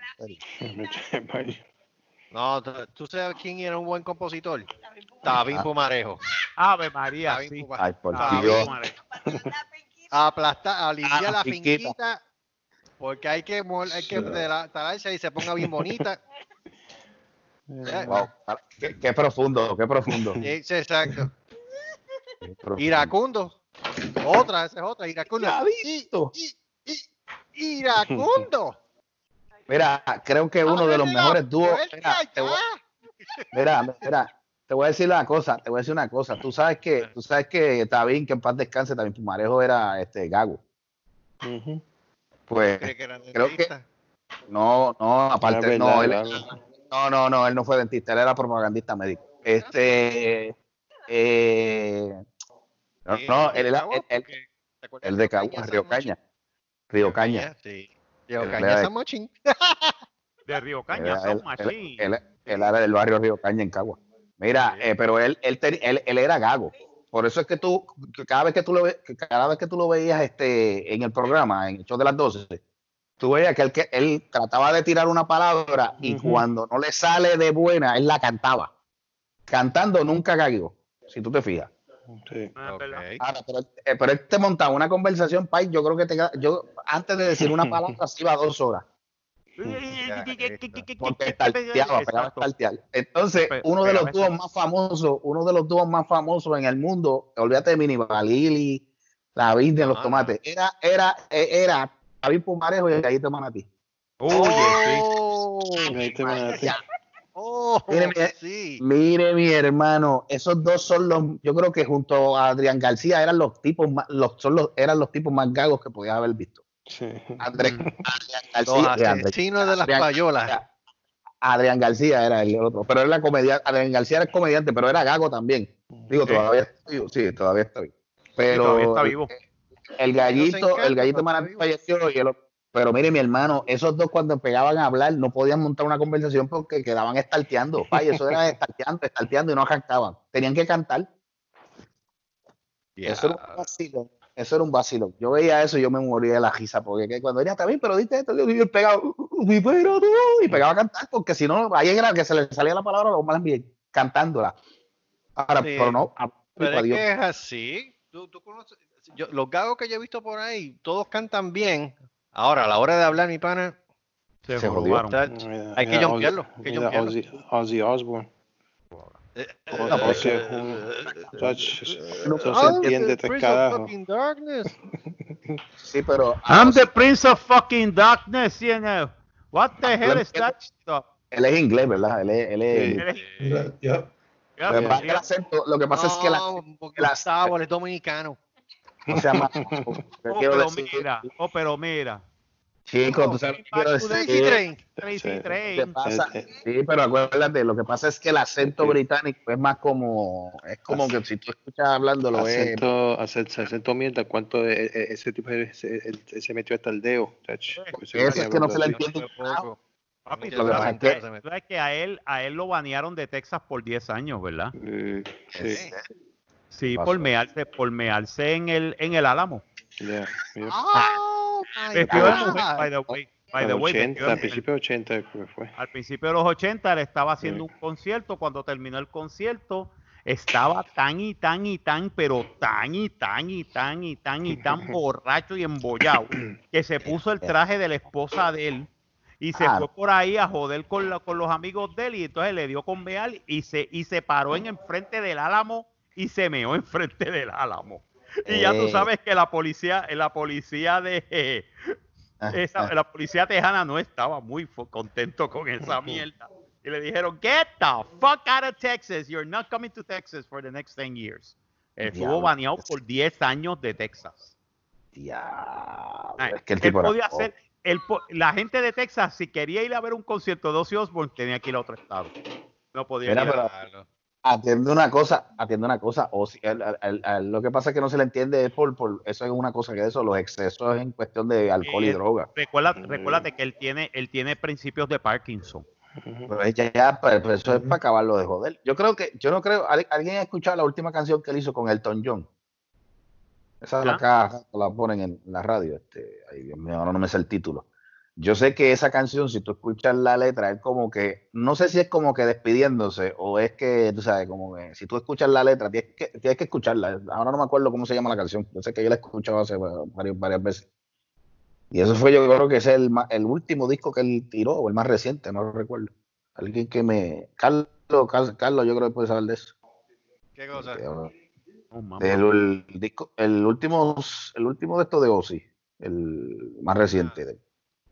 No, ¿tú- ¿tú sabes quién era un buen compositor? David Ah. Pumarejo. Ave María, David sí. Puma- Ay, por Ave Dios. María. Aplastar, a limpiar Ah, la finquita. finquita, porque hay que, mol- hay que talarse y se ponga bien bonita. Eh, Wow. Qué, qué profundo, qué profundo. eh, sí, exacto. Qué profundo. Iracundo. Otra, esa es otra. Iracundo. Ya visto. I- i- i- Iracundo. Mira, creo que uno de los Ábreme la mejores dúos. puerta Mira, te voy, ya. mira, mira, te voy a decir una cosa, te voy a decir una cosa. Tú sabes que, tú sabes que Tabín, que en paz descanse, también Pumarejo era este gago. ujú. Pues ¿Cree que era creo que dentista? no, no, aparte, Es no, verdad, él, claro. no, no, no, él no fue dentista, él era propagandista médico. Este, eh, no, Sí, no, de él era, Cagua, él, él- porque, ¿te acuerdas él de de Río Caguas, Caña, Río San Mochín? Caña, Río Caña. Sí. Río Él Caña, era de- San Mochín. De Río Él, Caña, era- son él, él, machín. él- él era del barrio Río Caña en Cagua. Mira, Sí. eh, pero él, él, te- él, él era gago. Por eso es que tú, que cada vez que tú lo ve- que cada vez que tú lo veías este, en el programa, en el show de las doce, tú veías que él, que él trataba de tirar una palabra y Ujú. cuando no le sale de buena, él la cantaba. Cantando nunca gagueó, si tú te fijas. Sí. Ah, ¿verdad? Ok. Ahora, pero, eh, pero él te montaba una conversación, Pai, yo creo que te, yo antes de decir una palabra, se iba dos horas. Porque talteaba, pegaba a Exacto. taltear. Entonces, Pe- uno de los pegaba dúos más famosos, uno de los dúos más famosos en el mundo, olvídate de Mini Balili, la Virgen, los Ah. tomates, era, era, eh, era David Pumarejo y el Gallito Manatí. Oye, sí. Oh, Ahí te van a decir. oh, Mire, mire. sí. Mire, mi hermano, esos dos son los, yo creo que junto a Adrián García eran los tipos más, los, son los, eran los tipos más gagos que podías haber visto. Sí. Andrés, Mm. Adrián Los García, eh, Andrés- asesinos de las Adrián- payolas. Adrián García era el otro, pero era la comedia, Adrián García era el comediante, pero era gago también. Digo, todavía está vivo, sí, todavía está vivo. Pero Sí, todavía está vivo. El gallito, el gallito Maravilla falleció y el, pero mire, mi hermano, esos dos cuando pegaban a hablar no podían montar una conversación porque quedaban estarteando. Vaya, eso era estarteando, estarteando y no arrancaban. Tenían que cantar. Yeah. Eso era un vacilo. Eso era un vacilo. Yo veía eso y yo me moría de la risa porque cuando ella está bien, pero diste esto, y pegaba, y pegaba a cantar porque si no, ahí era que se le salía la palabra lo más bien, cantándola. Ahora, sí, pero no. Pero es que es así. Tú, tú conoces, yo, los gagos que yo he visto por ahí, todos cantan bien. Ahora, a la hora de hablar, mi pana, se, se jodieron. Mira, hay que jumpearlo. Ozzy, Ozzy Osbourne. Eh, no, porque eso se entiende tres carajos. Sí, pero I'm the Prince of fucking Darkness, you know. What the hell is that stuff? Él es inglés, ¿verdad? Él es, él es, sí. Él es yeah. Lo que pasa, el acento, lo que pasa no, es que la, el acento es dominicano. O sea, más, oh, pero decir, mira, oh, pero mira. Chico, tú sabes lo que quiero decir. Tracy Train. Tracy Train. Pasa, sí, pero acuérdate, lo que pasa es que el acento británico es más como, es como que si tú escuchas hablándolo acento, es... Acento, acento mierda, ¿cuánto es, ese tipo de, se, se metió hasta el dedo? Eso es que no se le entiende. Papi, tú sabes que, que, que a él a él lo banearon de Texas por diez años, ¿verdad? Uh, sí. Sí, por mearse, por mearse en el en el Álamo. Yeah, yeah. Oh, by the way, by the way, ochenta, al principio de ochenta fue. Al principio de los ochenta él estaba haciendo sí. un concierto, cuando terminó el concierto estaba tan y tan y tan, pero tan y tan y tan y tan y tan borracho y embollado que se puso el traje de la esposa de él y se ah. fue por ahí a joder con, la, con los amigos de él y entonces le dio con mear y se, y se paró en enfrente del Álamo y se meó enfrente del Álamo. Y ya tú sabes que la policía, la policía de esa, la policía tejana no estaba muy contento con esa mierda. Y le dijeron, get the fuck out of Texas. You're not coming to Texas for the next ten years. Estuvo baneado por diez años de Texas. Ya, Ay, es que el tipo él podía hacer, él, la gente de Texas, si quería ir a ver un concierto de Ozzy Osbourne, tenía que ir a otro estado. No podía Mira, ir pero, a... Atiende una cosa, atiende una cosa, o si, el, el, el, lo que pasa es que no se le entiende es por, por eso es una cosa que eso, los excesos en cuestión de alcohol eh, y droga. Recuérdate, recuérdate que él tiene, él tiene principios de Parkinson. Pero ya, ya pero eso es para acabarlo de joder. Yo creo que, yo no creo, ¿alguien ha escuchado la última canción que él hizo con Elton John? Esa es la caja, la ponen en la radio, este, ay Dios mío, ahora no me sé el título. Yo sé que esa canción, si tú escuchas la letra, es como que, no sé si es como que despidiéndose o es que, tú sabes, como que si tú escuchas la letra, tienes que, tienes que escucharla. Ahora no me acuerdo cómo se llama la canción. Yo sé que yo la he escuchado hace varias, varias veces. Y eso fue, yo creo que es el, el último disco que él tiró, o el más reciente, no lo recuerdo. Alguien que me... Carlos, Carlos, Carlos yo creo que puede saber de eso. ¿Qué cosa? Este, oh, el, el, disco, el, último, el último de esto de Ozzy, el más reciente de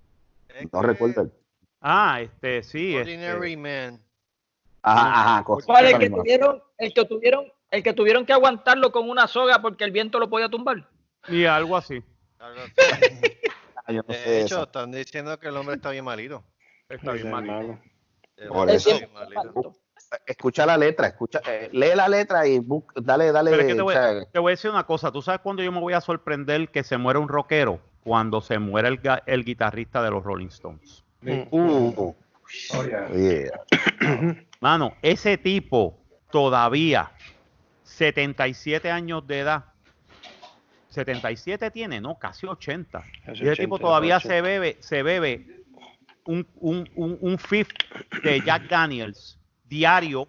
No recuerdo. El... Ah, este, sí. Ordinary este... Man. Ajá, ajá. ¿Cuál es el que tuvieron, el que tuvieron, el que tuvieron que aguantarlo con una soga porque el viento lo podía tumbar? Y algo así. Algo así. Yo no de sé hecho, eso. están diciendo que el hombre está bien malito. Está bien malito. Por eso. Malito. Escucha la letra, escucha, eh, lee la letra y busca, dale, dale. Pero es que te, voy, te voy a decir una cosa. ¿Tú sabes cuándo yo me voy a sorprender que se muere un rockero? Cuando se muere el, el guitarrista de los Rolling Stones. Uh, uh, oh, yeah. Yeah. Mano, ese tipo todavía, setenta y siete años de edad, setenta y siete tiene, no, casi ochenta. Y ese tipo todavía ochenta. se bebe, se bebe un, un, un, un fifth de Jack Daniels diario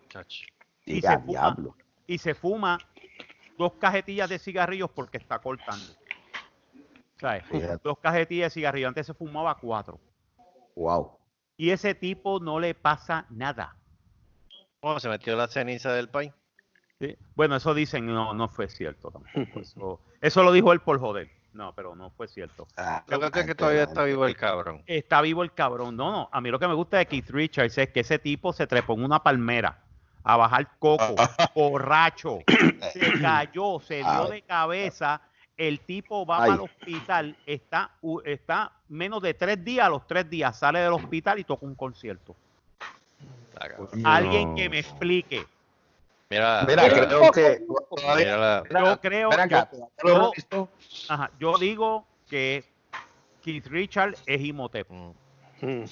y se, fuma, y se fuma dos cajetillas de cigarrillos porque está cortando. ¿Sabes? Dos cajetillas de cigarrillos. Antes se fumaba cuatro. Wow. Y ese tipo no le pasa nada. ¿Cómo se metió la ceniza del país? Sí. Bueno, eso dicen, no, no fue cierto tampoco. Eso, eso lo dijo él por joder. No, pero no fue cierto. Ah, lo que es que todavía está vivo el cabrón. Está vivo el cabrón. No, no. A mí lo que me gusta de Keith Richards es que ese tipo se trepó en una palmera a bajar coco, borracho. Se cayó, se dio de cabeza. El tipo va Ay. al hospital, está, está menos de tres días, a los tres días sale del hospital y toca un concierto. No. Alguien que me explique. Mira, Mira, creo que mira la- Yo creo ven acá, yo, ¿tú lo yo- has visto? ajá, yo digo que Keith Richard es Imhotep. Mm. Mm.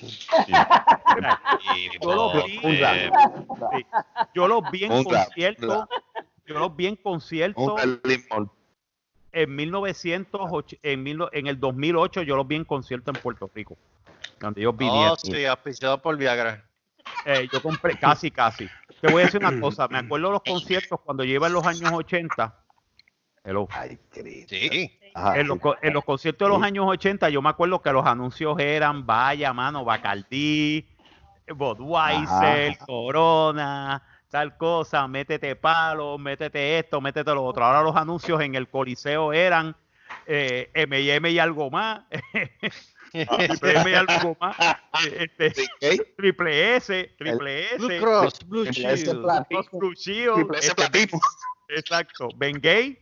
Yo los vi, Un Eh, sí, yo los vi en Un rap, concierto, yo los vi en concierto Un limón. en mil novecientos ocho, en, mil, en el dos mil ocho yo los vi en concierto en Puerto Rico, donde ellos vinieron. Oh, sí, auspiciado por Viagra. Eh, yo compré casi, casi. Te voy a decir una cosa, me acuerdo de los conciertos cuando yo iba en los años ochenta. Hello. Ay, querido. Sí. Ajá, En los, sí. co- en los conciertos de los Sí. años ochenta, yo me acuerdo que los anuncios eran, vaya, mano, Bacardí, Budweiser, Ajá. Corona, tal cosa, métete palo, métete esto, métete lo otro. Ahora los anuncios en el Coliseo eran eh, eme y eme y algo más, Triple M y algo más, eh, este, ¿Ok? Triple S, Triple S, Blue Cross, Blue Triple S Shield Platinum, Blue Shield, Triple S este, Platino. exacto, Bengay,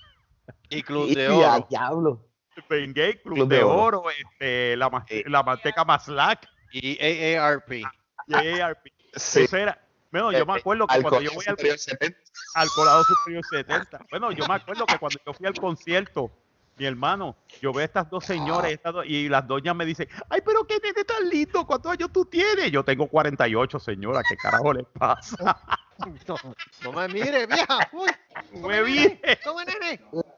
y Club Y de a Oro. diablo. Bengay, Club, Club de, de Oro, Oro. este, la, ma- Eh. la manteca Maslac Y A A R P. y A A R P. Sí. Entonces era- bueno, yo me acuerdo que Al cuando yo Colegio voy al, Superior setenta. al Colado Superior setenta, bueno, yo me acuerdo que cuando yo fui al concierto, mi hermano, yo veo a estas dos señoras estas dos- y las doñas me dicen, ay, pero qué nene tan lindo, ¿cuántos años tú tienes? Yo tengo cuarenta y ocho, señora, ¿qué carajo les pasa? No, no me mire, vieja. Uy, Muy bien. toma, nene.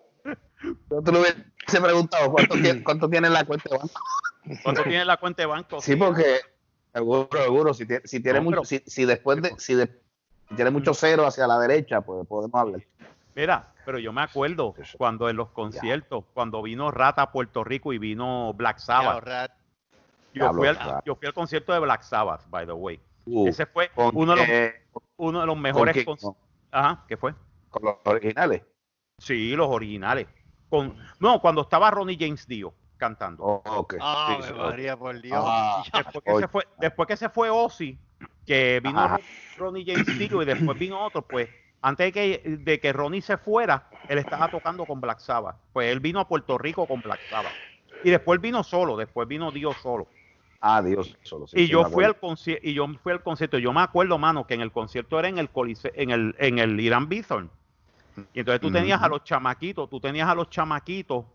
Yo te lo hubiese preguntado cuánto, tiene, cuánto tiene en la cuenta de banco. ¿Cuánto tiene la cuenta de banco? Sí, porque seguro, seguro, si tiene, si tiene No, mucho, pero- si, si después de, si, de- si tiene mucho cero hacia la derecha, pues podemos hablar. Mira, pero yo me acuerdo cuando en los conciertos, cuando vino Rata a Puerto Rico y vino Black Sabbath, Rat. yo Diablo, fui, al, Rat. yo fui al concierto de Black Sabbath, by the way. Uh, Ese fue con, uno de los, eh, uno de los ¿con mejores quién? conciertos. Ajá, ¿qué fue? Con los originales. Sí, los originales. Con, no, cuando estaba Ronnie James Dio cantando. Oh, ok. Ah, Sí, sí, María, por Dios. Ah, Después, que se fue, después que se fue Ozzy, que vino Ajá. Ronnie James Dio y después vino otro, pues antes de que, de que Ronnie se fuera, él estaba tocando con Black Sabbath. Pues él vino a Puerto Rico con Black Sabbath. Y después vino solo, después vino Dio solo. Ah, Dios, solo. Sí, y sí, yo me fui acuerdo. al concierto, y yo fui al concierto. Yo me acuerdo, mano, que en el concierto era en el Coliseo, en el, en el Irán Bithorn. Y entonces tú tenías a los chamaquitos, tú tenías a los chamaquitos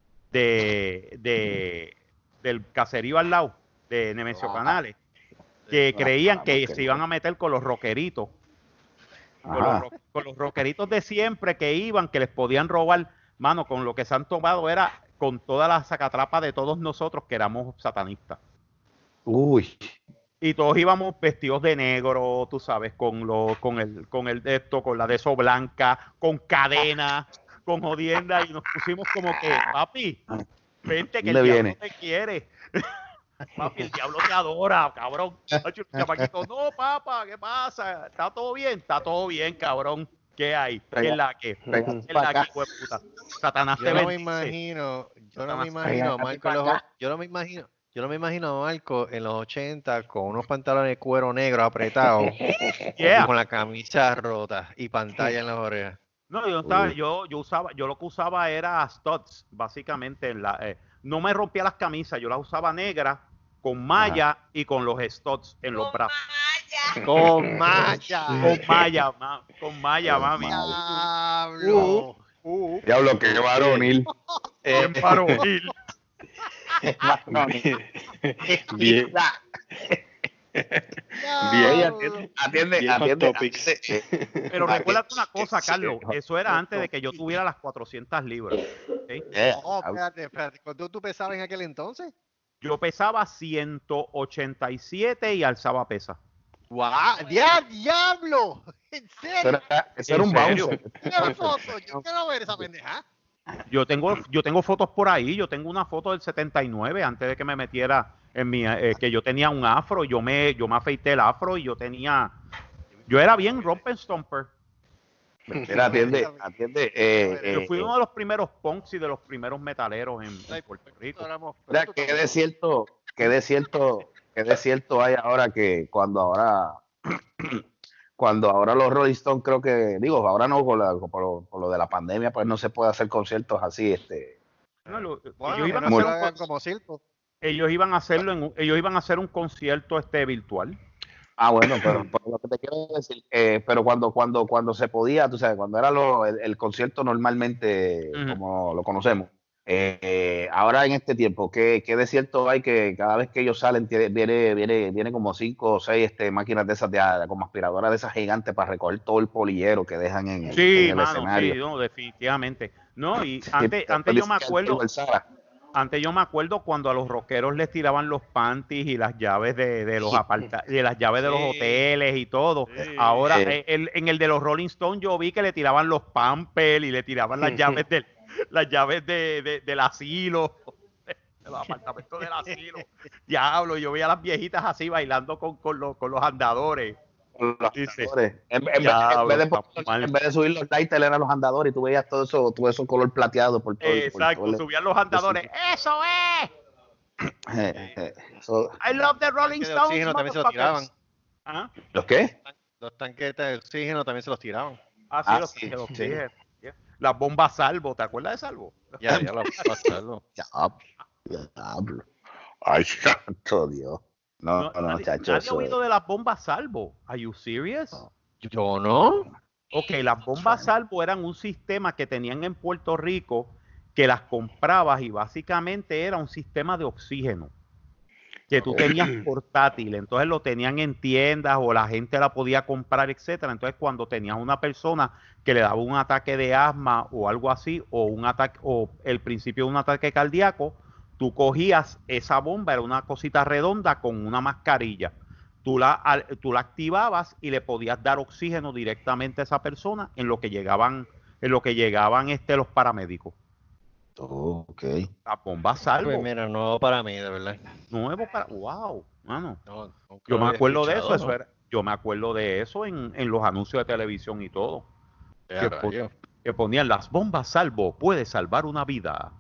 de, de del caserío al lado, de Nemesio Ah. Canales, que Ah, creían ah, que ok. se iban a meter con los rockeritos. Con los, Ajá. ro- con los rockeritos de siempre que iban, que les podían robar, mano, con lo que se han tomado era con toda la sacatrapa de todos nosotros que éramos satanistas. Uy. Y todos íbamos vestidos de negro, tú sabes, con lo, con el, con el de esto, con la de eso blanca, con cadena, con jodienda, y nos pusimos como que, papi, vente que el ¿Dónde diablo viene? te quiere. Papi, el diablo te adora, cabrón. Hacho, el chamaquito, no, papá, ¿qué pasa? ¿Está todo bien? Está todo bien, cabrón. ¿Qué hay? ¿Qué es la que? ¿Qué Venga, es la pa' que, acá. hijo de puta? Satanás Yo te no me bendice. imagino, yo no me Satanás, imagino, venga, Marco, en los o- yo no me imagino, yo no me imagino a Marco en los ochenta con unos pantalones de cuero negro apretados Yeah. y con la camisa rota y pantalla en las orejas. No, yo, no estaba, Uy. yo, yo usaba, yo lo que usaba era studs, básicamente. En la, eh, no me rompía las camisas, yo las usaba negras, con malla y con los studs en los brazos. Con malla. Con malla, ma- con malla, Con mami. Diablo. Uh, Diablo, qué varonil. bien varonil. Bien, Ella Diablo. atiende, atiende, bien hot atiende, topics. atiende, eh, Pero Ah, recuerda que- una cosa, que- Carlos, que- eso era antes de que yo tuviera las cuatrocientas libras. ¿ok? Yeah. Oh, espérate, espérate. ¿Cuánto tú pesabas en aquel entonces? Yo pesaba ciento ochenta y siete y alzaba pesa. ¡Guau! ¡Dia- ¡Diablo! ¿En Eso serio? era, eso era ¿En un serio? bouncer. Mira foto, yo quiero ver esa pendeja. Yo tengo, yo tengo fotos por ahí, yo tengo una foto del setenta y nueve antes de que me metiera en mi, eh, que yo tenía un afro, yo me, yo me afeité el afro y yo tenía, yo era bien rompen stomper. Mira, atiende, atiende. Eh, Yo eh, fui eh, uno de los primeros punks y de los primeros metaleros en, en Puerto Rico. Éramos- mira, qué desierto, qué desierto, qué desierto hay ahora que cuando ahora, cuando ahora los Rolling Stones creo que, digo, ahora no, con la- por, lo, por lo de la pandemia, pues no se puede hacer conciertos así, este. No, lo- Bueno, ellos, que iban no a se hacer lo un, hagan con- como circo. ellos iban a hacerlo en un- ellos iban a hacer un concierto este virtual. Ah, bueno, pero, pero lo que te quiero decir, eh, pero cuando, cuando, cuando se podía, tú sabes, cuando era lo, el, el concierto normalmente, Ujú. como lo conocemos, eh, eh, ahora en este tiempo, ¿qué, qué de cierto hay que cada vez que ellos salen tiene, viene, viene, viene como cinco o seis este, máquinas de esas, de, como aspiradoras de esas gigantes para recoger todo el polillero que dejan en el, Sí, en el mano, escenario? sí, no, definitivamente. No, y Sí, antes, pero antes yo me dicen que el acuerdo, tío Alzara, antes yo me acuerdo cuando a los rockeros les tiraban los panties y las llaves de, de los aparta, de las llaves de los Sí. hoteles y todo. Sí. Ahora, Eh. eh, el- en el de los Rolling Stones yo vi que le tiraban los pampers y le tiraban las llaves del, las llaves de, de- del asilo, de los apartamentos del asilo. Diablo, yo veía a las viejitas así bailando con, con los, con los andadores. con los Dice, andadores. En, en vez, en, diablo, vez de, está poner- mal. en vez de subir los lighters eran los andadores y tú veías todo eso, todo eso color plateado por todo, el- por todo Exacto, el- subían los andadores. ¡Eso es! Eh, eh, eso- I love the Rolling Tanques de Stones, oxígeno también se los tiraban. motherfuckers. ¿Ah? ¿Los qué? Los tanques de oxígeno también se los tiraban. Ah, sí, Ah, los sí, tanques de sí. oxígeno. Yeah. Las bombas Salvo, ¿te acuerdas de Salvo? Ya, ya lo pasaron. Diablo, diablo. Ay, santo Dios. No, No, no, nadie, chacho, nadie ha eso oído es- de las bombas Salvo. Are you serious? Yo no. Ok, las bombas Salvo eran un sistema que tenían en Puerto Rico que las comprabas y básicamente era un sistema de oxígeno que tú tenías portátil, entonces lo tenían en tiendas o la gente la podía comprar, etcétera. Entonces cuando tenías una persona que le daba un ataque de asma o algo así, o un ataque, o el principio de un ataque cardíaco, tú cogías esa bomba, era una cosita redonda con una mascarilla. Tú la, al- tú la activabas y le podías dar oxígeno directamente a esa persona en lo que llegaban, en lo que llegaban este, los paramédicos. Ok. Las bombas Salvo. Pues mira, no para mí, de verdad. Nuevo para. ¡Wow! Mano. No, nunca Yo lo me había acuerdo de escuchado, eso, eso ¿no? era- yo me acuerdo de eso en, en los anuncios de televisión y todo. Ya, Que, po- rayo. que ponían las bombas Salvo, puede salvar una vida.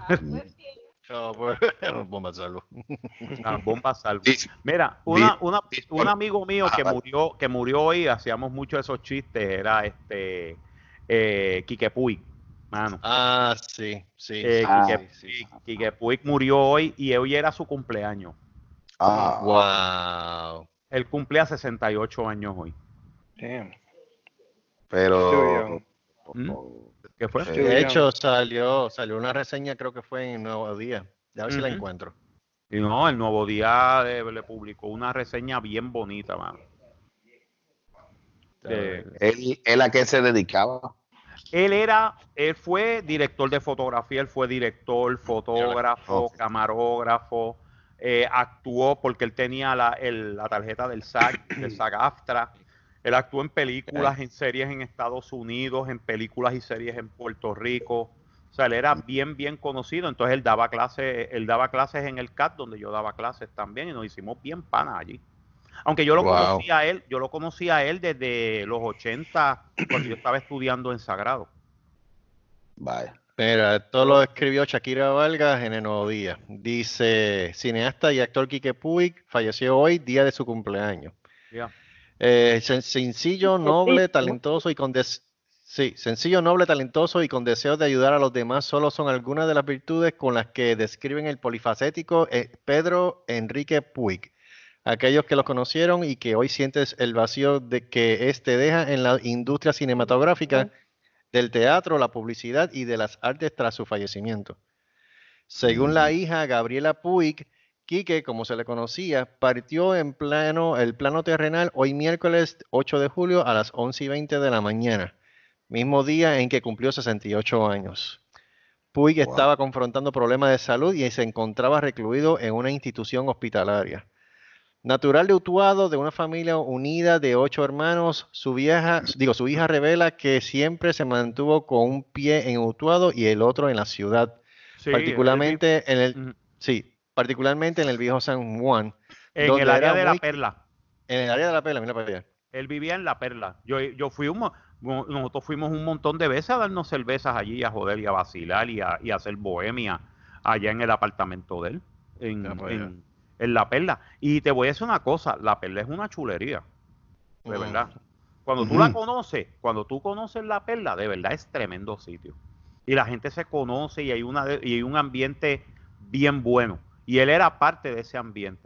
No, pues, bomba salvo. Las bombas Salvo. Dice- Mira, una, una, dice- un amigo mío Ah, que vale. murió, que murió hoy, hacíamos mucho esos chistes, era este eh, Quique Puig, mano. Ah, sí, sí. Eh, sí, Ah. Quique, sí, sí. Puig- Quique Puig murió hoy y hoy era su cumpleaños. Ah, Wow. Él cumplía sesenta y ocho años hoy. Damn. pero. Too ¿Mm? ¿Qué fue? Sí. De hecho, salió, salió una reseña, creo que fue en Nuevo Día. A ver si la Ujú. encuentro. Y no, el Nuevo Día le, le publicó una reseña bien bonita, mano. De- ¿Él, él a qué se dedicaba? él era, él fue director de fotografía, él fue director, fotógrafo, Ok. camarógrafo, eh, actuó porque él tenía la, el- la tarjeta del SAG, del SAG-AFTRA. Él actuó en películas, en series en Estados Unidos, en películas y series en Puerto Rico. O sea, él era bien, bien conocido. Entonces él daba clases, él daba clases en el C A T, donde yo daba clases también, y nos hicimos bien panas allí. Aunque yo lo Wow. conocí a él, yo lo conocí a él desde los ochenta, cuando yo estaba estudiando en Sagrado. Vaya. Mira, esto lo escribió Shakira Vargas en el Nuevo Día. Dice, cineasta y actor Quique Puig falleció hoy, día de su cumpleaños. Ya. Eh, sen- sencillo, noble, talentoso y con des- sí, sencillo, noble, talentoso y con deseos de ayudar a los demás, solo son algunas de las virtudes con las que describen el polifacético eh, Pedro Enrique Puig. Aquellos que lo conocieron y que hoy sientes el vacío de que éste deja en la industria cinematográfica, del teatro, la publicidad y de las artes tras su fallecimiento. Según la hija Gabriela Puig, Quique, como se le conocía, partió en plano, el plano terrenal hoy miércoles ocho de julio a las once y veinte de la mañana, mismo día en que cumplió sesenta y ocho años. Puig Wow. estaba confrontando problemas de salud y se encontraba recluido en una institución hospitalaria. Natural de Utuado, de una familia unida de ocho hermanos, su vieja, digo, su hija revela que siempre se mantuvo con un pie en Utuado y el otro en la ciudad, Sí, particularmente en él el, vi- Ujú. sí, particularmente en el viejo San Juan, en donde el área era de la muy- Perla. en el área de la Perla, mira para allá. Él vivía en la Perla. Yo, yo fui un, mo- mo- nosotros fuimos un montón de veces a darnos cervezas allí, a joder y a vacilar y a, y a hacer bohemia allá en el apartamento de él, en, Ah, pues, en, en la Perla. Y te voy a decir una cosa, la Perla es una chulería, de Mm. verdad. Cuando tú Ujú. la conoces, cuando tú conoces la Perla, de verdad es tremendo sitio. Y la gente se conoce y hay, una, de- y hay un ambiente bien bueno. Y él era parte de ese ambiente.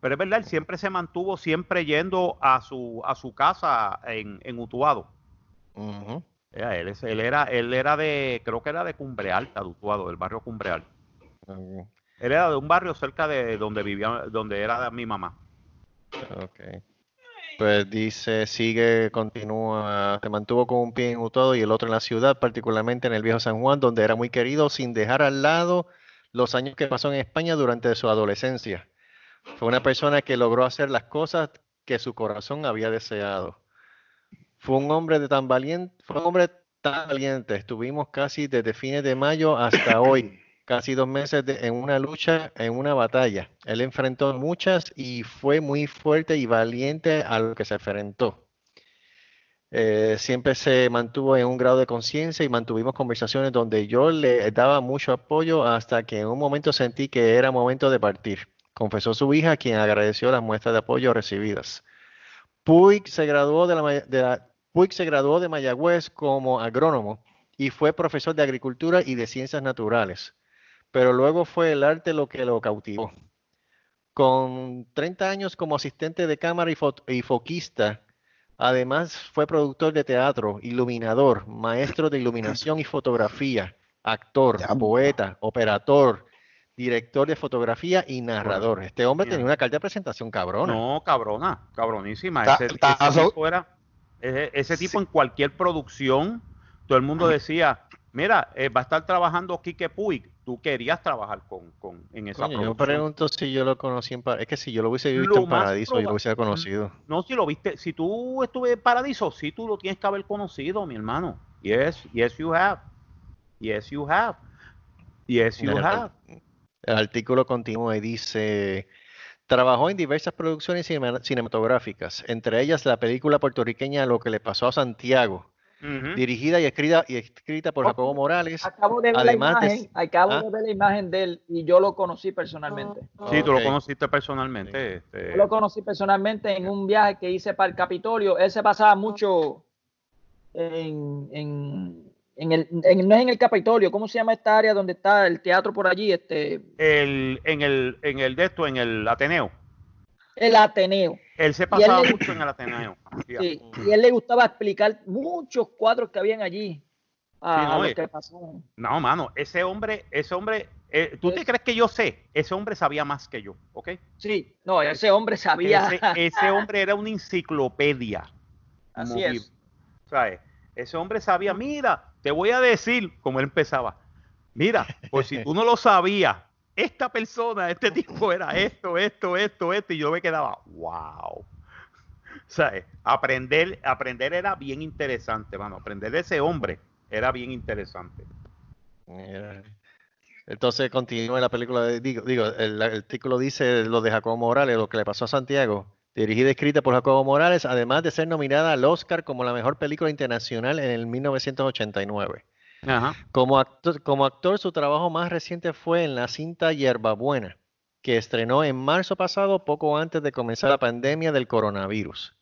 Pero es verdad, él siempre se mantuvo siempre yendo a su a su casa en, en Utuado. Ujú. Era él, es- él era él era de, creo que era de Cumbre Alta, de Utuado, del barrio Cumbre Alta. Ok. Él era de un barrio cerca de donde vivía, donde era mi mamá. Ok. Pues dice, sigue, continúa, se mantuvo con un pie en Utuado y el otro en la ciudad, particularmente en el viejo San Juan, donde era muy querido, sin dejar al lado los años que pasó en España durante su adolescencia. Fue una persona que logró hacer las cosas que su corazón había deseado. Fue un hombre de tan valiente, fue un hombre tan valiente. Estuvimos casi desde fines de mayo hasta hoy, casi dos meses de- en una lucha, en una batalla. Él enfrentó muchas y fue muy fuerte y valiente a lo que se enfrentó. Eh, siempre se mantuvo en un grado de conciencia y mantuvimos conversaciones donde yo le daba mucho apoyo hasta que en un momento sentí que era momento de partir. Confesó su hija, quien agradeció las muestras de apoyo recibidas. Puig se graduó de, la, Ma- de la- Puig se graduó de Mayagüez como agrónomo y fue profesor de agricultura y de ciencias naturales, pero luego fue el arte lo que lo cautivó. Con treinta años como asistente de cámara y, fo- y foquista, además fue productor de teatro, iluminador, maestro de iluminación y fotografía, actor, Ya, poeta, operator, director de fotografía y narrador. Este hombre tenía Mira. una carta de presentación cabrona. No, cabrona, cabronísima. Ta- Ese, ta- ese so- tipo era, ese, ese tipo en cualquier producción, todo el mundo decía, mira, eh, va a estar trabajando Quique Puig. Tú querías trabajar con, con en esa Coño, yo me producción. pregunto si yo lo conocí en Paradiso. Es que si yo lo hubiese visto Lo en más Paradiso, yo lo proba- hubiese conocido. No, si lo viste, si tú estuve en Paradiso, sí tú lo tienes que haber conocido, mi hermano. Yes, yes you have. Yes you have. Yes you El, have. el artículo continúa y dice, trabajó en diversas producciones cinema- cinematográficas, entre ellas la película puertorriqueña Lo que le pasó a Santiago, Ujú. dirigida y escrita, y escrita por Ok, Jacobo Morales, Acabo de ver la además de... imagen, acabo ¿Ah? de ver la imagen de él y yo lo conocí personalmente. Sí, tú lo Ok. conociste personalmente. este, Yo lo conocí personalmente en un viaje que hice para el Capitolio. Él se pasaba mucho en, en, en el, en- no es en el Capitolio, ¿cómo se llama esta área donde está el teatro por allí? Este, el, en el en el de esto, en el Ateneo. el Ateneo. Él se Y él pasaba le- mucho en el Ateneo. Sí, Sí, y a él le gustaba explicar muchos cuadros que habían allí a, Sí, no, a lo eh. que pasó. no, mano, ese hombre, ese hombre, eh, ¿tú te Es- crees que yo sé? Ese hombre sabía más que yo, ¿ok? Sí, no, ese hombre sabía. Ese, ese hombre era una enciclopedia. Así movible, es. ¿sabes? Ese hombre sabía, mira, te voy a decir, como él empezaba, mira, pues si tú no lo sabías, esta persona, este tipo era esto, esto, esto, esto, y yo me quedaba, wow. ¿Sabes? Aprender, aprender era bien interesante, mano. Aprender de ese hombre era bien interesante. Mira. Entonces continúa la película, de- digo, digo el, el artículo dice lo de Jacobo Morales, lo que le pasó a Santiago, dirigida y escrita por Jacobo Morales, además de ser nominada al Oscar como la mejor película internacional en el mil novecientos ochenta y nueve. Ajá. Como actor, como actor, su trabajo más reciente fue en la cinta Hierbabuena, que estrenó en marzo pasado, poco antes de comenzar la pandemia del coronavirus.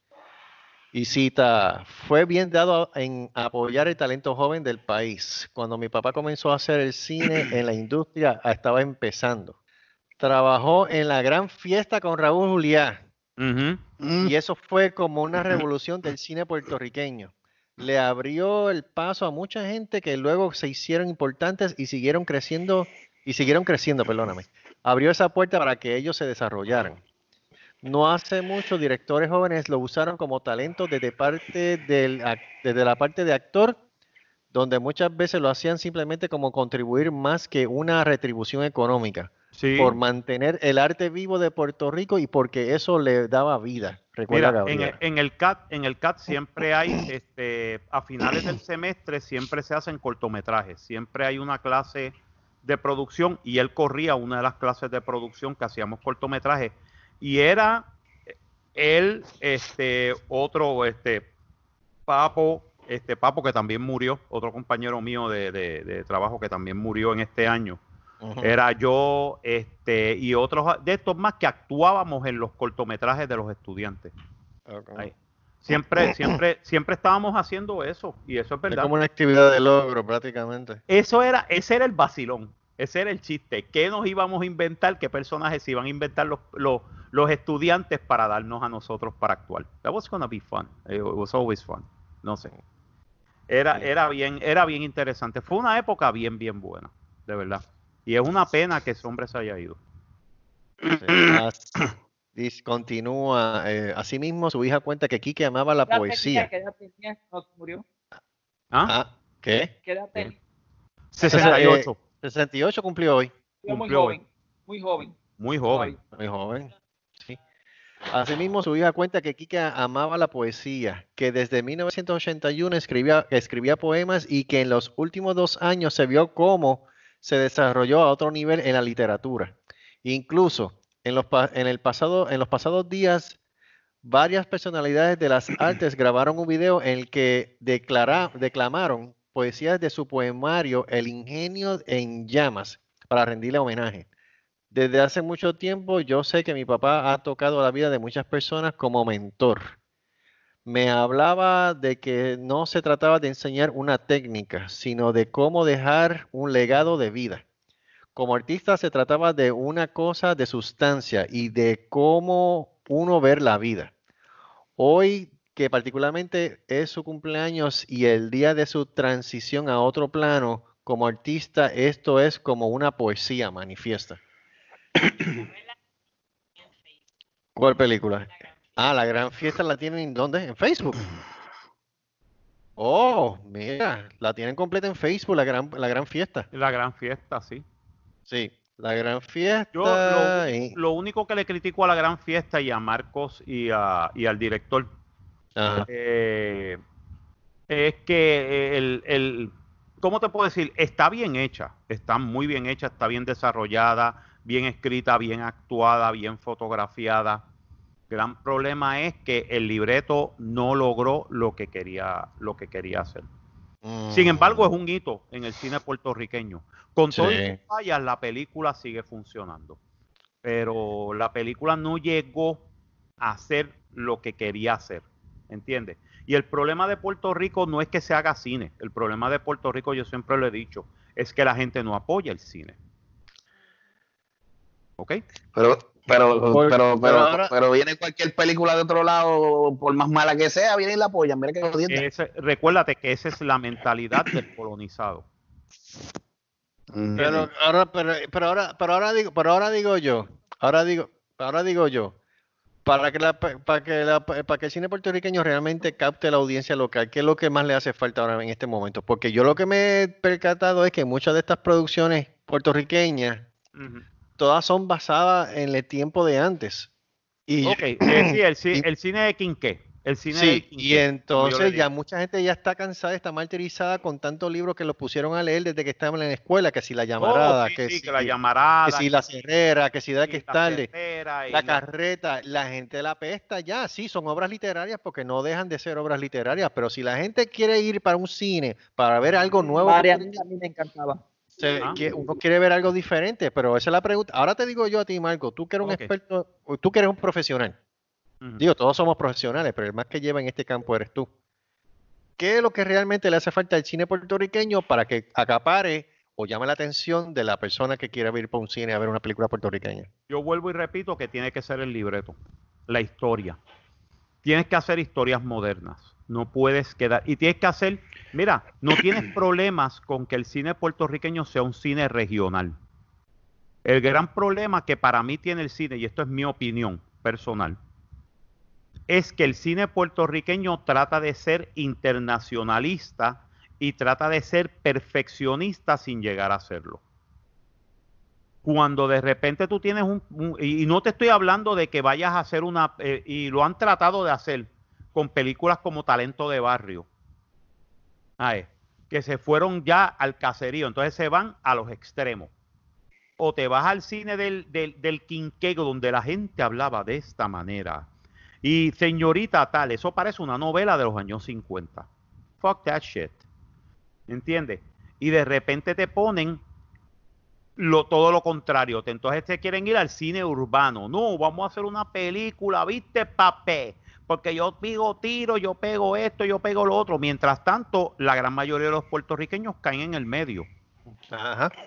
Y cita, fue bien dado en apoyar el talento joven del país. Cuando mi papá comenzó a hacer el cine en la industria, estaba empezando. Trabajó en La Gran Fiesta con Raúl Juliá. Ujú. Y eso fue como una revolución del cine puertorriqueño. Le abrió el paso a mucha gente que luego se hicieron importantes y siguieron creciendo, y siguieron creciendo, perdóname. Abrió esa puerta para que ellos se desarrollaran. No hace mucho, directores jóvenes lo usaron como talento desde, parte del, ac- desde la parte de actor, donde muchas veces lo hacían simplemente como contribuir más que una retribución económica, Sí. por mantener el arte vivo de Puerto Rico y porque eso le daba vida. Recuerda, Mira, en el, Gabriela. en el C A T, en el C A T siempre hay, este, a finales del semestre siempre se hacen cortometrajes, siempre hay una clase de producción y él corría una de las clases de producción que hacíamos cortometrajes y era él, este, otro, este, Papo, este Papo que también murió, otro compañero mío de, de, de trabajo que también murió en este año. Ujú. Era yo, este, y otros de estos más que actuábamos en los cortometrajes de los estudiantes. Ok. Ahí. Siempre, siempre, siempre estábamos haciendo eso, y eso es Es verdad. como una actividad de logro prácticamente. Eso era, ese era el vacilón. Ese era el chiste. ¿Qué nos íbamos a inventar? ¿Qué personajes se iban a inventar los, los, los estudiantes para darnos a nosotros para actuar? That was gonna be fun. It was always fun. No sé. Era, era, bien, era bien interesante. Fue una época bien, bien buena. De verdad. Y es una pena que ese hombre se haya ido. Sí. Dice, continúa. Eh, asimismo, su hija cuenta que Quique amaba la poesía. ¿Qué edad tenía cuando murió? ¿Ah? ¿Ah? ¿Qué? ¿Qué edad tenía? sesenta y ocho. sesenta y ocho cumplió hoy. Muy Cumplió joven, hoy. muy joven. Muy joven. Muy joven. Sí. Asimismo, su hija cuenta que Quique amaba la poesía, que desde mil novecientos ochenta y uno escribía, escribía poemas y que en los últimos dos años se vio cómo se desarrolló a otro nivel en la literatura. Incluso en los, en el pasado, en los pasados días, varias personalidades de las artes grabaron un video en el que declara, declamaron poesías de su poemario El ingenio en llamas para rendirle homenaje. Desde hace mucho tiempo yo sé que mi papá ha tocado la vida de muchas personas como mentor. Me hablaba de que no se trataba de enseñar una técnica, sino de cómo dejar un legado de vida. Como artista se trataba de una cosa de sustancia y de cómo uno ver la vida. Hoy, que particularmente es su cumpleaños y el día de su transición a otro plano, como artista, esto es como una poesía manifiesta. ¿Cuál película? Ah, La Gran Fiesta la tienen ¿en dónde? ¿En Facebook? Oh, mira, la tienen completa en Facebook, la gran, la gran fiesta. La Gran Fiesta, sí. Sí, La Gran Fiesta. Yo lo, y... lo único que le critico a La Gran Fiesta y a Marcos y, a, y al director eh, es que el, el, ¿cómo te puedo decir? Está bien hecha, está muy bien hecha, está bien desarrollada, bien escrita, bien actuada, bien fotografiada. Gran problema es que el libreto no logró lo que quería, lo que quería hacer. Mm. Sin embargo, es un hito en el cine puertorriqueño. Con sí. todas sus fallas, la película sigue funcionando. Pero la película no llegó a hacer lo que quería hacer. ¿Entiendes? Y el problema de Puerto Rico no es que se haga cine. El problema de Puerto Rico, yo siempre lo he dicho, es que la gente no apoya el cine. ¿Ok? Pero, pero, por, pero, pero, ahora, pero viene cualquier película de otro lado, por más mala que sea, viene y la apoyan. Mira que ese, recuérdate que esa es la mentalidad del colonizado. Pero ahora, pero, pero ahora, pero ahora digo, pero ahora digo yo, ahora digo, ahora digo yo, para que la, para que la, para que el cine puertorriqueño realmente capte la audiencia local, ¿qué es lo que más le hace falta ahora en este momento? Porque yo lo que me he percatado es que muchas de estas producciones puertorriqueñas uh-huh. todas son basadas en el tiempo de antes. Y ok, eh, sí, el, el, el cine de Quinqué. El cine sí, y entonces ya mucha gente ya está cansada, está martirizada con tantos libros que los pusieron a leer desde que estaban en la escuela, que si la llamarada, oh, sí, que, sí, si, que la llamarada, que si la cerrera, que si da sí, que es tarde, la, la carreta, la gente la pesta ya, sí, son obras literarias porque no dejan de ser obras literarias, pero si la gente quiere ir para un cine, para ver algo nuevo, María, a mí me encantaba. Se, ¿Ah? que uno quiere ver algo diferente, pero esa es la pregunta. Ahora te digo yo a ti, Marco, tú que eres un okay. experto, tú que eres un profesional. Uh-huh. Digo, todos somos profesionales, pero el más que lleva en este campo eres tú. ¿Qué es lo que realmente le hace falta al cine puertorriqueño para que acapare o llame la atención de la persona que quiera ir para un cine a ver una película puertorriqueña? Yo vuelvo y repito que tiene que ser el libreto, la historia. Tienes que hacer historias modernas. No puedes quedar... Y tienes que hacer... Mira, no tienes problemas con que el cine puertorriqueño sea un cine regional. El gran problema que para mí tiene el cine, y esto es mi opinión personal, es que el cine puertorriqueño trata de ser internacionalista y trata de ser perfeccionista sin llegar a serlo. Cuando de repente tú tienes un... un y no te estoy hablando de que vayas a hacer una... Eh, y lo han tratado de hacer con películas como Talento de Barrio. Ay, que se fueron ya al caserío, entonces se van a los extremos. O te vas al cine del, del, del Quinquego, donde la gente hablaba de esta manera. Y señorita tal, eso parece una novela de los años cincuenta. Fuck that shit. ¿Entiendes? Y de repente te ponen lo, todo lo contrario. Entonces te quieren ir al cine urbano. No, vamos a hacer una película, ¿viste, papé? Porque yo pigo tiro, yo pego esto, yo pego lo otro. Mientras tanto, la gran mayoría de los puertorriqueños caen en el medio. Ajá.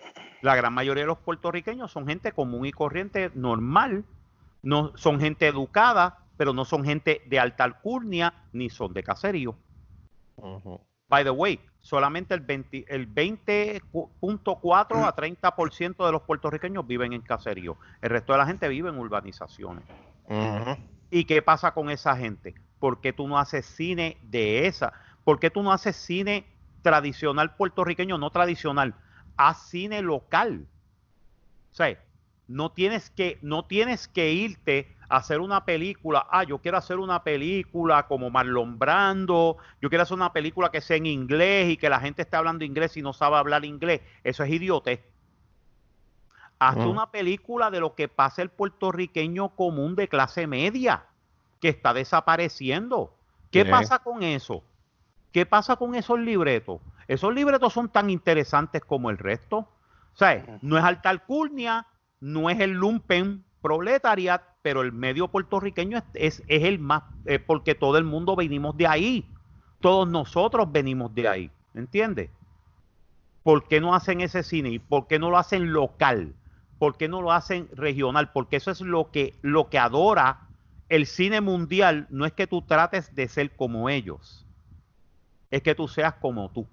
La gran mayoría de los puertorriqueños son gente común y corriente, normal, no son gente educada, pero no son gente de alta alcurnia ni son de caserío. Uh-huh. By the way, solamente el veinte, el veinte punto cuatro a treinta por ciento de los puertorriqueños viven en caserío. El resto de la gente vive en urbanizaciones. Uh-huh. ¿Y qué pasa con esa gente? ¿Por qué tú no haces cine de esa? ¿Por qué tú no haces cine tradicional puertorriqueño? No tradicional. Haz cine local. O sea, no tienes que, no tienes que irte a hacer una película. Ah, yo quiero hacer una película como Marlon Brando. Yo quiero hacer una película que sea en inglés y que la gente esté hablando inglés y no sabe hablar inglés. Eso es idiotez. Hazte uh-huh. una película de lo que pasa el puertorriqueño común de clase media, que está desapareciendo. ¿Qué yeah. pasa con eso? ¿Qué pasa con esos libretos? Esos libretos son tan interesantes como el resto. O sea, no es alta alcurnia, no es el lumpen proletariat, pero el medio puertorriqueño es, es, es el más, eh, porque todo el mundo venimos de ahí. Todos nosotros venimos de ahí. ¿Entiendes? ¿Por qué no hacen ese cine? ¿Y por qué no lo hacen local? ¿Por qué no lo hacen regional? Porque eso es lo que, lo que adora el cine mundial. No es que tú trates de ser como ellos, es que tú seas como tú.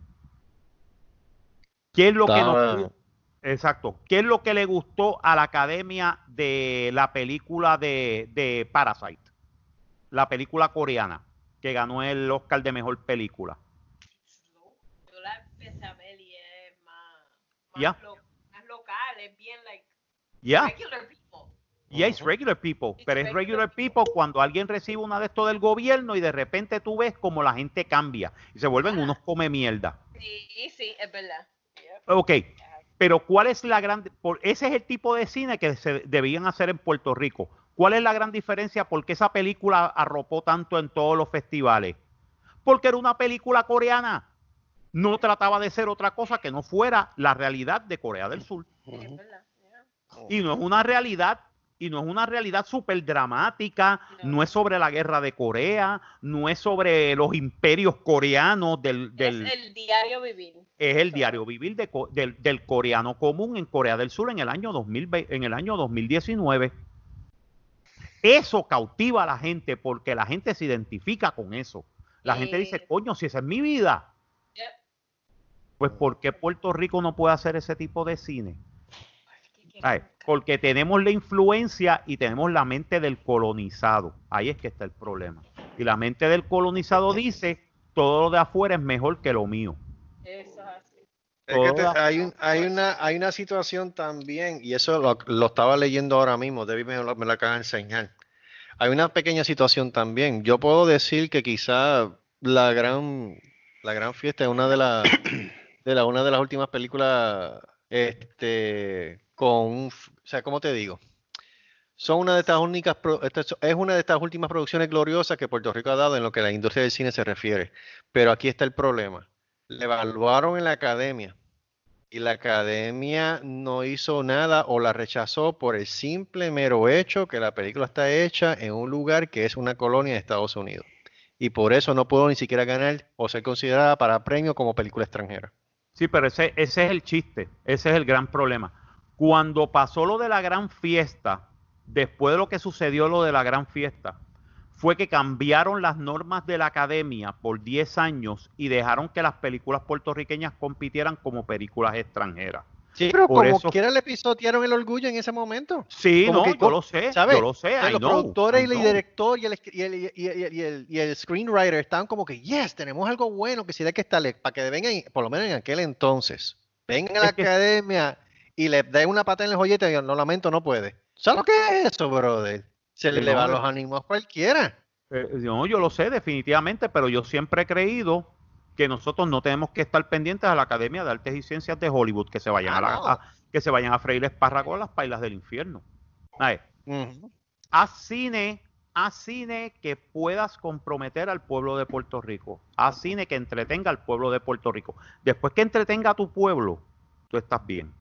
¿Qué es lo que nos, exacto? ¿Qué es lo que le gustó a la Academia de la película de, de Parasite? La película coreana que ganó el Oscar de mejor película. Yo la empecé a ver y es más, más, yeah. lo, más local, es bien like yeah. regular people. Yeah, it's regular people, it's pero es regular people cuando alguien recibe una de esto del gobierno y de repente tú ves como la gente cambia y se vuelven unos come mierda. Sí, sí, es verdad. Ok, pero ¿cuál es la gran... Por, ese es el tipo de cine que se debían hacer en Puerto Rico. ¿Cuál es la gran diferencia? ¿Por qué esa película arropó tanto en todos los festivales? Porque era una película coreana. No trataba de ser otra cosa que no fuera la realidad de Corea del Sur. Sí, es verdad. Yeah. Y no es una realidad... Y no es una realidad súper dramática, no. no es sobre la guerra de Corea, no es sobre los imperios coreanos del... del es el diario vivir. Es el diario vivir de, del, del coreano común en Corea del Sur en el año dos mil veinte, en el año dos mil diecinueve. Eso cautiva a la gente porque la gente se identifica con eso. La eh. gente dice, coño, si esa es mi vida. Yep. Pues ¿por qué Puerto Rico no puede hacer ese tipo de cine? Ay, porque tenemos la influencia y tenemos la mente del colonizado. Ahí es que está el problema. Y la mente del colonizado dice, todo lo de afuera es mejor que lo mío. Eso es así. Es que te, hay, un, hay, una, hay una situación también, y eso lo, lo estaba leyendo ahora mismo, David me lo, me lo acaba de enseñar. Hay una pequeña situación también. Yo puedo decir que quizá la gran, la gran fiesta es una de, la, de la, una de las últimas películas... Este, con, o sea, ¿cómo te digo? Son una de estas únicas, es una de estas últimas producciones gloriosas que Puerto Rico ha dado en lo que a la industria del cine se refiere. Pero aquí está el problema. Le evaluaron en la academia y la academia no hizo nada o la rechazó por el simple mero hecho que la película está hecha en un lugar que es una colonia de Estados Unidos. Y por eso no pudo ni siquiera ganar o ser considerada para premio como película extranjera. Sí, pero ese, ese es el chiste, ese es el gran problema. Cuando pasó lo de la gran fiesta, después de lo que sucedió lo de la gran fiesta, fue que cambiaron las normas de la academia por diez años y dejaron que las películas puertorriqueñas compitieran como películas extranjeras. Sí, pero por como eso, quiera le pisotearon el orgullo en ese momento. Sí, como no, que, yo lo sé, ¿sabes? Yo lo sé. O sea, los know, productores y el director y el, y, el, y, el, y, el, y, el, y el screenwriter estaban como que, yes, tenemos algo bueno que sí hay que estarle, para que vengan, por lo menos en aquel entonces, vengan a la que, academia y le den una pata en el joyete y lo lamento, no puede. ¿Sabes lo que es eso, brother? Se le elevan los ánimos a cualquiera. Eh, no, yo lo sé definitivamente, pero yo siempre he creído que nosotros no tenemos que estar pendientes a la Academia de Artes y Ciencias de Hollywood, que se vayan, ah, a, la, no. a que se vayan a freír espárragos a las pailas del infierno. Uh-huh. Haz cine, haz cine que puedas comprometer al pueblo de Puerto Rico. Haz cine que entretenga al pueblo de Puerto Rico. Después que entretenga a tu pueblo, tú estás bien.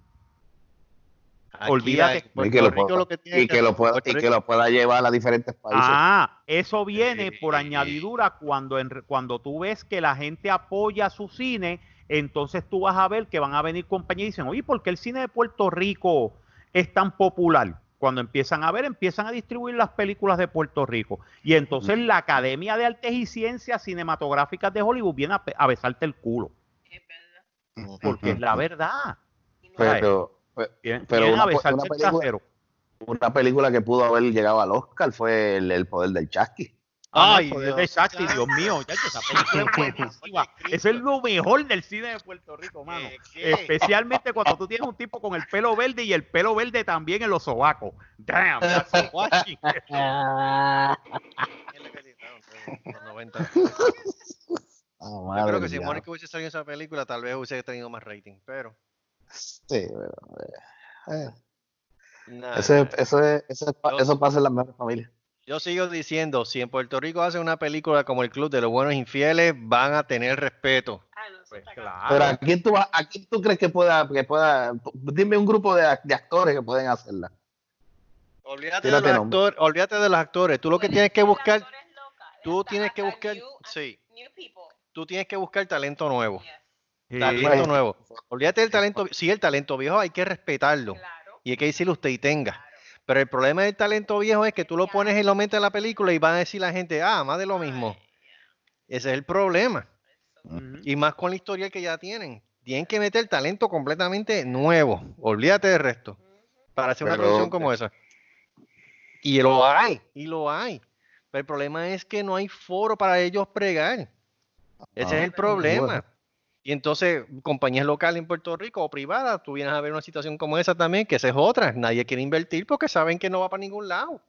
Aquí olvídate hay, y que, lo pueda, lo que, y que lo pueda y que lo pueda llevar a diferentes países. Ah, eso viene por añadidura cuando en, cuando tú ves que la gente apoya su cine entonces tú vas a ver que van a venir compañías y dicen, oye, ¿por qué el cine de Puerto Rico es tan popular? Cuando empiezan a ver, empiezan a distribuir las películas de Puerto Rico. Y entonces la Academia de Artes y Ciencias Cinematográficas de Hollywood viene a, a besarte el culo. Es verdad. Porque es la verdad. Pero, Vienen, pero vienen una, a besarte una el película, trasero. una película que pudo haber llegado al Oscar fue El, el Poder del Chasqui. Ah, Ay, no, el poder Dios. de Shakti, Dios mío, ya, esa película es buenísima. Eso es lo mejor del cine de Puerto Rico, mano. ¿Qué? Especialmente cuando tú tienes un tipo con el pelo verde y el pelo verde también en los sobacos. Damn, that's so watching. Los noventa. Oh, Yo creo madre que si mía. Mónica hubiese salido en esa película, tal vez hubiese tenido más rating, pero. Sí, pero, eh, Nada, ese, nada. ese, ese, Yo- eso pasa en las mejores familias. Yo sigo diciendo, si en Puerto Rico hacen una película como El Club de los Buenos Infieles, van a tener respeto. Ah, no, eso Pues está Pero claro. ¿a quién tú, vas- a quién tú crees que pueda, que pueda, dime un grupo de, de actores que pueden hacerla? Olvídate de Tírate los nombre. actores, olvídate de los actores. Tú lo que Pueden tienes que ser buscar, actores locales, tú hasta- tienes que hasta buscar, new- sí, new people. tú tienes que buscar talento nuevo. Yes. Sí. Talento nuevo. Olvídate del talento, sí, el talento viejo hay que respetarlo. Claro. Y hay que decirle usted y tenga. Pero el problema del talento viejo es que tú lo pones y lo metes en la película y van a decir la gente, ah, más de lo mismo. Ese es el problema. Ujú. Y más con la historia que ya tienen. Tienen que meter talento completamente nuevo. Olvídate del resto. Para hacer una Pero- producción como esa. Y lo hay, y lo hay. Pero el problema es que no hay foro para ellos pregar. Ese Ah, es el problema. bueno. Y entonces, compañías locales en Puerto Rico o privadas, tú vienes a ver una situación como esa también, que esa es otra. Nadie quiere invertir porque saben que no va para ningún lado.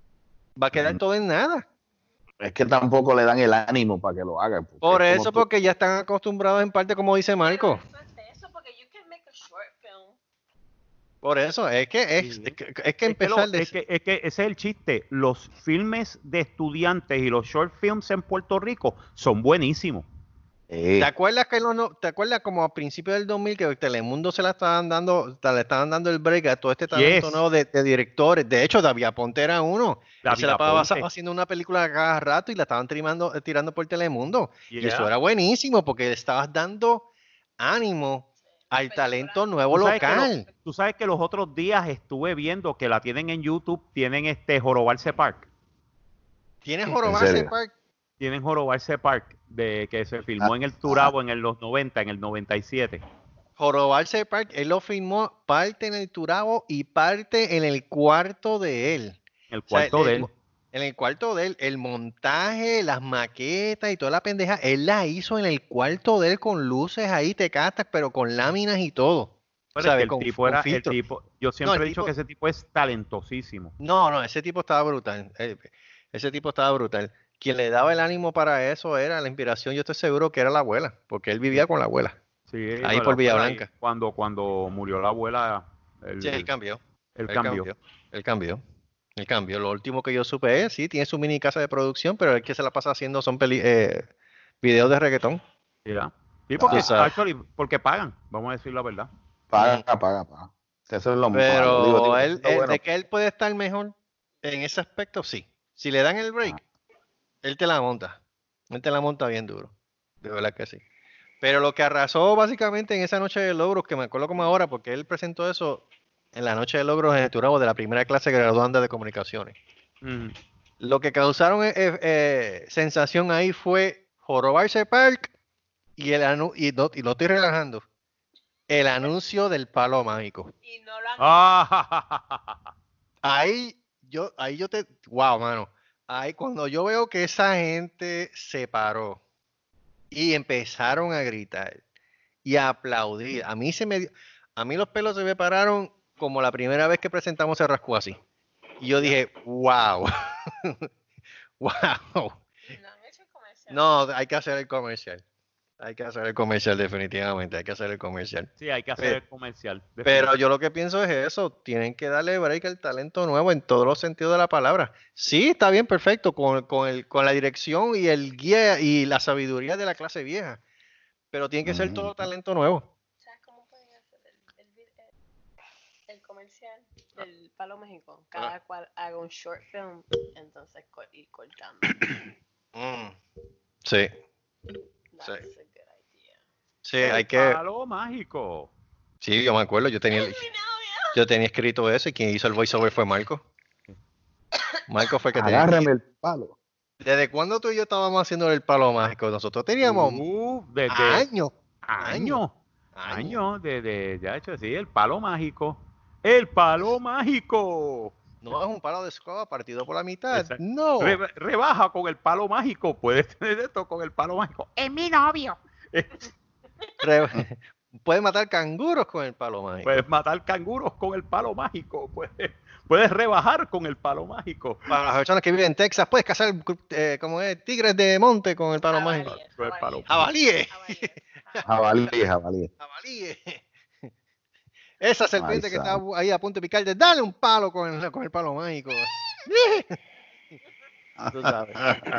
Va a quedar Mm. todo en nada. Es que tampoco le dan el ánimo para que lo hagan. porque Por es como eso, tú- porque ya están acostumbrados en parte, como dice Marco. Pero eso es eso, porque you can make a short film. Por eso, es que es, Sí. es que, es que Es que, empezar lo- de... es, que, es que ese es el chiste. Los filmes de estudiantes y los short films en Puerto Rico son buenísimos. Sí. ¿Te acuerdas que los no- te acuerdas como a principios del dos mil que Telemundo se la estaban dando, te- le estaban dando el break a todo este talento Yes. nuevo de, de directores? De hecho, David Aponte era uno. Él David se la pasaba Aponte. haciendo una película cada rato y la estaban trimando- eh, tirando por Telemundo. Y eso Yeah. era buenísimo porque le estabas dando ánimo al talento nuevo Tú sabes, que lo- local. tú sabes que los otros días estuve viendo que la tienen en YouTube, tienen este Jorobarse Park. ¿Tienes ¿En Jorobarse serio? Park? Tienen Jorobarse Park, de que se filmó Ah, en el Turabo en el- los noventa, en el noventa y siete. Jorobarse Park, él lo filmó parte en el Turabo y parte en el cuarto de él. En el O sea, cuarto el- de el- él. En el cuarto de él, el montaje, las maquetas y toda la pendeja, él la hizo en el cuarto de él con luces ahí, tecastas, pero con láminas y todo. Pero es ¿Sabes? que el Con, tipo con era, el filtro. tipo, yo siempre el he dicho tipo- que ese tipo es talentosísimo. No, no, ese tipo estaba brutal. eh, Ese tipo estaba brutal. Quien le daba el ánimo para eso era la inspiración, yo estoy seguro que era la abuela, porque él vivía con la abuela. Sí, Ahí con por la Villa abuela, Blanca. y Cuando, cuando murió la abuela, él, Sí, él cambió. él Él cambió. cambió. Él cambió. Él cambió. Lo último que yo supe es, sí, tiene su mini casa de producción, pero el que se la pasa haciendo son peli eh, videos de reggaetón. ¿Ya? Sí, porque, Tú sabes. actually, porque pagan, vamos a decir la verdad. Paga, paga, paga. Eso es lo malo. Pero Digo, digo, él, eso es lo él- bueno. de que él puede estar mejor en ese aspecto, sí. Si le dan el break, él te la monta. Él te la monta bien duro. De verdad que sí. Pero lo que arrasó básicamente en esa noche de logros, que me acuerdo como ahora, porque él presentó eso en la noche de logros en el Turabo de la primera clase graduanda de comunicaciones. Mm. Lo que causaron eh, eh, sensación ahí fue Jorobarse Park y el anu- y no, y no estoy relajando. El anuncio del palo mágico. Y no lo han Ah, Ahí yo, ahí yo te, wow, mano. Ahí cuando yo veo que esa gente se paró y empezaron a gritar y a aplaudir, a mí se me, dio- a mí los pelos se me pararon como la primera vez que presentamos el Rascú así. Y yo dije, wow, wow. no han hecho el comercial. No, hay que hacer el comercial. Hay que hacer el comercial, definitivamente. Hay que hacer el comercial. sí, hay que hacer Pe- el comercial. Pero yo lo que pienso es eso. Tienen que darle break al talento nuevo en todos los sentidos de la palabra. Sí, está bien, perfecto. Con, con, el, con la dirección y el guía y la sabiduría de la clase vieja. Pero tiene que ser todo talento nuevo. ¿Sabes cómo pueden hacer el, el, vid- el- el comercial del Palo México? Cada cual haga un short film, entonces co- ir cortando. Mm. Sí, That's Sí. a good idea. Sí, hay que... Palo mágico. Sí, yo me acuerdo, yo tenía, yo tenía escrito eso y quien hizo el voiceover fue Marco. Marco fue el que tenía. Agárrame el palo. ¿Desde cuándo tú y yo estábamos haciendo el palo mágico? Nosotros teníamos Uh, desde años. Años. Años de, de, ya hecho, sí, el palo mágico. El palo mágico. No es un palo de escoba partido por la mitad. Exacto. No. Re, rebaja con el palo mágico. Puedes tener esto con el palo mágico. Es mi novio. Re, puedes matar canguros con el palo mágico. Puedes matar canguros con el palo mágico. Puedes, puedes rebajar con el palo mágico. Para las personas que viven en Texas, puedes cazar eh, como es, tigres de monte con el palo mágico. Con el palo Jabalíes. Jabalíes, jabalíes. Jabalíes. Esa serpiente Ay, que está santo. ahí a punto de picarte, dale un palo con el, con el palo mágico. Tú sabes.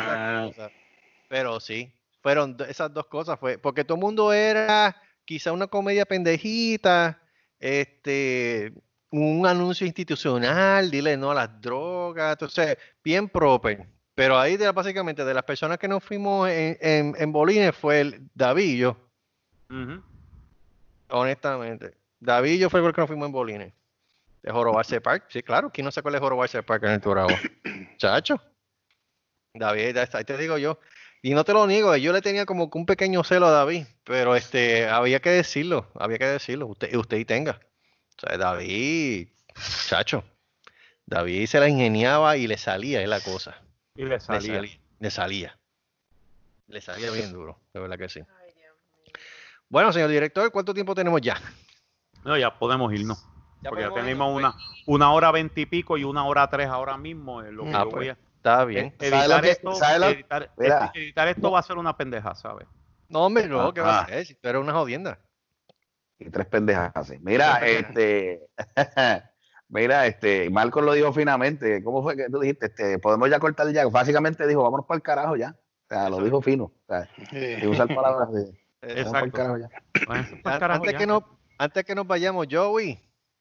Pero sí, fueron do- esas dos cosas. Fue porque todo el mundo era quizá una comedia pendejita, este, un anuncio institucional, dile no a las drogas, entonces, bien proper. Pero ahí de, básicamente de las personas que nos fuimos en, en, en Bolines fue el David y yo, Uh-huh. honestamente. David y yo fue el que nos fuimos en Bolines. De Jorobarse Park, sí, claro. ¿Quién no se acuerda de Jorobarse Park en el Turabo? Chacho. David, ya está, ahí te digo yo. Y no te lo niego, yo le tenía como que un pequeño celo a David, pero este, había que decirlo, había que decirlo, usted, usted y tenga. O sea, David, chacho, David se la ingeniaba y le salía, es la cosa. Y le Le salía. salía, le salía. Le salía bien duro, de verdad que sí. Bueno, señor director, ¿cuánto tiempo tenemos ya? No, ya podemos irnos. Ya Porque ya podemos tenemos irnos, una, una hora veintipico y una hora tres ahora mismo. Es lo que Ah, yo pues, voy a está bien. eh, ¿Sabe lo editar que- esto. sabe lo- editar, Mira. editar esto va a ser una pendeja, ¿sabes? No, hombre, no, ¿qué va a Ah. ser? Si tú eres una jodienda. Y tres pendejas así. Mira, este. Mira, este. Marcos lo dijo finamente. ¿Cómo fue que tú dijiste? Este, podemos ya cortar ya. Básicamente dijo, vámonos para el carajo ya. O sea, lo dijo fino. O sea, sin usar palabras de. Vamos para el carajo ya. Bueno, pues, An- carajo, antes, ya. que no, antes que nos vayamos, Joey.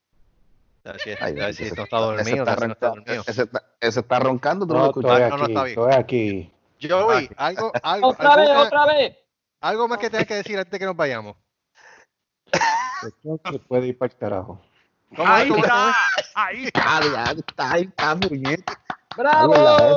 A ver si, Ay, a ver si ese- no está ese dormido. está a ver si no está roncando, dormido. ese está- ese está roncando, tú no, No, lo escuchas. estoy No, no, aquí, está bien. estoy aquí. Joey, algo, algo, Otra vez, alguna- otra vez. algo más que tengas que decir antes que nos vayamos. Pues creo que puede ir para el carajo. ¿Cómo Ahí es? ¿Cómo es? está, ahí está. Ah, ya está, ahí está, puñeta. ¡Bravo!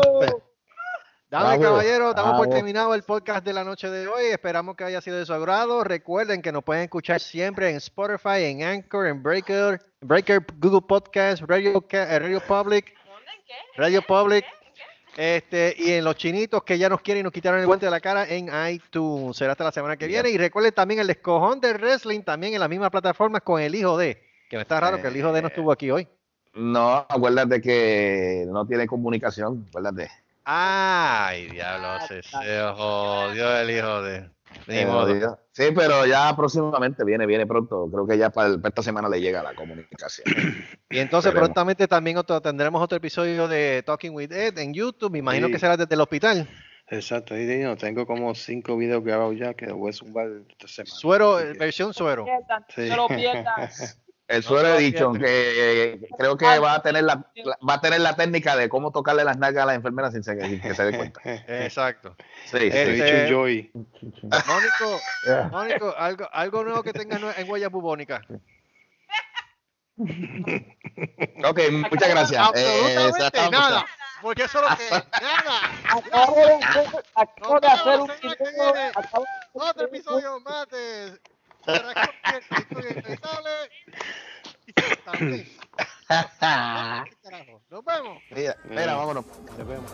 Dame, Bravo, caballero, damos por bravo. terminado el podcast de la noche de hoy. Esperamos que haya sido de su agrado. Recuerden que nos pueden escuchar siempre en Spotify, en Anchor, en Breaker, Breaker, Google Podcast, Radio, Ca- eh, Radio Public, ¿Dónde? ¿En qué? Radio ¿En qué? Public. ¿En qué? ¿En qué? Este, y en los chinitos que ya nos quieren y nos quitaron el guante de la cara en iTunes. Será hasta la semana que viene. Y recuerden también el descojón de wrestling también en la misma plataforma con el hijo de. Que me está raro que el hijo de no estuvo aquí hoy. No, acuérdate que no tiene comunicación, acuérdate. Ay, diablo, se, se jodió el hijo de. Ni Eh, modo. Dios. Sí, pero ya próximamente viene, viene pronto. Creo que ya para, el- para esta semana le llega la comunicación. Y entonces Esperemos. prontamente también otro, tendremos otro episodio de Talking with Ed en YouTube. Me imagino Sí. que será desde el hospital. Exacto, ahí no, tengo como cinco videos grabados ya que los voy a zumbar esta semana. Suero, Así eh, que- versión suero. Pierdan, Sí. No lo pierdas. El No suero se he lo dicho pierdan. que eh, creo que va a tener la, la- va a tener la técnica de cómo tocarle las nalgas a la enfermera sin, se- sin que se dé cuenta. Exacto. Sí, Te he sí. Este- dicho un Joy. Mónico, Yeah. Mónico, algo, algo nuevo que tengas nue- en huella bubónica. Ok, muchas gracias. Eh, Absolutamente se acabó. nada. Porque eso es lo que es. Nada. Acabo de hacer, acabo de hacer un Nos vemos la semana que video. viene. acabo de hacer Otro un video. episodio más de Caracol Inestable y Inestable. Carajo. Nos vemos. Mira, mira, vámonos. Nos vemos.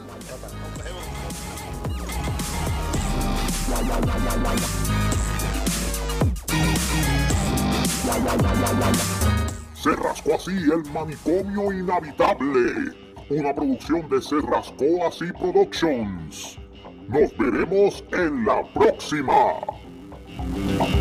Se rascó así el manicomio inhabitable. Una producción de Se rascó así Productions. Nos veremos en la próxima.